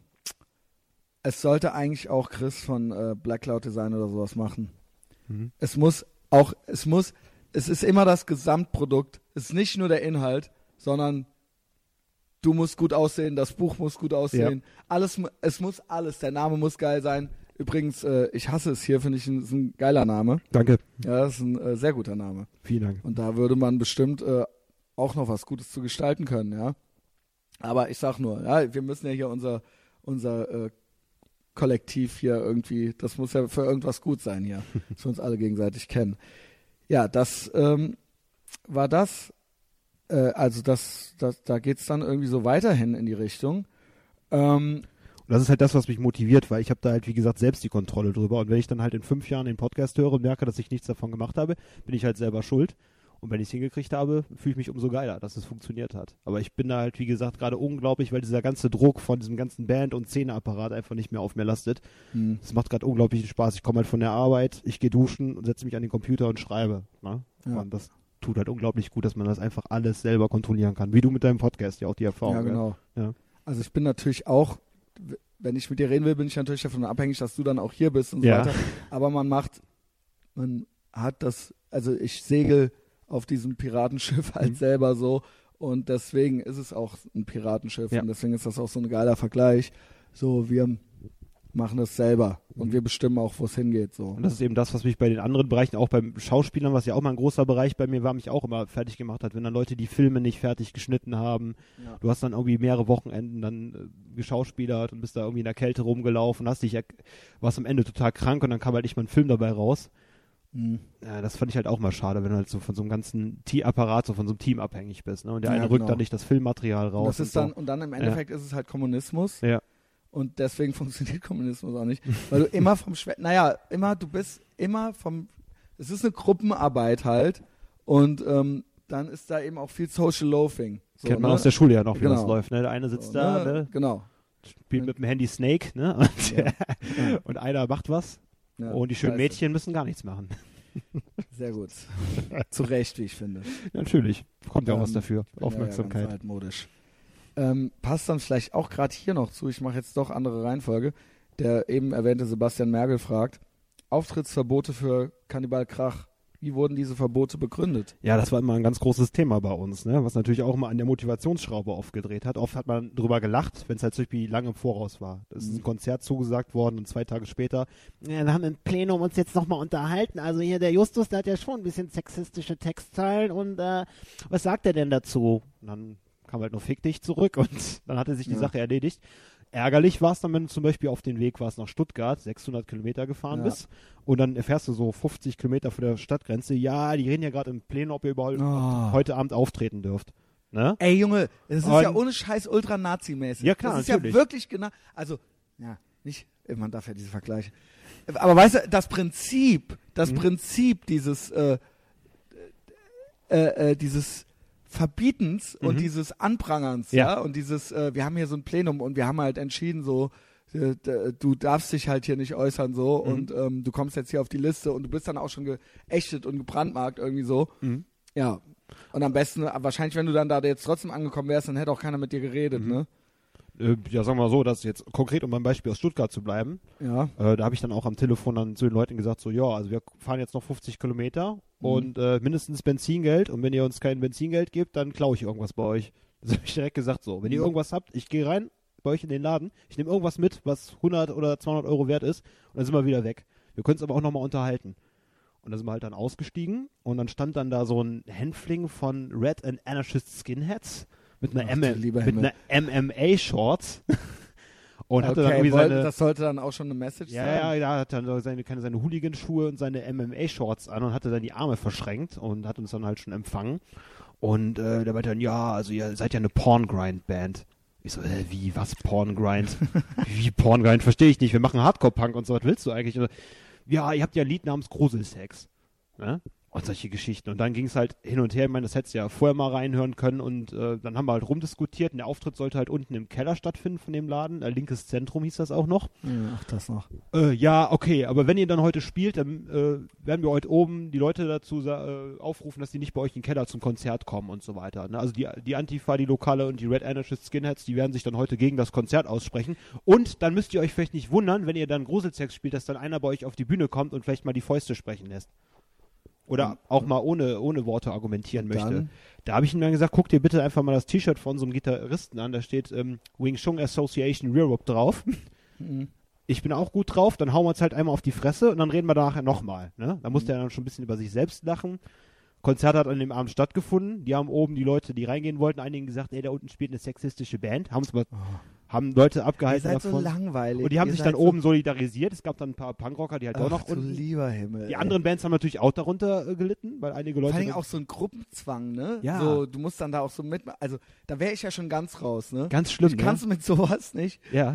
es sollte eigentlich auch Chris von äh, Black Cloud Design oder sowas machen. Mhm. Es muss auch, es muss, es ist immer das Gesamtprodukt. Es ist nicht nur der Inhalt, sondern du musst gut aussehen, das Buch muss gut aussehen. Alles, mu- es muss alles, der Name muss geil sein. Übrigens, äh, ich hasse es hier, finde ich, ein, ist ein geiler Name. Danke. Ja, das ist ein äh, sehr guter Name. Vielen Dank. Und da würde man bestimmt äh, auch noch was Gutes zu gestalten können, ja. Aber ich sag nur, ja, wir müssen ja hier unser, unser äh, Kollektiv hier irgendwie, das muss ja für irgendwas gut sein hier, dass wir uns alle gegenseitig kennen. Ja, das ähm, war das. Äh, also das, das, da geht's dann irgendwie so weiterhin in die Richtung. Ähm, Und das ist halt das, was mich motiviert, weil ich habe da halt, wie gesagt, selbst die Kontrolle drüber. Und wenn ich dann halt in fünf Jahren den Podcast höre und merke, dass ich nichts davon gemacht habe, bin ich halt selber schuld. Und wenn ich es hingekriegt habe, fühle ich mich umso geiler, dass es funktioniert hat. Aber ich bin da halt, wie gesagt, gerade unglaublich, weil dieser ganze Druck von diesem ganzen Band- und Szeneapparat einfach nicht mehr auf mir lastet. hm. Es macht gerade unglaublichen Spaß. Ich komme halt von der Arbeit, ich gehe duschen und setze mich an den Computer und schreibe. Ne? Ja. Und das tut halt unglaublich gut, dass man das einfach alles selber kontrollieren kann. Wie du mit deinem Podcast, ja auch die Erfahrung. Ja, genau. Ja. Also ich bin natürlich auch, w- wenn ich mit dir reden will, bin ich natürlich davon abhängig, dass du dann auch hier bist und so Ja. weiter. Aber man macht, man hat das, also ich segel auf diesem Piratenschiff halt Mhm. selber so und deswegen ist es auch ein Piratenschiff Ja. und deswegen ist das auch so ein geiler Vergleich. So, wir machen das selber und Mhm. wir bestimmen auch, wo es hingeht. So. Und das ist eben das, was mich bei den anderen Bereichen, auch beim Schauspielern, was ja auch mal ein großer Bereich bei mir war, mich auch immer fertig gemacht hat, wenn dann Leute die Filme nicht fertig geschnitten haben. Ja. Du hast dann irgendwie mehrere Wochenenden dann äh, geschauspielert und bist da irgendwie in der Kälte rumgelaufen, hast dich, erk- warst am Ende total krank und dann kam halt nicht mal ein Film dabei raus. Hm. Ja, das fand ich halt auch mal schade, wenn du halt so von so einem ganzen T-Apparat, so von so einem Team abhängig bist. Ne? Und der Ja, eine genau. rückt dann nicht das Filmmaterial raus. Und, das ist und dann, so. und dann im Endeffekt ist es halt Kommunismus. Ja. Und deswegen funktioniert Kommunismus auch nicht. Weil du immer vom Schwer... Naja, immer, du bist immer vom... Es ist eine Gruppenarbeit halt. Und ähm, dann ist da eben auch viel Social Loafing. So, Kennt man ne? aus der Schule ja noch, wie Genau. das läuft. Ne? Der eine sitzt So, da, ne? ne? Genau. spielt mit dem Handy Snake, ne? Und, Ja. Ja. und einer macht was. Ja, Und die schönen scheiße. Mädchen müssen gar nichts machen. Sehr gut. Zu Recht, wie ich finde. Natürlich. Kommt ja auch Ähm, was dafür. bin ja Aufmerksamkeit. Ja, ganz altmodisch. Ähm, passt dann vielleicht auch gerade hier noch zu, ich mache jetzt doch andere Reihenfolge. Der eben erwähnte Sebastian Mergel fragt, Auftrittsverbote für Kannibal Krach. Wie wurden diese Verbote begründet? Ja, das war immer ein ganz großes Thema bei uns, ne? Was natürlich auch immer an der Motivationsschraube aufgedreht hat. Oft hat man drüber gelacht, wenn es halt zum Beispiel lange im Voraus war. Es ist Mhm. ein Konzert zugesagt worden und zwei Tage später, ja, wir haben im Plenum uns jetzt nochmal unterhalten. Also hier der Justus, der hat ja schon ein bisschen sexistische Textzeilen und äh, was sagt er denn dazu? Und dann kam halt nur Fick dich zurück und dann hatte sich die Ja. Sache erledigt. Ärgerlich war es dann, wenn du zum Beispiel auf den Weg warst nach Stuttgart, sechshundert Kilometer gefahren Ja. bist und dann erfährst du so fünfzig Kilometer vor der Stadtgrenze, ja, die reden ja gerade im Plenum, ob ihr überhaupt Oh. heute Abend auftreten dürft. Ne? Ey Junge, es ist Und- ja ohne Scheiß ultra-Nazi-mäßig. Ja, klar, Das ist natürlich. ja wirklich genau, also, ja, nicht, man darf ja diese Vergleiche. Aber weißt du, das Prinzip, das Mhm. Prinzip dieses, äh, äh, äh, dieses Verbietens und Mhm. dieses Anprangerns, ja, Ja. und dieses, äh, wir haben hier so ein Plenum und wir haben halt entschieden, so, äh, d- du darfst dich halt hier nicht äußern, so, Mhm. und ähm, du kommst jetzt hier auf die Liste und du bist dann auch schon geächtet und gebrandmarkt irgendwie so. Mhm. Ja. Und am besten, wahrscheinlich, wenn du dann da jetzt trotzdem angekommen wärst, dann hätte auch keiner mit dir geredet, Mhm. ne? Äh, ja, sagen wir mal so, dass jetzt konkret, um beim Beispiel aus Stuttgart zu bleiben, Ja. äh, da habe ich dann auch am Telefon dann zu den Leuten gesagt, so, ja, also wir fahren jetzt noch fünfzig Kilometer Mhm. und äh, mindestens Benzingeld und wenn ihr uns kein Benzingeld gebt, dann klaue ich irgendwas bei euch. Das habe ich direkt gesagt so. Wenn ihr Mhm. irgendwas habt, ich gehe rein bei euch in den Laden, ich nehme irgendwas mit, was hundert oder zweihundert Euro wert ist und dann sind wir wieder weg. Wir können es aber auch nochmal unterhalten. Und da sind wir halt dann ausgestiegen und dann stand dann da so ein Hänfling von Red and Anarchist Skinheads mit einer, Ach, M du lieber mit Himmel. einer M M A-Shorts und hatte dann Okay, irgendwie wollte- seine... das sollte dann auch schon eine Message Ja, sein. ja, ja, hat dann so seine, keine, seine Hooligan-Schuhe und seine M M A-Shorts an und hatte dann die Arme verschränkt und hat uns dann halt schon empfangen. Und äh, der meinte dann, ja, also ihr seid ja eine Porn-Grind-Band. Ich so, äh, wie, was Porn-Grind? wie Porn-Grind? Verstehe ich nicht. Wir machen Hardcore-Punk und so, was willst du eigentlich? Und, ja, ihr habt ja ein Lied namens Gruselsex. Ne? Und solche Geschichten. Und dann ging es halt hin und her. Ich meine, das hättest du ja vorher mal reinhören können. Und äh, dann haben wir halt rumdiskutiert. Und der Auftritt sollte halt unten im Keller stattfinden von dem Laden. Äh, Linkes Zentrum hieß das auch noch. Ja, ach, das noch. Äh, ja, okay, aber wenn ihr dann heute spielt, dann äh, werden wir heute oben die Leute dazu äh, aufrufen, dass die nicht bei euch in den Keller zum Konzert kommen und so weiter. Ne? Also die, die Antifa, die Lokale und die Red Anarchist Skinheads, die werden sich dann heute gegen das Konzert aussprechen. Und dann müsst ihr euch vielleicht nicht wundern, wenn ihr dann Gruselsex spielt, dass dann einer bei euch auf die Bühne kommt und vielleicht mal die Fäuste sprechen lässt. Oder Und- auch mal ohne, ohne Worte argumentieren Und möchte. dann? Da habe ich ihm dann gesagt, guck dir bitte einfach mal das T-Shirt von so einem Gitarristen an, da steht ähm, Wing Chun Association Europe drauf. Mhm. Ich bin auch gut drauf, dann hauen wir uns halt einmal auf die Fresse und dann reden wir nachher nochmal. Ne? Da musste Mhm. er dann schon ein bisschen über sich selbst lachen. Konzert hat an dem Abend stattgefunden. Die haben oben die Leute, die reingehen wollten, einigen gesagt, ey, da unten spielt eine sexistische Band. Haben's mal, Oh. haben Leute Ihr abgehalten seid so davon. langweilig. Und die haben Ihr sich seid dann so, oben solidarisiert. Es gab dann ein paar Punkrocker, die halt auch Ach, noch du unten. lieber Himmel. Die ey. anderen Bands haben natürlich auch darunter äh, gelitten, weil einige Leute... Vor allem auch so ein Gruppenzwang, ne? Ja. So, du musst dann da auch so mit, also da wäre ich ja schon ganz raus, ne? ganz schlimm, ich ne? kannst du mit sowas nicht. Ja.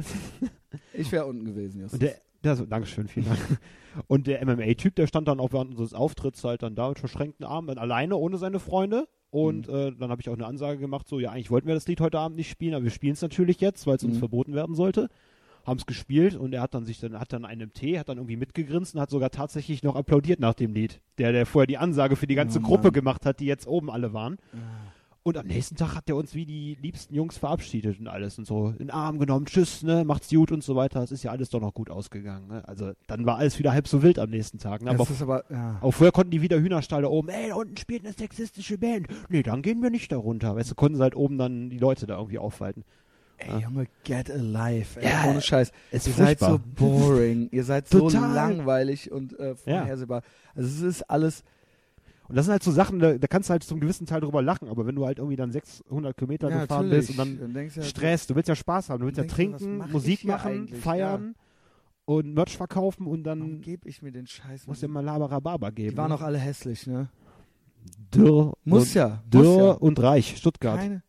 Ich wäre unten gewesen, Justus. Und der, der so, Dankeschön, vielen Dank. Und der M M A-Typ, der stand dann auch während unseres Auftritts halt dann da mit verschränkten Armen, dann alleine, ohne seine Freunde. Und Mhm. äh, dann habe ich auch eine Ansage gemacht, so, ja, eigentlich wollten wir das Lied heute Abend nicht spielen, aber wir spielen es natürlich jetzt, weil es uns Mhm. verboten werden sollte. Haben es gespielt und er hat dann sich dann, hat dann einen Tee, hat dann irgendwie mitgegrinst und hat sogar tatsächlich noch applaudiert nach dem Lied. Der, der vorher die Ansage für die ganze Oh, Gruppe Mann. gemacht hat, die jetzt oben alle waren. Ah. Und am nächsten Tag hat er uns wie die liebsten Jungs verabschiedet und alles und so in den Arm genommen, tschüss, ne, macht's gut und so weiter. Es ist ja alles doch noch gut ausgegangen, ne? Also dann war alles wieder halb so wild am nächsten Tag. Ne? Aber Das ist aber, ja. auch vorher konnten die wieder Hühnerstall da oben, ey, da unten spielt eine sexistische Band. Nee, dann gehen wir nicht da runter. Weißt du, konnten sie halt oben dann die Leute da irgendwie aufhalten. Ey, Junge, get alive, ey. Ja, Ohne Scheiß. ist Ihr seid so furchtbar. boring. Ihr seid so Total. langweilig und äh, vorhersehbar. Also es ist alles, Und das sind halt so Sachen, da, da kannst du halt zum gewissen Teil drüber lachen, aber wenn du halt irgendwie dann sechshundert Kilometer ja, gefahren natürlich. bist und dann denkst du ja, Stress, du willst ja Spaß haben, du willst ja denkst du, was trinken, mach ich Musik hier machen, eigentlich? feiern und Merch verkaufen und Warum dann gebe ich mir den Scheiß? muss ja mal Laberababa geben. Die waren ne? auch alle hässlich, ne? Dürr. Muss und, ja. Dürr muss ja. und Reich, Stuttgart. Keine.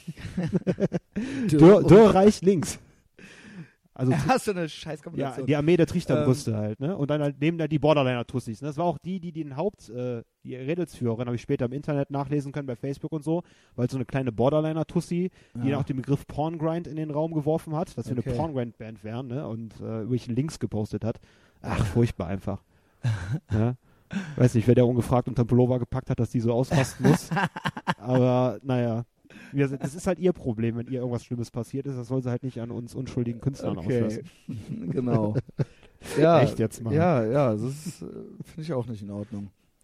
Dürr, Dürr Reich links. Also Hast du eine scheiß ja, Kombination? die Armee der Trichterbrüste Ähm. halt, ne? Und dann halt neben da die Borderliner-Tussis. Ne? Das war auch die, die den Haupt, äh, die Rädelsführerin, habe ich später im Internet nachlesen können bei Facebook und so, weil so eine kleine Borderliner-Tussi, die Ja. dann auch den Begriff Porngrind in den Raum geworfen hat, dass wir Okay. eine Porngrind-Band wären, ne? Und äh, irgendwelche Links gepostet hat. Ach, furchtbar einfach. ja? Weiß nicht, wer der ungefragt unter den Pullover gepackt hat, dass die so ausrasten muss. Aber naja. Wir, das ist halt ihr Problem, wenn ihr irgendwas Schlimmes passiert ist. Das soll sie halt nicht an uns unschuldigen Künstlern Okay. auslassen. Genau. Ja, Echt jetzt mal. Ja, ja, das ist, äh, finde ich auch nicht in Ordnung.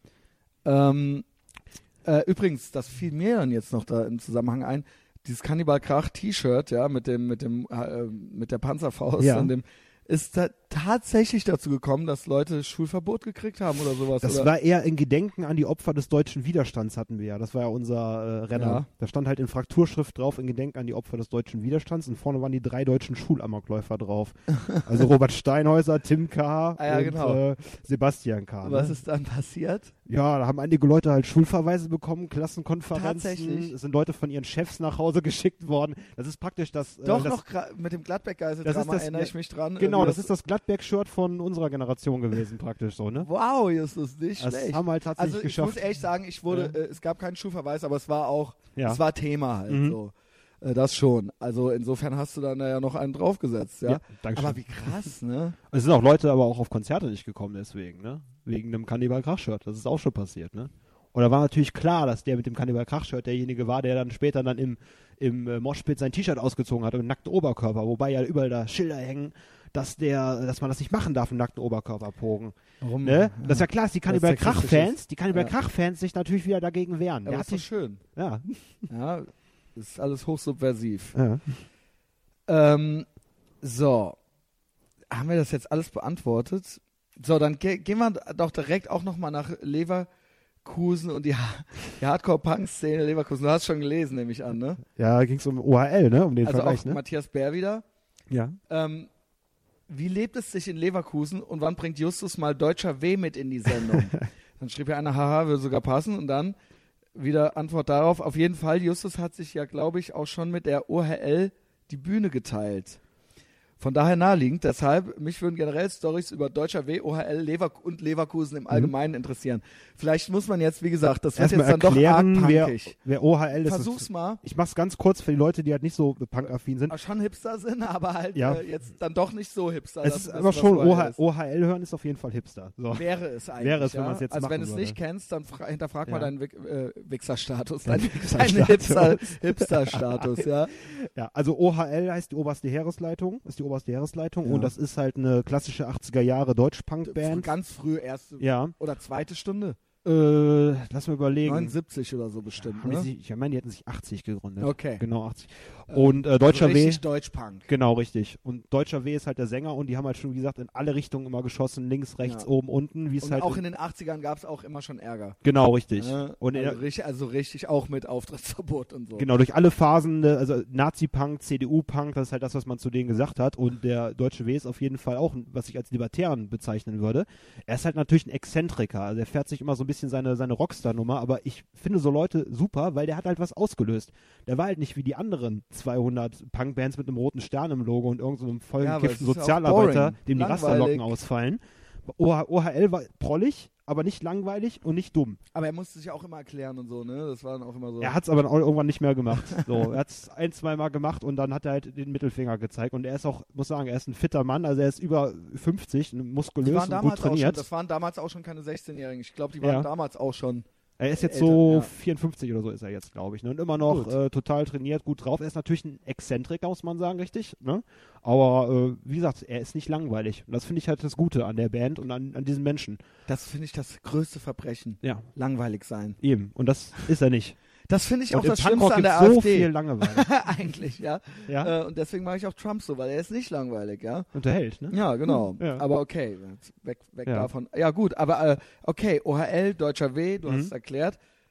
Ähm, äh, übrigens, das fiel mir dann jetzt noch da im Zusammenhang ein, dieses Cannibal Krach T-Shirt, ja, mit dem, mit dem, äh, mit der Panzerfaust Ja. und dem, ist da tatsächlich dazu gekommen, dass Leute Schulverbot gekriegt haben oder sowas. Das oder? war eher in Gedenken an die Opfer des deutschen Widerstands, hatten wir ja. Das war ja unser äh, Renner. Ja. Da stand halt in Frakturschrift drauf, in Gedenken an die Opfer des deutschen Widerstands. Und vorne waren die drei deutschen Schulamokläufer drauf. Also Robert Steinhäuser, Tim K. Ah, ja, und genau. äh, Sebastian K. Was ne? ist dann passiert? Ja, da haben einige Leute halt Schulverweise bekommen, Klassenkonferenzen. Tatsächlich? Es sind Leute von ihren Chefs nach Hause geschickt worden. Das ist praktisch das... Doch äh, das, noch gra- mit dem Das Gladbeck-Geisel-Drama ist das- erinnere ich mich dran. Genau, Irgendwie das ist das Gladbeck-Shirt von unserer Generation gewesen, praktisch so, ne? Wow, Justus, nicht Das schlecht. haben wir halt tatsächlich Also ich geschafft. muss ehrlich sagen, ich wurde, Ja. äh, es gab keinen Schulverweis, aber es war auch, Ja. es war Thema halt Mhm. so. Äh, das schon. Also insofern hast du dann ja noch einen draufgesetzt, ja. Ja, Dankeschön. Aber wie krass, ne? Es sind auch Leute aber auch auf Konzerte nicht gekommen deswegen, ne? Wegen einem Cannibal-Krach-Shirt. Das ist auch schon passiert, ne? Und da war natürlich klar, dass der mit dem Cannibal-Krach-Shirt derjenige war, der dann später dann im, im äh, Moshpit sein T-Shirt ausgezogen hat und einen nackten Oberkörper, wobei ja überall da Schilder hängen, dass der, dass man das nicht machen darf, einen nackten Oberkörper pogen. Warum? Ne? Das ist ja klar, dass die Weil es Cannibal-Krach-Fans, sexistisch die Cannibal-Krach-Fans sich natürlich wieder dagegen wehren. Ja, Der aber hat ist doch sich, schön. ja. Ja, ist alles hochsubversiv. ja. Ähm, so. Haben wir das jetzt alles beantwortet? So, dann ge- gehen wir doch direkt auch nochmal nach Leverkusen und die, ha- die Hardcore-Punk-Szene Leverkusen. Du hast schon gelesen, nehme ich an, ne? Ja, da ging es um O H L, ne? Um den Also Vergleich, auch ne? Matthias Bär wieder. Ja. Ähm, wie lebt es sich in Leverkusen und wann bringt Justus mal Deutscher W mit in die Sendung? Dann schrieb ja einer, haha, würde sogar passen. Und dann wieder Antwort darauf. Auf jeden Fall, Justus hat sich ja, glaube ich, auch schon mit der O H L die Bühne geteilt. Von daher naheliegend, deshalb, mich würden generell Storys über Deutscher W, O H L Lever und Leverkusen im Allgemeinen interessieren. Vielleicht muss man jetzt, wie gesagt, das wird Erstmal jetzt dann doch erklären, arg wer, punkig. wer O H L ist. Versuch's mal. Ich mach's ganz kurz für die Leute, die halt nicht so punkaffin sind. Auch schon Hipster sind, aber halt Ja. äh, jetzt dann doch nicht so Hipster. Es dass ist du aber wissen, schon, was O H, ist. O H L hören ist auf jeden Fall Hipster. So. Wäre es eigentlich. Wäre es, wenn ja? man's jetzt Also machen wenn du es würde. nicht kennst, dann fra- hinterfrag Ja. mal deinen Wick, äh, Wichser-Status, Dein deinen Wichser-Status. Hipster, Hipster-Status, ja. Ja, also O H L heißt die oberste Heeresleitung, ist die oberste Heeresleitung Ja. und das ist halt eine klassische achtziger Jahre Deutsch-Punk-Band. Ganz früh, erste Ja, oder zweite Stunde. äh, lass mal überlegen. neunundsiebzig oder so bestimmt, Haben die ne? sich, ich meine, die hätten sich achtzig gegründet. Okay. Genau, achtzig. Und äh, Deutscher so W. richtig Deutsch-Punk. Genau, richtig. Und Deutscher W ist halt der Sänger und die haben halt schon, wie gesagt, in alle Richtungen immer geschossen, links, rechts, Ja. oben, unten, wie es Und halt. auch in den achtzigern gab es auch immer schon Ärger. genau, richtig. Ja, Und in, also, richtig, also richtig auch mit Auftrittsverbot und so. genau, durch alle Phasen, ne, also Nazi-Punk, C D U-Punk, das ist halt das, was man zu denen gesagt hat. Und der Deutsche W ist auf jeden Fall auch, was ich als Libertären bezeichnen würde. Er ist halt natürlich ein Exzentriker. Also er fährt sich immer so ein bisschen seine, seine Rockstar-Nummer, aber ich finde so Leute super, weil der hat halt was ausgelöst. Der war halt nicht wie die anderen zweihundert Punkbands mit einem roten Stern im Logo und irgendeinem so Ja, aber es vollgekifften ist ja auch Sozialarbeiter, boring. dem die Langweilig. Rasterlocken ausfallen. O H L war prollig, aber nicht langweilig und nicht dumm. Aber er musste sich auch immer erklären und so, ne? Das war dann auch immer so. Er hat es aber dann auch irgendwann nicht mehr gemacht. So, er hat es ein, zwei Mal gemacht und dann hat er halt den Mittelfinger gezeigt. Und er ist auch, muss sagen, er ist ein fitter Mann. Also er ist über fünfzig, muskulös die waren und gut damals auch schon, trainiert. das waren damals auch schon keine sechzehnjährigen. Ich glaube, die waren Ja. damals auch schon. Er ist jetzt älter, so ja. vierundfünfzig oder so ist er jetzt, glaube ich. Ne? Und immer noch Gut. äh, total trainiert, gut drauf. Er ist natürlich ein Exzentriker, muss man sagen, richtig. Ne? Aber äh, wie gesagt, er ist nicht langweilig. Und das finde ich halt das Gute an der Band und an, an diesen Menschen. Das finde ich das größte Verbrechen. Ja, Langweilig sein. eben. Und das ist er nicht. Das finde ich Und auch im das Punkrock Schlimmste an der gibt's so AfD. viel Langeweile. Eigentlich, ja. Ja, Äh, und deswegen mag ich auch Trump so, weil er ist nicht langweilig, ja. unterhält, ne? Ja, genau. Ja. Aber okay, jetzt weg, weg Ja. davon. Ja gut, aber äh, okay, O H L, Deutscher W, du Mhm. hast es erklärt.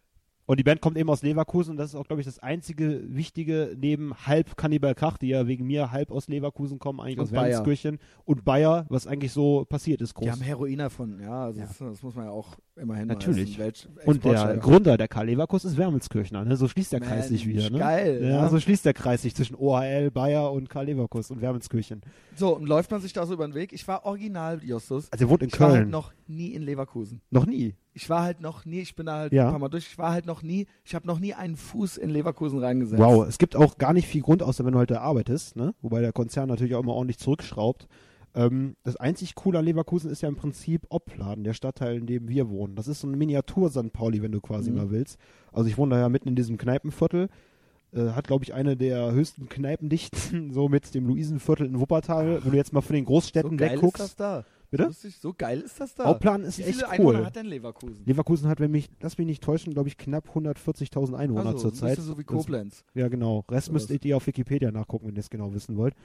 Und die Band kommt eben aus Leverkusen und das ist auch, glaube ich, das einzige Wichtige neben halb Cannibal Krach, die ja wegen mir halb aus Leverkusen kommen, eigentlich Und aus Wermelskirchen und Bayer, was eigentlich so passiert ist, groß. Die haben Heroin erfunden, ja, also Ja. Das, das muss man ja auch immerhin Natürlich. mal als Und der Exportsteiger. Gründer der Karl Leverkus ist Wermelskirchner, ne? So schließt der Mensch, Kreis sich wieder, ne? geil, Ja, ja. so schließt der Kreis sich zwischen O H L, Bayer und Karl Leverkus und Wermelskirchen. So, und läuft man sich da so über den Weg? Ich war original, Justus. Also er wohnt in Ich war halt Köln. noch nie in Leverkusen. Noch nie. Ich war halt noch nie, ich bin da halt Ja. ein paar Mal durch, ich war halt noch nie, ich habe noch nie einen Fuß in Leverkusen reingesetzt. Wow, es gibt auch gar nicht viel Grund, außer wenn du heute arbeitest, ne? Wobei der Konzern natürlich auch immer ordentlich zurückschraubt. Ähm, das einzig Coole an Leverkusen ist ja im Prinzip Opladen, der Stadtteil, in dem wir wohnen. Das ist so eine Miniatur-Sankt Pauli, wenn du quasi Mhm. mal willst. Also ich wohne da ja mitten in diesem Kneipenviertel. Äh, hat, glaube ich, eine der höchsten Kneipendichten, so mit dem Luisenviertel in Wuppertal. Wenn du jetzt mal von den So Großstädten geil wegguckst. ist das da. Bitte? Lustig, so geil ist das da. Hauptplan ist Wie echt viele Einwohner cool. hat denn Leverkusen? Leverkusen hat, wenn mich, lass mich nicht täuschen, glaube ich, knapp hundertvierzigtausend Einwohner Also, ein zurzeit. bisschen so wie Das- Koblenz. Ja, genau. Rest So müsstet ihr auf Wikipedia nachgucken, wenn ihr es genau wissen wollt.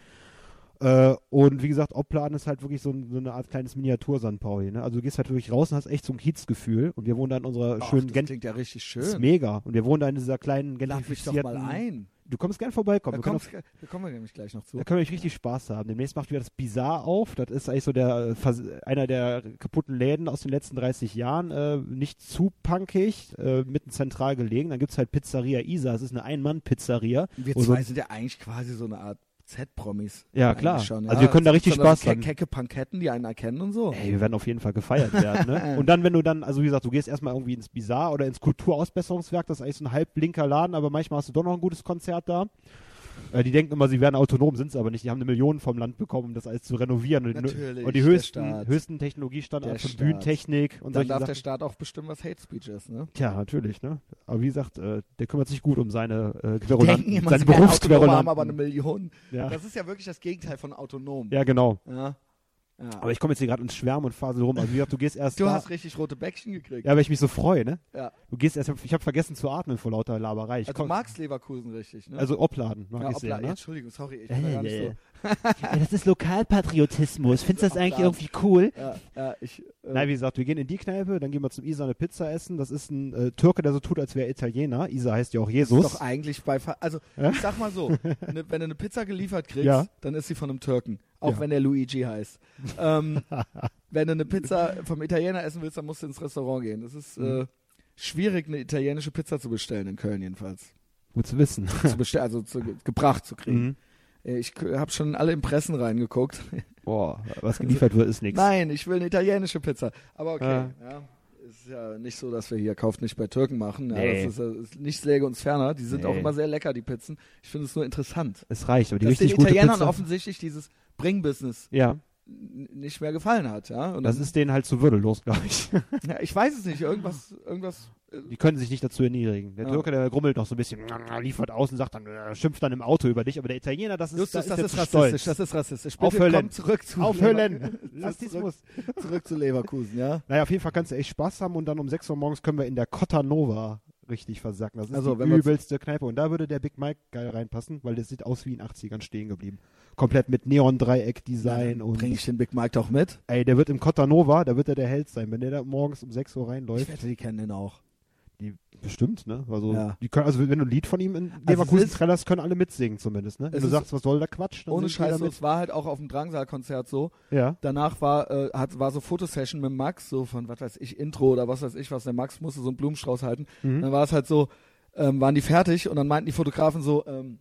Äh, und wie gesagt, Opladen ist halt wirklich so, ein, so eine Art kleines Miniatur-Sankt Pauli. Ne? Also du gehst halt wirklich raus und hast echt so ein Kiezgefühl. Und wir wohnen da in unserer Ach, schönen das Gent. klingt ja richtig schön. Das ist mega. Und wir wohnen da in dieser kleinen Lad mich doch gentrifizierten... mal ein. Du kommst gern vorbeikommen. Da, Wir können kommst, da kommen wir nämlich gleich noch zu. Da können wir euch richtig Spaß haben. Demnächst macht wieder das Bizarre auf. Das ist eigentlich so der äh, vers- einer der kaputten Läden aus den letzten dreißig Jahren. Äh, nicht zu punkig, äh, mitten zentral gelegen. Dann gibt es halt Pizzeria Isa. Das ist eine Ein-Mann-Pizzeria. Wir wo so zwei ein- sind ja eigentlich quasi so eine Art Z-Promis. Ja, Eigentlich klar. Schon, ja. Also wir können da Es richtig gibt dann Spaß ke haben. Kecke Panketten, die einen erkennen und so. Ey, wir werden auf jeden Fall gefeiert werden. Ne? Und dann, wenn du dann, also wie gesagt, du gehst erstmal irgendwie ins Bizarre oder ins Kulturausbesserungswerk. Das ist eigentlich so ein halb linker Laden, aber manchmal hast du doch noch ein gutes Konzert da. Äh, die denken immer, sie wären autonom, sind es aber nicht. Die haben eine Million vom Land bekommen, um das alles zu renovieren. Und, Natürlich, und die der höchsten, Staat. höchsten Technologiestandards Der von Staat. Bühnentechnik und Dann solche darf der Sachen. Staat auch bestimmen, was Hate Speech ist, ne? Tja, natürlich, ne? Aber wie gesagt, äh, der kümmert sich gut um seine äh, Denken Querulanten, immer, seine sie wären autonom, haben aber eine Berufsquerulanten. Million. Ja. Das ist ja wirklich das Gegenteil von autonom. ja, genau. Ja. Ja. Aber ich komme jetzt hier gerade ins Schwärmen und fahre so rum. Also wie gesagt, du gehst erst Du da. hast richtig rote Bäckchen gekriegt. Ja, weil ich mich so freue, ne? Ja. Du gehst erst, ich habe vergessen zu atmen vor lauter Laberei. Ich Also komm- du magst Leverkusen richtig, ne? also Opladen mag ja, ich sehr, Obla- ne? Entschuldigung, sorry, ich bin da gar nicht so. Ja, das ist Lokalpatriotismus. Findest du das eigentlich Abladen. irgendwie cool? Ja, ja, ich, äh, Nein, wie gesagt, wir gehen in die Kneipe, dann gehen wir zum Isa eine Pizza essen. Das ist ein äh, Türke, der so tut, als wäre er Italiener. Isa heißt ja auch ist Jesus. doch eigentlich bei, Fa- also Ja? ich sag mal so, ne, wenn du eine Pizza geliefert kriegst, Ja. dann ist sie von einem Türken, auch Ja. wenn der Luigi heißt. ähm, wenn du eine Pizza vom Italiener essen willst, dann musst du ins Restaurant gehen. Es ist Mhm. äh, schwierig, eine italienische Pizza zu bestellen, in Köln jedenfalls. Gut zu wissen. zu bestellen, also zu, gebracht zu kriegen. Mhm. Äh, Ich habe schon in alle Impressen reingeguckt. Boah, was geliefert wird, ist nichts. Nein, ich will eine italienische Pizza. Aber okay, Ja. ja. Ist ja nicht so, dass wir hier kauft nicht bei Türken machen. Ja, Nee. das ist, äh, ist nichts läge uns ferner. Die sind Nee. auch immer sehr lecker, die Pizzen. Ich finde es nur interessant. Es reicht, aber die dass den richtig gute Italienern Pizza. offensichtlich dieses Bring-Business Ja, n- nicht mehr gefallen hat. Ja? Und das dann- ist denen halt zu würdelos, glaube ich. ja, ich weiß es nicht. Irgendwas, irgendwas. äh, Die können sich nicht dazu erniedrigen. Der Ja. Türke, der grummelt noch so ein bisschen, liefert aus und sagt dann, äh, schimpft dann im Auto über dich. Aber der Italiener, das ist, Justus, da das ist, ist der zu rassistisch. stolz. Das ist rassistisch. Bitte Aufhören. komm zurück zu Aufhören. Lever- zurück, Rassismus. zurück zu Leverkusen, ja. Naja, auf jeden Fall kannst du echt Spaß haben und dann um sechs Uhr morgens können wir in der Cotta Nova richtig versacken. Das ist Also, die wenn wir uns- übelste Kneipe. Und da würde der Big Mike geil reinpassen, weil das sieht aus wie in den achtzigern stehen geblieben. Komplett mit Neon-Dreieck-Design und Bringe ich den Big Mike doch mit? ey, der wird im Cotta Nova, da wird er der Held sein. Wenn der da morgens um sechs Uhr Ich reinläuft, wette, die kennen den auch. die bestimmt, ne? Also, Ja. die können, also wenn du ein Lied von ihm in Also Leverkusen es ist- trällerst, können alle mitsingen zumindest, ne? Wenn es du ist- sagst, was soll der Quatsch, dann Ohne singt jeder Scheiß, so, mit. es war halt auch auf dem Drangsal-Konzert so. Ja. Danach war, äh, hat, war so Fotosession mit Max, so von, was weiß ich, Intro oder was weiß ich was. Der Max musste so einen Blumenstrauß halten. Mhm. Dann war es halt so, ähm, waren die fertig und dann meinten die Fotografen so, ähm,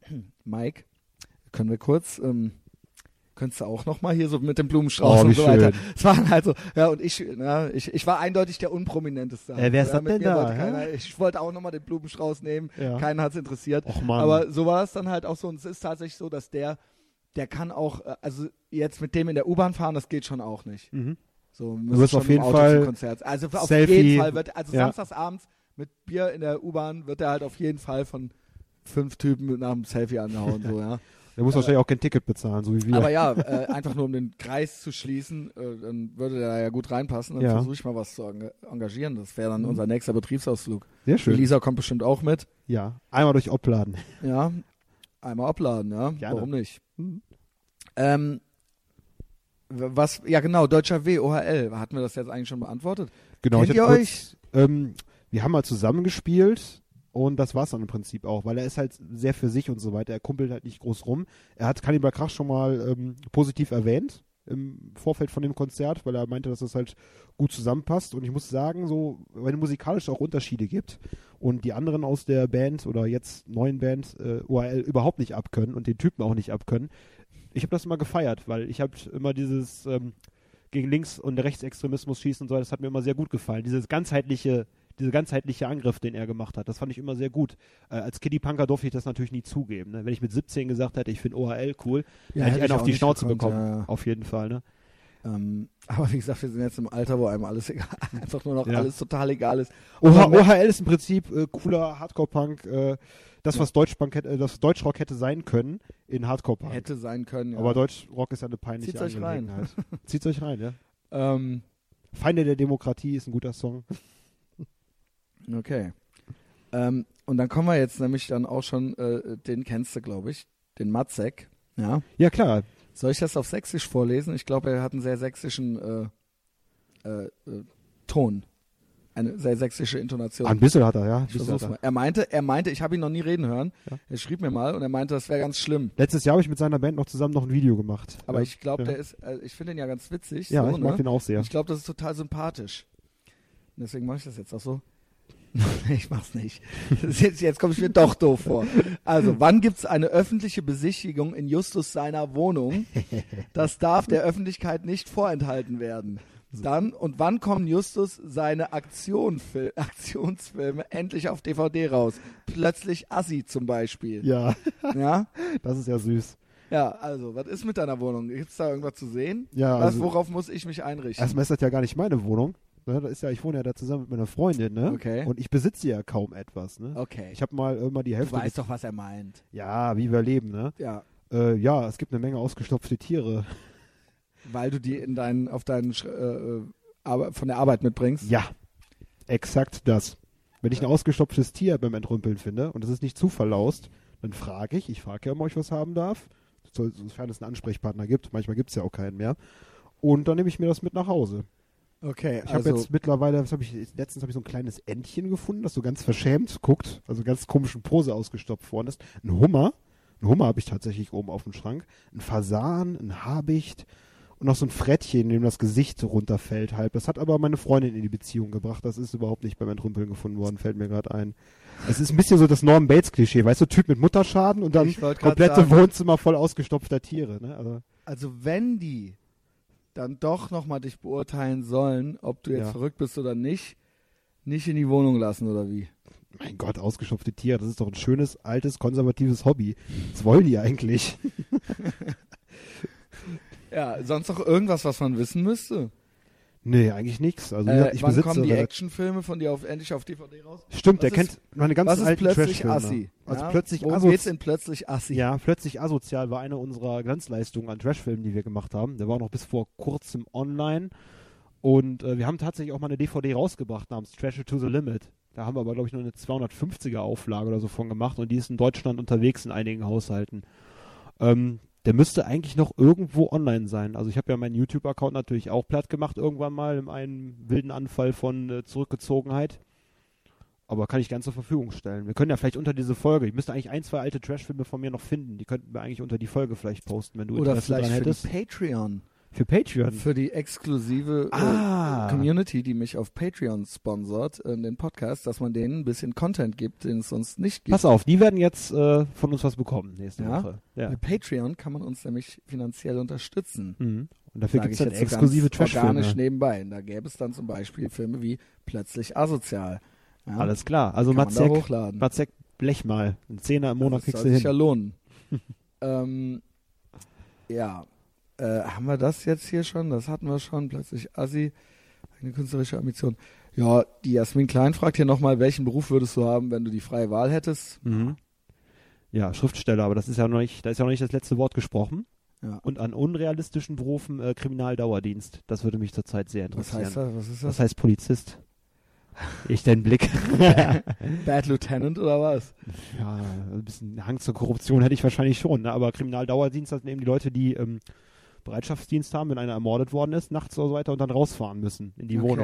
Mike, können wir kurz, ähm, könntest du auch noch mal hier so mit dem Blumenstrauß Oh, wie und so weiter. schön. Es waren halt so, ja, und ich, ja, ich, ich war eindeutig der Unprominenteste. Äh, wer ist ja, das mit denn mir da, wollte hä? keiner, ich wollte auch noch mal den Blumenstrauß nehmen. Ja. Keinen hat's interessiert. Och Mann. Aber so war es dann halt auch so. Und es ist tatsächlich so, dass der, der kann auch, äh, also jetzt mit dem in der U-Bahn fahren, das geht schon auch nicht. Mhm. So, Du wirst schon auf im jeden Auto Fall zum Konzert. Also auf Selfie- jeden Fall wird, also Ja. samstagsabends mit Bier in der U-Bahn wird er halt auf jeden Fall von fünf Typen mit nach einem Selfie angehauen. So, ja. Der muss wahrscheinlich auch kein Ticket bezahlen, so wie wir. Aber ja, äh, einfach nur um den Kreis zu schließen, äh, dann würde der ja gut reinpassen. Dann Ja. versuche ich mal was zu enga- engagieren. Das wäre dann Mhm. unser nächster Betriebsausflug. Sehr Die schön. Lisa kommt bestimmt auch mit. Ja, einmal durch Opladen. Ja, einmal abladen, ja. Gerne. Warum nicht? Mhm. Ähm, w- was, ja genau, Deutscher W, O H L. Hatten wir das jetzt eigentlich schon beantwortet? Genau, Kennt ich ihr hatte euch? kurz, ähm, wir haben mal zusammen gespielt und das war's dann im Prinzip auch, weil er ist halt sehr für sich und so weiter. Er kumpelt halt nicht groß rum. Er hat Cannibal Krach schon mal ähm, positiv erwähnt im Vorfeld von dem Konzert, weil er meinte, dass das halt gut zusammenpasst. Und ich muss sagen, so, weil es musikalisch auch Unterschiede gibt und die anderen aus der Band oder jetzt neuen Band äh, O H L überhaupt nicht abkönnen und den Typen auch nicht abkönnen. Ich habe das immer gefeiert, weil ich habe immer dieses ähm, gegen Links- und Rechtsextremismus schießen und so, das hat mir immer sehr gut gefallen. Dieses ganzheitliche Dieser ganzheitliche Angriff, den er gemacht hat, das fand ich immer sehr gut. Äh, als Kiddie-Punker durfte ich das natürlich nie zugeben. Ne? Wenn ich mit siebzehn gesagt hätte, ich finde O H L cool, Ja, hätte ich einen ich auf auch die nicht Schnauze gekonnt, bekommen. ja. Auf jeden Fall. Ne? Ähm, aber wie gesagt, wir sind jetzt im Alter, wo einem alles egal, einfach nur noch Ja. alles total egal ist. O H- Aber- O H L ist im Prinzip äh, cooler Hardcore-Punk, äh, das, was Deutschpunk hätte, äh, das Deutschrock hätte sein können in Hardcore-Punk. Hätte sein können, ja. Aber Deutschrock ist ja eine peinliche Zieht's euch rein. Angelegenheit. Zieht's euch rein, ja. ähm, Feinde der Demokratie ist ein guter Song. okay. Ähm, und dann kommen wir jetzt nämlich dann auch schon, äh, den kennst du, glaube ich, den Matzek. Ja. Ja, klar. Soll ich das auf Sächsisch vorlesen? Ich glaube, er hat einen sehr sächsischen äh, äh, äh, Ton. Eine sehr sächsische Intonation. Ein bisschen hat er, ja. Ein Ich bisschen versuch's hat mal. Er meinte, er meinte, ich habe ihn noch nie reden hören. Ja. Er schrieb mir mal und er meinte, das wäre ganz schlimm. Letztes Jahr habe ich mit seiner Band noch zusammen noch ein Video gemacht. Aber ja. ich glaube, ja. der ist, äh, ich finde ihn ja ganz witzig. Ja, so, ich mag ne? den auch sehr. Ich glaube, das ist total sympathisch. Und deswegen mache ich das jetzt auch so. Ich mach's nicht. Das ist jetzt jetzt komme ich mir doch doof vor. Also, wann gibt's eine öffentliche Besichtigung in Justus seiner Wohnung? Das darf der Öffentlichkeit nicht vorenthalten werden. Dann, und wann kommen Justus seine Aktion, Fil- Aktionsfilme endlich auf D V D raus? Plötzlich Assi zum Beispiel. Ja, Ja? das ist ja süß. Ja, also, was ist mit deiner Wohnung? Gibt's da irgendwas zu sehen? Ja, Was, also, worauf muss ich mich einrichten? erstmal ist das ja gar nicht meine Wohnung. Ne? Das ist ja, ich wohne ja da zusammen mit meiner Freundin, ne? Okay. Und ich besitze ja kaum etwas, ne? Okay. Ich habe mal immer die Du Hälfte. weißt doch, was er meint. Ja, wie wir leben, ne? Ja. Äh, ja, es gibt eine Menge ausgestopfte Tiere. Weil du die in deinen, auf deinen, Sch- äh, Arbe- von der Arbeit mitbringst. Ja, exakt das. Wenn ich ein ausgestopftes Tier beim Entrümpeln finde und es ist nicht zuverlaust, dann frage ich, ich frage ja immer, ob ich was haben darf, so, sofern es einen Ansprechpartner gibt. Manchmal gibt es ja auch keinen mehr. Und dann nehme ich mir das mit nach Hause. Okay, Ich also, habe jetzt mittlerweile, was habe ich, letztens habe ich so ein kleines Entchen gefunden, das so ganz verschämt guckt, also ganz komischen Pose ausgestopft worden ist. Ein Hummer, ein Hummer habe ich tatsächlich oben auf dem Schrank, ein Fasan, ein Habicht und noch so ein Frettchen, in dem das Gesicht runterfällt halb. Das hat aber meine Freundin in die Beziehung gebracht, das ist überhaupt nicht beim Entrümpeln gefunden worden, fällt mir gerade ein. Es ist ein bisschen so das Norman Bates-Klischee, weißt du, Typ mit Mutterschaden und dann Ich wollt grad komplette sagen. Wohnzimmer voll ausgestopfter Tiere. Ne? Also, also wenn die dann doch nochmal dich beurteilen sollen, ob du jetzt Ja. verrückt bist oder nicht, nicht in die Wohnung lassen oder wie? mein Gott, ausgestopfte Tiere, das ist doch ein schönes, altes, konservatives Hobby. Was wollen die eigentlich? Ja, sonst noch irgendwas, was man wissen müsste? Nee, eigentlich nichts. Also wie Äh, gesagt, ich wann besitze kommen die relativ- Actionfilme von dir auf, endlich auf D V D raus? Stimmt, Was der ist- kennt meine ganzen Was ist alten plötzlich Trashfilme. Assi? Also ja? plötzlich Worum Assozi- geht's in plötzlich Assi? Ja, plötzlich asozial war eine unserer Glanzleistungen an Trashfilmen, die wir gemacht haben. Der war noch bis vor kurzem online. Und äh, wir haben tatsächlich auch mal eine D V D rausgebracht namens Trash to the Limit. Da haben wir aber, glaube ich, nur eine zweihundertfünfziger Auflage oder so von gemacht. Und die ist in Deutschland unterwegs in einigen Haushalten. Ähm, der müsste eigentlich noch irgendwo online sein. Also ich habe ja meinen YouTube-Account natürlich auch platt gemacht irgendwann mal in einem wilden Anfall von äh, Zurückgezogenheit. Aber kann ich ganz zur Verfügung stellen. Wir können ja vielleicht unter diese Folge, ich müsste eigentlich ein, zwei alte Trashfilme von mir noch finden. Die könnten wir eigentlich unter die Folge vielleicht posten, wenn du Oder Interesse vielleicht dran für hättest. die Patreon. Für Patreon. Für die exklusive äh, Ah. Community, die mich auf Patreon sponsort, äh, den Podcast, dass man denen ein bisschen Content gibt, den es sonst nicht gibt. Pass auf, die werden jetzt äh, von uns was bekommen nächste Ja? Woche. Ja. Bei Patreon kann man uns nämlich finanziell unterstützen. Mhm. Und dafür Sag gibt es ich dann jetzt so exklusive ganz organisch Trashfilme. nebenbei. Und da gäbe es dann zum Beispiel Filme wie Plötzlich asozial. Ja? Alles klar. Also kann man da Matzek, hochladen. Matzek, blech mal. Ein Zehner im Monat das kriegst soll du sich hin. ja lohnen. ähm, ja, äh, haben wir das jetzt hier schon? Das hatten wir schon. Plötzlich Assi, eine künstlerische Ambition. Ja, die Jasmin Klein fragt hier nochmal, welchen Beruf würdest du haben, wenn du die freie Wahl hättest? Mhm. Ja, Schriftsteller, aber das ist ja noch nicht, da ist ja noch nicht das letzte Wort gesprochen. Ja. Und an unrealistischen Berufen äh, Kriminaldauerdienst. Das würde mich zurzeit sehr Was interessieren. heißt das? Was ist Das das? heißt Polizist. Ich den Blick. Bad Lieutenant oder was? Ja, ein bisschen Hang zur Korruption hätte ich wahrscheinlich schon, ne? Aber Kriminaldauerdienst, das sind eben die Leute, die ähm, Bereitschaftsdienst haben, wenn einer ermordet worden ist, nachts oder so weiter und dann rausfahren müssen in die Okay. Wohnung.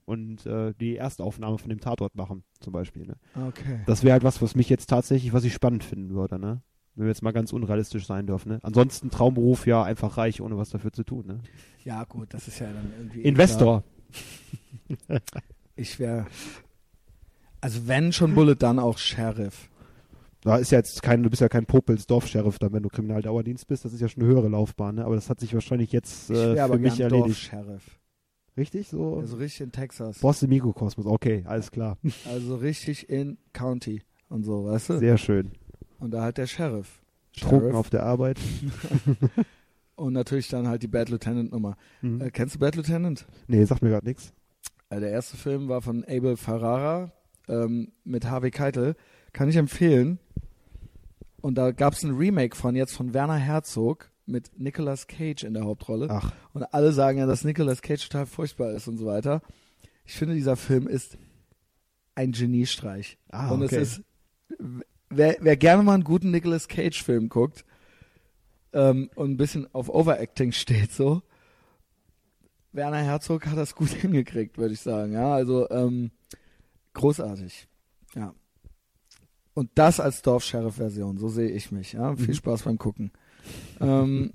und äh, die Erstaufnahme von dem Tatort machen, zum Beispiel. Ne? Okay. Das wäre halt was, was mich jetzt tatsächlich, was ich spannend finden würde, ne? Wenn wir jetzt mal ganz unrealistisch sein dürfen. Ne? Ansonsten Traumberuf, ja, einfach reich, ohne was dafür zu tun. Ne? Ja, gut, das ist ja dann irgendwie... Investor. Klar. Ich wäre... Also wenn schon Bullet, dann auch Sheriff. Da ist ja jetzt kein, du bist ja kein Popels Dorfsheriff, dann wenn du Kriminaldauerdienst bist, das ist ja schon eine höhere Laufbahn, ne? Aber das hat sich wahrscheinlich jetzt Ich äh, wäre für aber mich gern erledigt. Dorfsheriff. Richtig? So? Also richtig in Texas. Boss im Mikrokosmos, okay, alles klar. Also richtig in County und so, weißt du? Sehr schön. Und da halt der Sheriff. Trunken Sheriff. auf der Arbeit. Und natürlich dann halt die Bad Lieutenant Nummer. Mhm. Äh, kennst du Bad Lieutenant? Nee, sagt mir gerade nichts. Äh, der erste Film war von Abel Ferrara ähm, mit Harvey Keitel. Kann ich empfehlen. Und da gab es ein Remake von jetzt von Werner Herzog mit Nicolas Cage in der Hauptrolle. Ach, Und alle sagen ja, dass Nicolas Cage total furchtbar ist und so weiter. Ich finde, dieser Film ist ein Geniestreich. ah, und okay. es ist, wer, wer gerne mal einen guten Nicolas Cage-Film guckt ähm, und ein bisschen auf Overacting steht, so, Werner Herzog hat das gut hingekriegt, würde ich sagen. Ja, also ähm, großartig. Ja. Und das als Dorfsheriff-Version, so sehe ich mich. Ja? Viel Mhm. Spaß beim Gucken. ähm,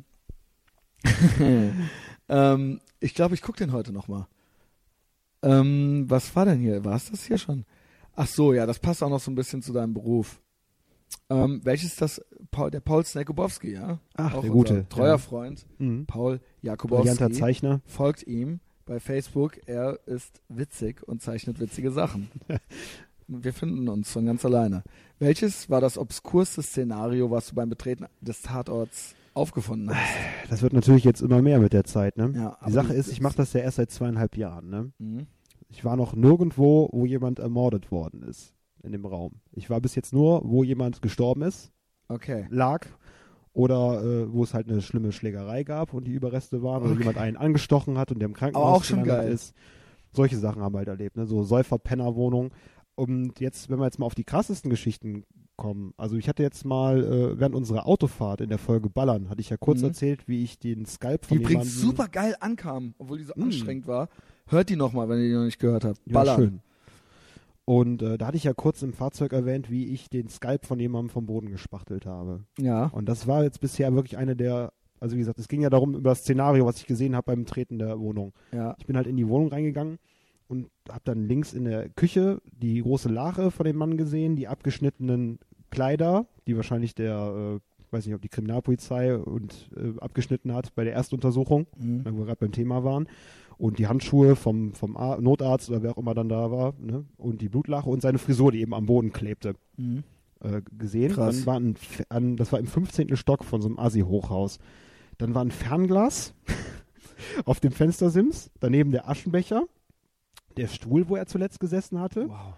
ähm, ich glaube, ich gucke den heute nochmal. Ähm, was war denn hier? War es das hier schon? Ach so, ja, das passt auch noch so ein bisschen zu deinem Beruf. Ähm, welches ist das? Paul, der Paul Snekobowski, ja? Ach, auch der unser gute. treuer ja. Freund, Mhm. Paul Brillanter Jakubowski. Zeichner. Folgt ihm bei Facebook. Er ist witzig und zeichnet witzige Sachen. Wir finden uns von ganz alleine. Welches war das obskurste Szenario, was du beim Betreten des Tatorts aufgefunden hast? Das wird natürlich jetzt immer mehr mit der Zeit, ne? Ja, aber Die Sache du- ist, ich mache das ja erst seit zweieinhalb Jahren, ne? Mhm. Ich war noch nirgendwo, wo jemand ermordet worden ist in dem Raum. Ich war bis jetzt nur, wo jemand gestorben ist, Okay. lag oder äh, wo es halt eine schlimme Schlägerei gab und die Überreste waren oder Okay. jemand einen angestochen hat und der im Krankenhaus Aber auch schon gelandet geil. ist. Solche Sachen haben wir halt erlebt, ne? So Säufer-Penner-Wohnung. Und jetzt, wenn wir jetzt mal auf die krassesten Geschichten kommen, also ich hatte jetzt mal äh, während unserer Autofahrt in der Folge Ballern, hatte ich ja kurz Mhm. erzählt, wie ich den Skalp von Die übrigens jemandem... super geil ankam, obwohl die so Mm. anstrengend war. Hört die nochmal, wenn ihr die noch nicht gehört habt. Ja, Ballern. schön. Und äh, da hatte ich ja kurz im Fahrzeug erwähnt, wie ich den Skalp von jemandem vom Boden gespachtelt habe. Ja. Und das war jetzt bisher wirklich eine der, also wie gesagt, es ging ja darum, über das Szenario, was ich gesehen habe beim Betreten der Wohnung. Ja. Ich bin halt in die Wohnung reingegangen und habe dann links in der Küche die große Lache von dem Mann gesehen, die abgeschnittenen Kleider, die wahrscheinlich der, äh, weiß nicht, ob die Kriminalpolizei und äh, abgeschnitten hat bei der Erstuntersuchung, Mhm. wenn wir gerade beim Thema waren. Und die Handschuhe vom, vom Ar- Notarzt oder wer auch immer dann da war, ne? Und die Blutlache und seine Frisur, die eben am Boden klebte, Mhm. äh, gesehen. Krass. Dann war ein, F- an, das war im fünfzehnten Stock von so einem Assi-Hochhaus. Dann war ein Fernglas auf dem Fenstersims, daneben der Aschenbecher, der Stuhl, wo er zuletzt gesessen hatte. Wow.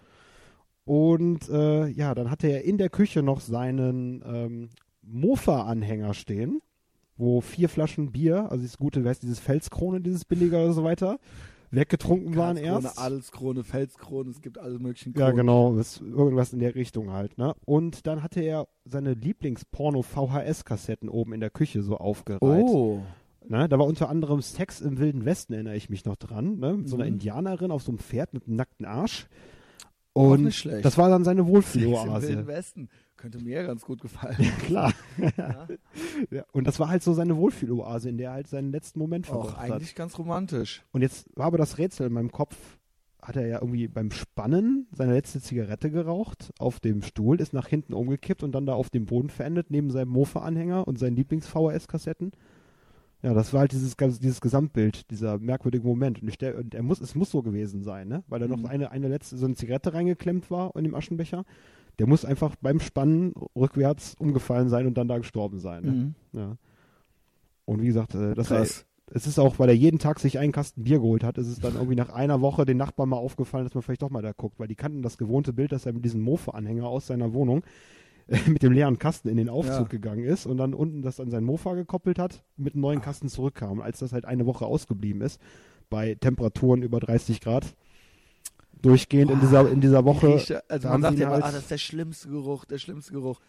Und äh, ja, dann hatte er in der Küche noch seinen ähm, Mofa-Anhänger stehen, wo vier Flaschen Bier, also dieses gute, weißt dieses Felskrone, dieses billige und so weiter, weggetrunken waren Karlskrone, erst. Adelskrone, Felskrone, es gibt alle möglichen Ja, Kronen. genau, das, irgendwas in der Richtung halt, ne? Und dann hatte er seine Lieblingsporno-V H S-Kassetten oben in der Küche so aufgereiht. Oh. Ne? Da war unter anderem Sex im Wilden Westen, erinnere ich mich noch dran, ne? Mit so einer Mhm. Indianerin auf so einem Pferd mit einem nackten Arsch. Auch Und nicht schlecht. das war dann seine Sex im Wilden Wohlfühloase. Westen. Könnte mir ganz gut gefallen. Klar. Ja. Ja, und das war halt so seine Wohlfühloase, in der er halt seinen letzten Moment Auch verbracht hat. eigentlich ganz romantisch. Und jetzt war aber das Rätsel in meinem Kopf, hat er ja irgendwie beim Spannen seine letzte Zigarette geraucht, auf dem Stuhl, ist nach hinten umgekippt und dann da auf dem Boden verendet, neben seinem Mofa-Anhänger und seinen Lieblings-V H S-Kassetten. Ja, das war halt dieses, dieses Gesamtbild, dieser merkwürdige Moment. Und, ich stell, und er muss, es muss so gewesen sein, ne? Weil da Mhm. noch eine, eine letzte, so eine Zigarette reingeklemmt war in dem Aschenbecher. Der muss einfach beim Spannen rückwärts umgefallen sein und dann da gestorben sein. Ne? Mhm. Ja. Und wie gesagt, äh, das war, Krass. es ist auch, weil er jeden Tag sich einen Kasten Bier geholt hat, ist es dann irgendwie nach einer Woche den Nachbarn mal aufgefallen, dass man vielleicht doch mal da guckt, weil die kannten das gewohnte Bild, dass er mit diesem Mofa-Anhänger aus seiner Wohnung äh, mit dem leeren Kasten in den Aufzug Ja. gegangen ist und dann unten das an sein Mofa gekoppelt hat, mit einem neuen Kasten zurückkam. Und als das halt eine Woche ausgeblieben ist, bei Temperaturen über dreißig Grad, durchgehend in dieser, in dieser Woche. Riecht, also da man haben sagt sie ja ihn immer, halt- ah, das ist der schlimmste Geruch, der schlimmste Geruch.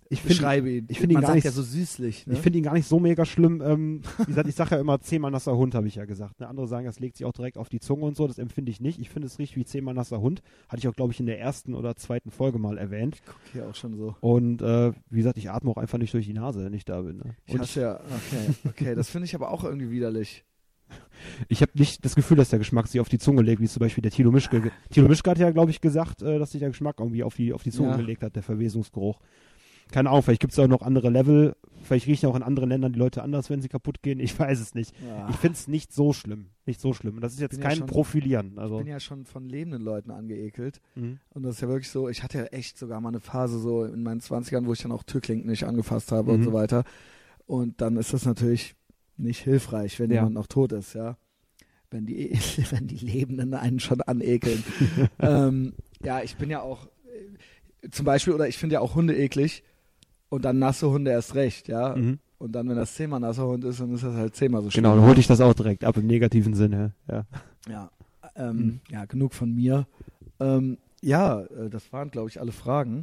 Ich finde Beschreibe ihn. ich find ihn Man gar sagt nicht- ja so süßlich. Ne? Ich finde ihn gar nicht so mega schlimm. Ähm, wie gesagt, ich sage ja immer zehnmal nasser Hund, habe ich ja gesagt. Ne? Andere sagen, das legt sich auch direkt auf die Zunge und so. Das empfinde ich nicht. Ich finde, es riecht wie zehnmal nasser Hund. Hatte ich auch, glaube ich, in der ersten oder zweiten Folge mal erwähnt. Guck hier auch schon so. Und äh, wie gesagt, ich atme auch einfach nicht durch die Nase, wenn ich da bin. Ne? Ich Und hasse ja, okay, okay, das finde ich aber auch irgendwie widerlich. ich habe nicht das Gefühl, dass der Geschmack sich auf die Zunge legt, wie zum Beispiel der Thilo Mischke. Thilo Mischke hat ja, glaube ich, gesagt, äh, dass sich der Geschmack irgendwie auf die, auf die Zunge Ja. gelegt hat, der Verwesungsgeruch. Keine Ahnung, vielleicht gibt es auch noch andere Level. Vielleicht riechen auch in anderen Ländern die Leute anders, wenn sie kaputt gehen. Ich weiß es nicht. Ja. Ich finde es nicht so schlimm. Nicht so schlimm. Und das ist jetzt bin ja kein schon- Profilieren. Ich Also, bin ja schon von lebenden Leuten angeekelt. mhm. Und das ist ja wirklich so, ich hatte ja echt sogar mal eine Phase so in meinen zwanzigern, wo ich dann auch Türklinken nicht angefasst habe und Mhm. so weiter. Und dann ist das natürlich nicht hilfreich, wenn Ja. jemand noch tot ist, ja. Wenn die, wenn die Lebenden einen schon anekeln. ähm, ja, ich bin ja auch, äh, zum Beispiel, oder ich finde ja auch Hunde eklig und dann nasse Hunde erst recht, ja. Mhm. Und dann, wenn das zehnmal nasser Hund ist, dann ist das halt zehnmal so schlimm. Genau, dann holte ich das auch direkt ab im negativen Sinne. Ja. Ja, ähm, Mhm. ja, genug von mir. Ähm, ja, äh, das waren, glaube ich, alle Fragen.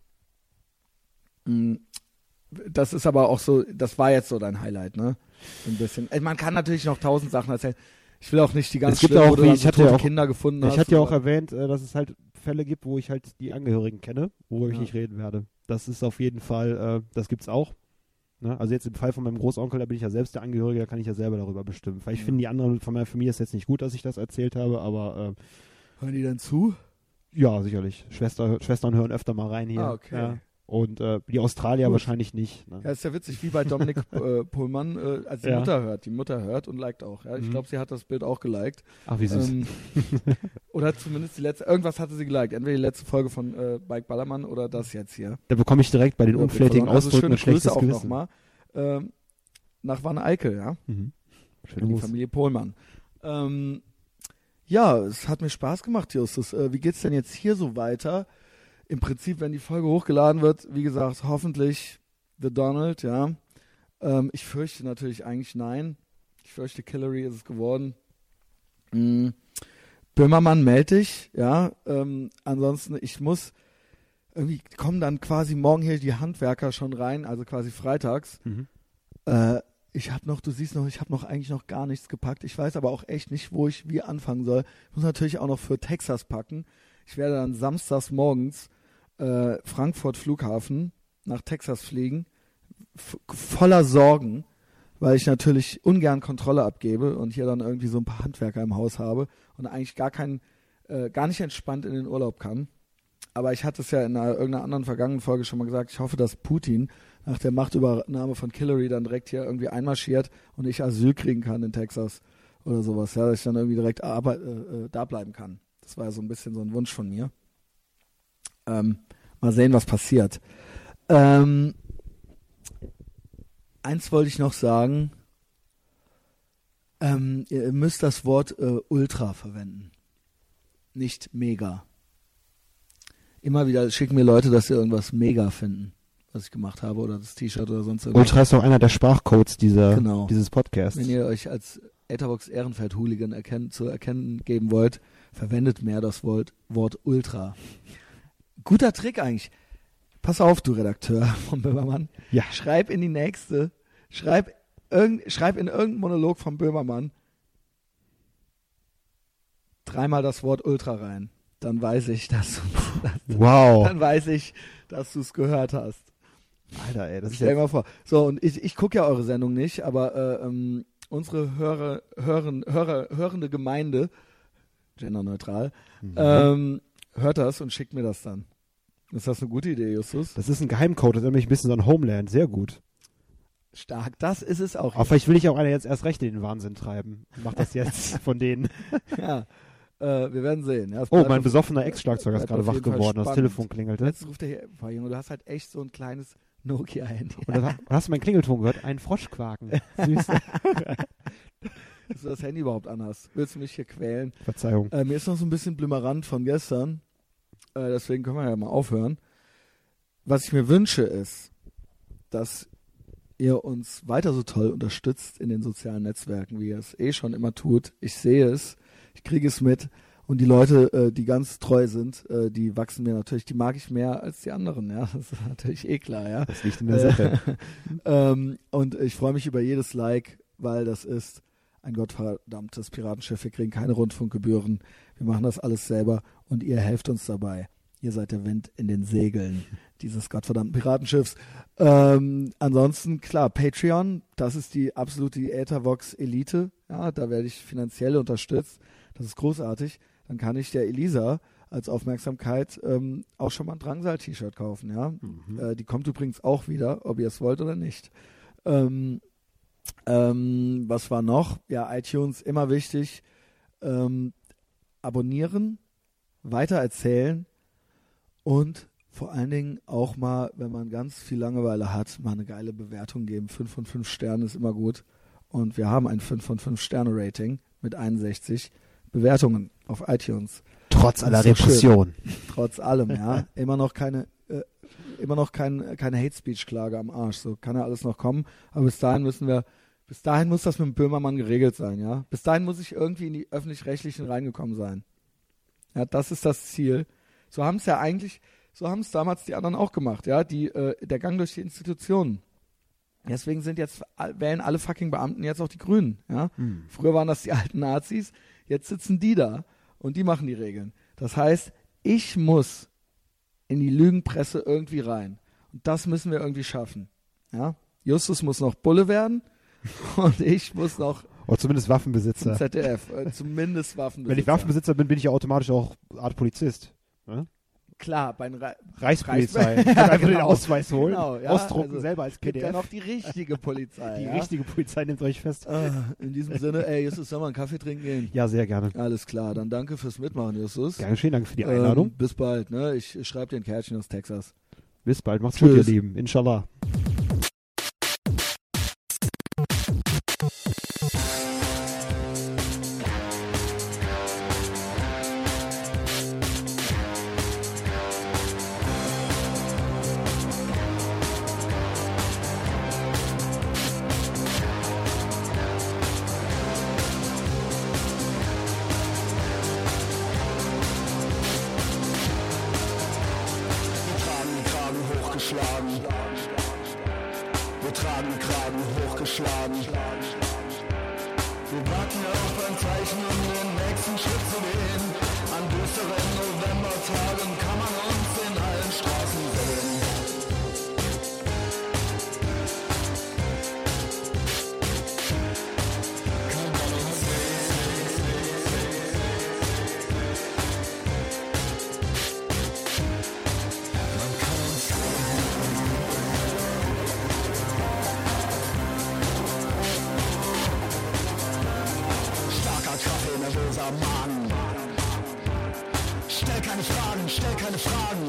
Mm, Das ist aber auch so, das war jetzt so dein Highlight, ne? Ein bisschen. Äh, Man kann natürlich noch tausend Sachen erzählen. Ich will auch nicht die ganz Es gibt schlimm, auch, wo du wie dann ich so hatte ja tote auch- Kinder gefunden Ich hast. hatte ja auch oder- erwähnt, äh, dass es halt Fälle gibt, wo ich halt die Angehörigen kenne, worüber ich Ja. nicht reden werde. Das ist auf jeden Fall, äh, das gibt's auch. Ne? Also jetzt im Fall von meinem Großonkel, da bin ich ja selbst der Angehörige, da kann ich ja selber darüber bestimmen. Vielleicht Ja. finden die anderen von meiner Familie es jetzt nicht gut, dass ich das erzählt habe, aber äh, Hören die dann zu? ja, sicherlich. Schwester, Schwestern hören öfter mal rein hier. Ah, okay. Ja. Und äh, die Australier Gut. wahrscheinlich nicht. Ne? Ja, ist ja witzig, wie bei Dominik äh, Pohlmann, äh, als die Ja. Mutter hört. Die Mutter hört und liked auch. Ja? Ich Mhm. glaube, sie hat das Bild auch geliked. Ach, wie süß. Ähm, oder zumindest die letzte, irgendwas hatte sie geliked. Entweder die letzte Folge von äh, Bike Ballermann oder das jetzt hier. Da bekomme ich direkt bei den Ja, unflätigen also Ausdrücken schöne ein schlechtes Grüße auch Gewissen. nochmal ähm, nach Wanne Eickel, ja. Mhm. Schöne Die Grüße. Familie Pohlmann. Ähm, ja, es hat mir Spaß gemacht, Justus. Äh, wie geht's denn jetzt hier so weiter? Im Prinzip, wenn die Folge hochgeladen wird, wie gesagt, hoffentlich The Donald, ja. Ähm, ich fürchte natürlich eigentlich nein. Ich fürchte, Hillary ist es geworden. Mhm. Böhmermann, melde dich, ja. Ähm, ansonsten, ich muss, irgendwie kommen dann quasi morgen hier die Handwerker schon rein, also quasi freitags. Mhm. Äh, ich habe noch, du siehst noch, ich habe noch eigentlich noch gar nichts gepackt. Ich weiß aber auch echt nicht, wo ich wie anfangen soll. Ich muss natürlich auch noch für Texas packen. Ich werde dann samstags morgens äh, Frankfurt Flughafen nach Texas fliegen, f- voller Sorgen, weil ich natürlich ungern Kontrolle abgebe und hier dann irgendwie so ein paar Handwerker im Haus habe und eigentlich gar kein, äh, gar nicht entspannt in den Urlaub kann. Aber ich hatte es ja in einer, irgendeiner anderen vergangenen Folge schon mal gesagt, ich hoffe, dass Putin nach der Machtübernahme von Hillary dann direkt hier irgendwie einmarschiert und ich Asyl kriegen kann in Texas oder sowas, ja, dass ich dann irgendwie direkt arbeit, äh, äh, da bleiben kann. Das war ja so ein bisschen so ein Wunsch von mir. Ähm, mal sehen, was passiert. Ähm, eins wollte ich noch sagen. Ähm, ihr müsst das Wort äh, Ultra verwenden. Nicht mega. Immer wieder schicken mir Leute, dass sie irgendwas mega finden, was ich gemacht habe oder das T-Shirt oder sonst irgendwas. Ultra ist doch einer der Sprachcodes dieser, Genau. dieses Podcasts. Wenn ihr euch als Etherbox Ehrenfeld-Hooligan erkennen, zu erkennen geben wollt, verwendet mehr das Wort, Wort Ultra. Guter Trick eigentlich. Pass auf, du Redakteur von Böhmermann. Ja. Schreib in die nächste, schreib, irgend, schreib in irgendeinen Monolog von Böhmermann dreimal das Wort Ultra rein. Dann weiß ich, dass Wow. dann weiß ich, dass du es gehört hast. Alter, ey, das ist Stell dir ja mal vor. So, und ich, ich gucke ja eure Sendung nicht, aber äh, ähm, unsere Hörer, Hören, Hörer, hörende Gemeinde, genderneutral, Mhm. ähm, hört das und schickt mir das dann. Ist das eine gute Idee, Justus? Das ist ein Geheimcode, das erinnert mich ein bisschen so an Homeland. Sehr gut. Stark, das ist es auch. Aber vielleicht will ich auch einer jetzt erst recht in den Wahnsinn treiben. Mach das jetzt von denen. Ja, äh, wir werden sehen. Ja, es Oh, bleibt mein auf- besoffener Ex-Schlagzeuger ist bleibt gerade auf wach jeden Fall geworden. Das spannend. Telefon klingelte. Jetzt ruft er hier, boah, Junge, du hast halt echt so ein kleines Nokia-Handy. Und dann hast du meinen Klingelton gehört? Ein Froschquaken. Süß. Dass du das Handy überhaupt anhast. Willst du mich hier quälen? Verzeihung. Äh, mir ist noch so ein bisschen Blümerant von gestern. Äh, deswegen können wir ja mal aufhören. Was ich mir wünsche ist, dass ihr uns weiter so toll unterstützt in den sozialen Netzwerken, wie ihr es eh schon immer tut. Ich sehe es, ich kriege es mit Und die Leute, äh, die ganz treu sind, äh, die wachsen mir natürlich, die mag ich mehr als die anderen, ja. Das ist natürlich eh klar, ja. Das liegt in der Sache. ähm, und ich freue mich über jedes Like, weil das ist ein gottverdammtes Piratenschiff. Wir kriegen keine Rundfunkgebühren. Wir machen das alles selber und ihr helft uns dabei. Ihr seid der Wind in den Segeln dieses gottverdammten Piratenschiffs. Ähm, ansonsten, klar, Patreon, das ist die absolute Äthervox Elite. Ja, da werde ich finanziell unterstützt. Das ist großartig. Dann kann ich der Elisa als Aufmerksamkeit ähm, auch schon mal ein Drangsal-T-Shirt kaufen. Ja? Mhm. Äh, die kommt übrigens auch wieder, ob ihr es wollt oder nicht. Ähm, ähm, was war noch? Ja, iTunes, immer wichtig. Ähm, abonnieren, weitererzählen und vor allen Dingen auch mal, wenn man ganz viel Langeweile hat, mal eine geile Bewertung geben. fünf von fünf Sternen ist immer gut. Und wir haben ein fünf von fünf Sterne Rating mit einundsechzig Bewertungen auf iTunes. Trotz Das aller ist doch Repression. Trotz allem, ja. Immer noch keine, äh, immer noch kein, keine Hate-Speech-Klage am Arsch. So kann ja alles noch kommen. Aber bis dahin müssen wir, bis dahin muss das mit dem Böhmermann geregelt sein, ja. Bis dahin muss ich irgendwie in die Öffentlich-Rechtlichen reingekommen sein. Ja, das ist das Ziel. So haben es ja eigentlich, so haben es damals die anderen auch gemacht, ja. Die, äh, der Gang durch die Institutionen. Deswegen sind jetzt, wählen alle fucking Beamten jetzt auch die Grünen, ja. Hm. Früher waren das die alten Nazis, jetzt sitzen die da und die machen die Regeln. Das heißt, ich muss in die Lügenpresse irgendwie rein. Und das müssen wir irgendwie schaffen. Ja? Justus muss noch Bulle werden und ich muss noch Oder zumindest zum Waffenbesitzer. Z D F, äh, zumindest Waffenbesitzer. Wenn ich Waffenbesitzer bin, bin ich ja automatisch auch Art Polizist. Ne? Klar, bei den Re Reichspolizei. Reichs- Ich kann einfach Genau. den Ausweis holen, Genau, ja, ausdrucken also selber als P gibt D ja F. noch die richtige Polizei. Die ja? richtige Polizei nimmt euch fest. Ah, in diesem Sinne, ey, Justus, sollen wir einen Kaffee trinken gehen? Ja, sehr gerne. Alles klar, dann danke fürs Mitmachen, Justus. Gerne schön, danke für die Einladung. Ähm, bis bald, ne? Ich schreibe dir ein Kärtchen aus Texas. Bis bald, macht's gut, ihr Tschüss. Lieben. Inshallah. Wir tragen den Kragen hochgeschlagen. Wir warten auf ein Zeichen, um den nächsten Schritt zu gehen. An düsteren Novembertagen kann man uns in allen Straßen sehen. Kann man uns nervöser Mann. Stell keine Fragen, stell keine Fragen.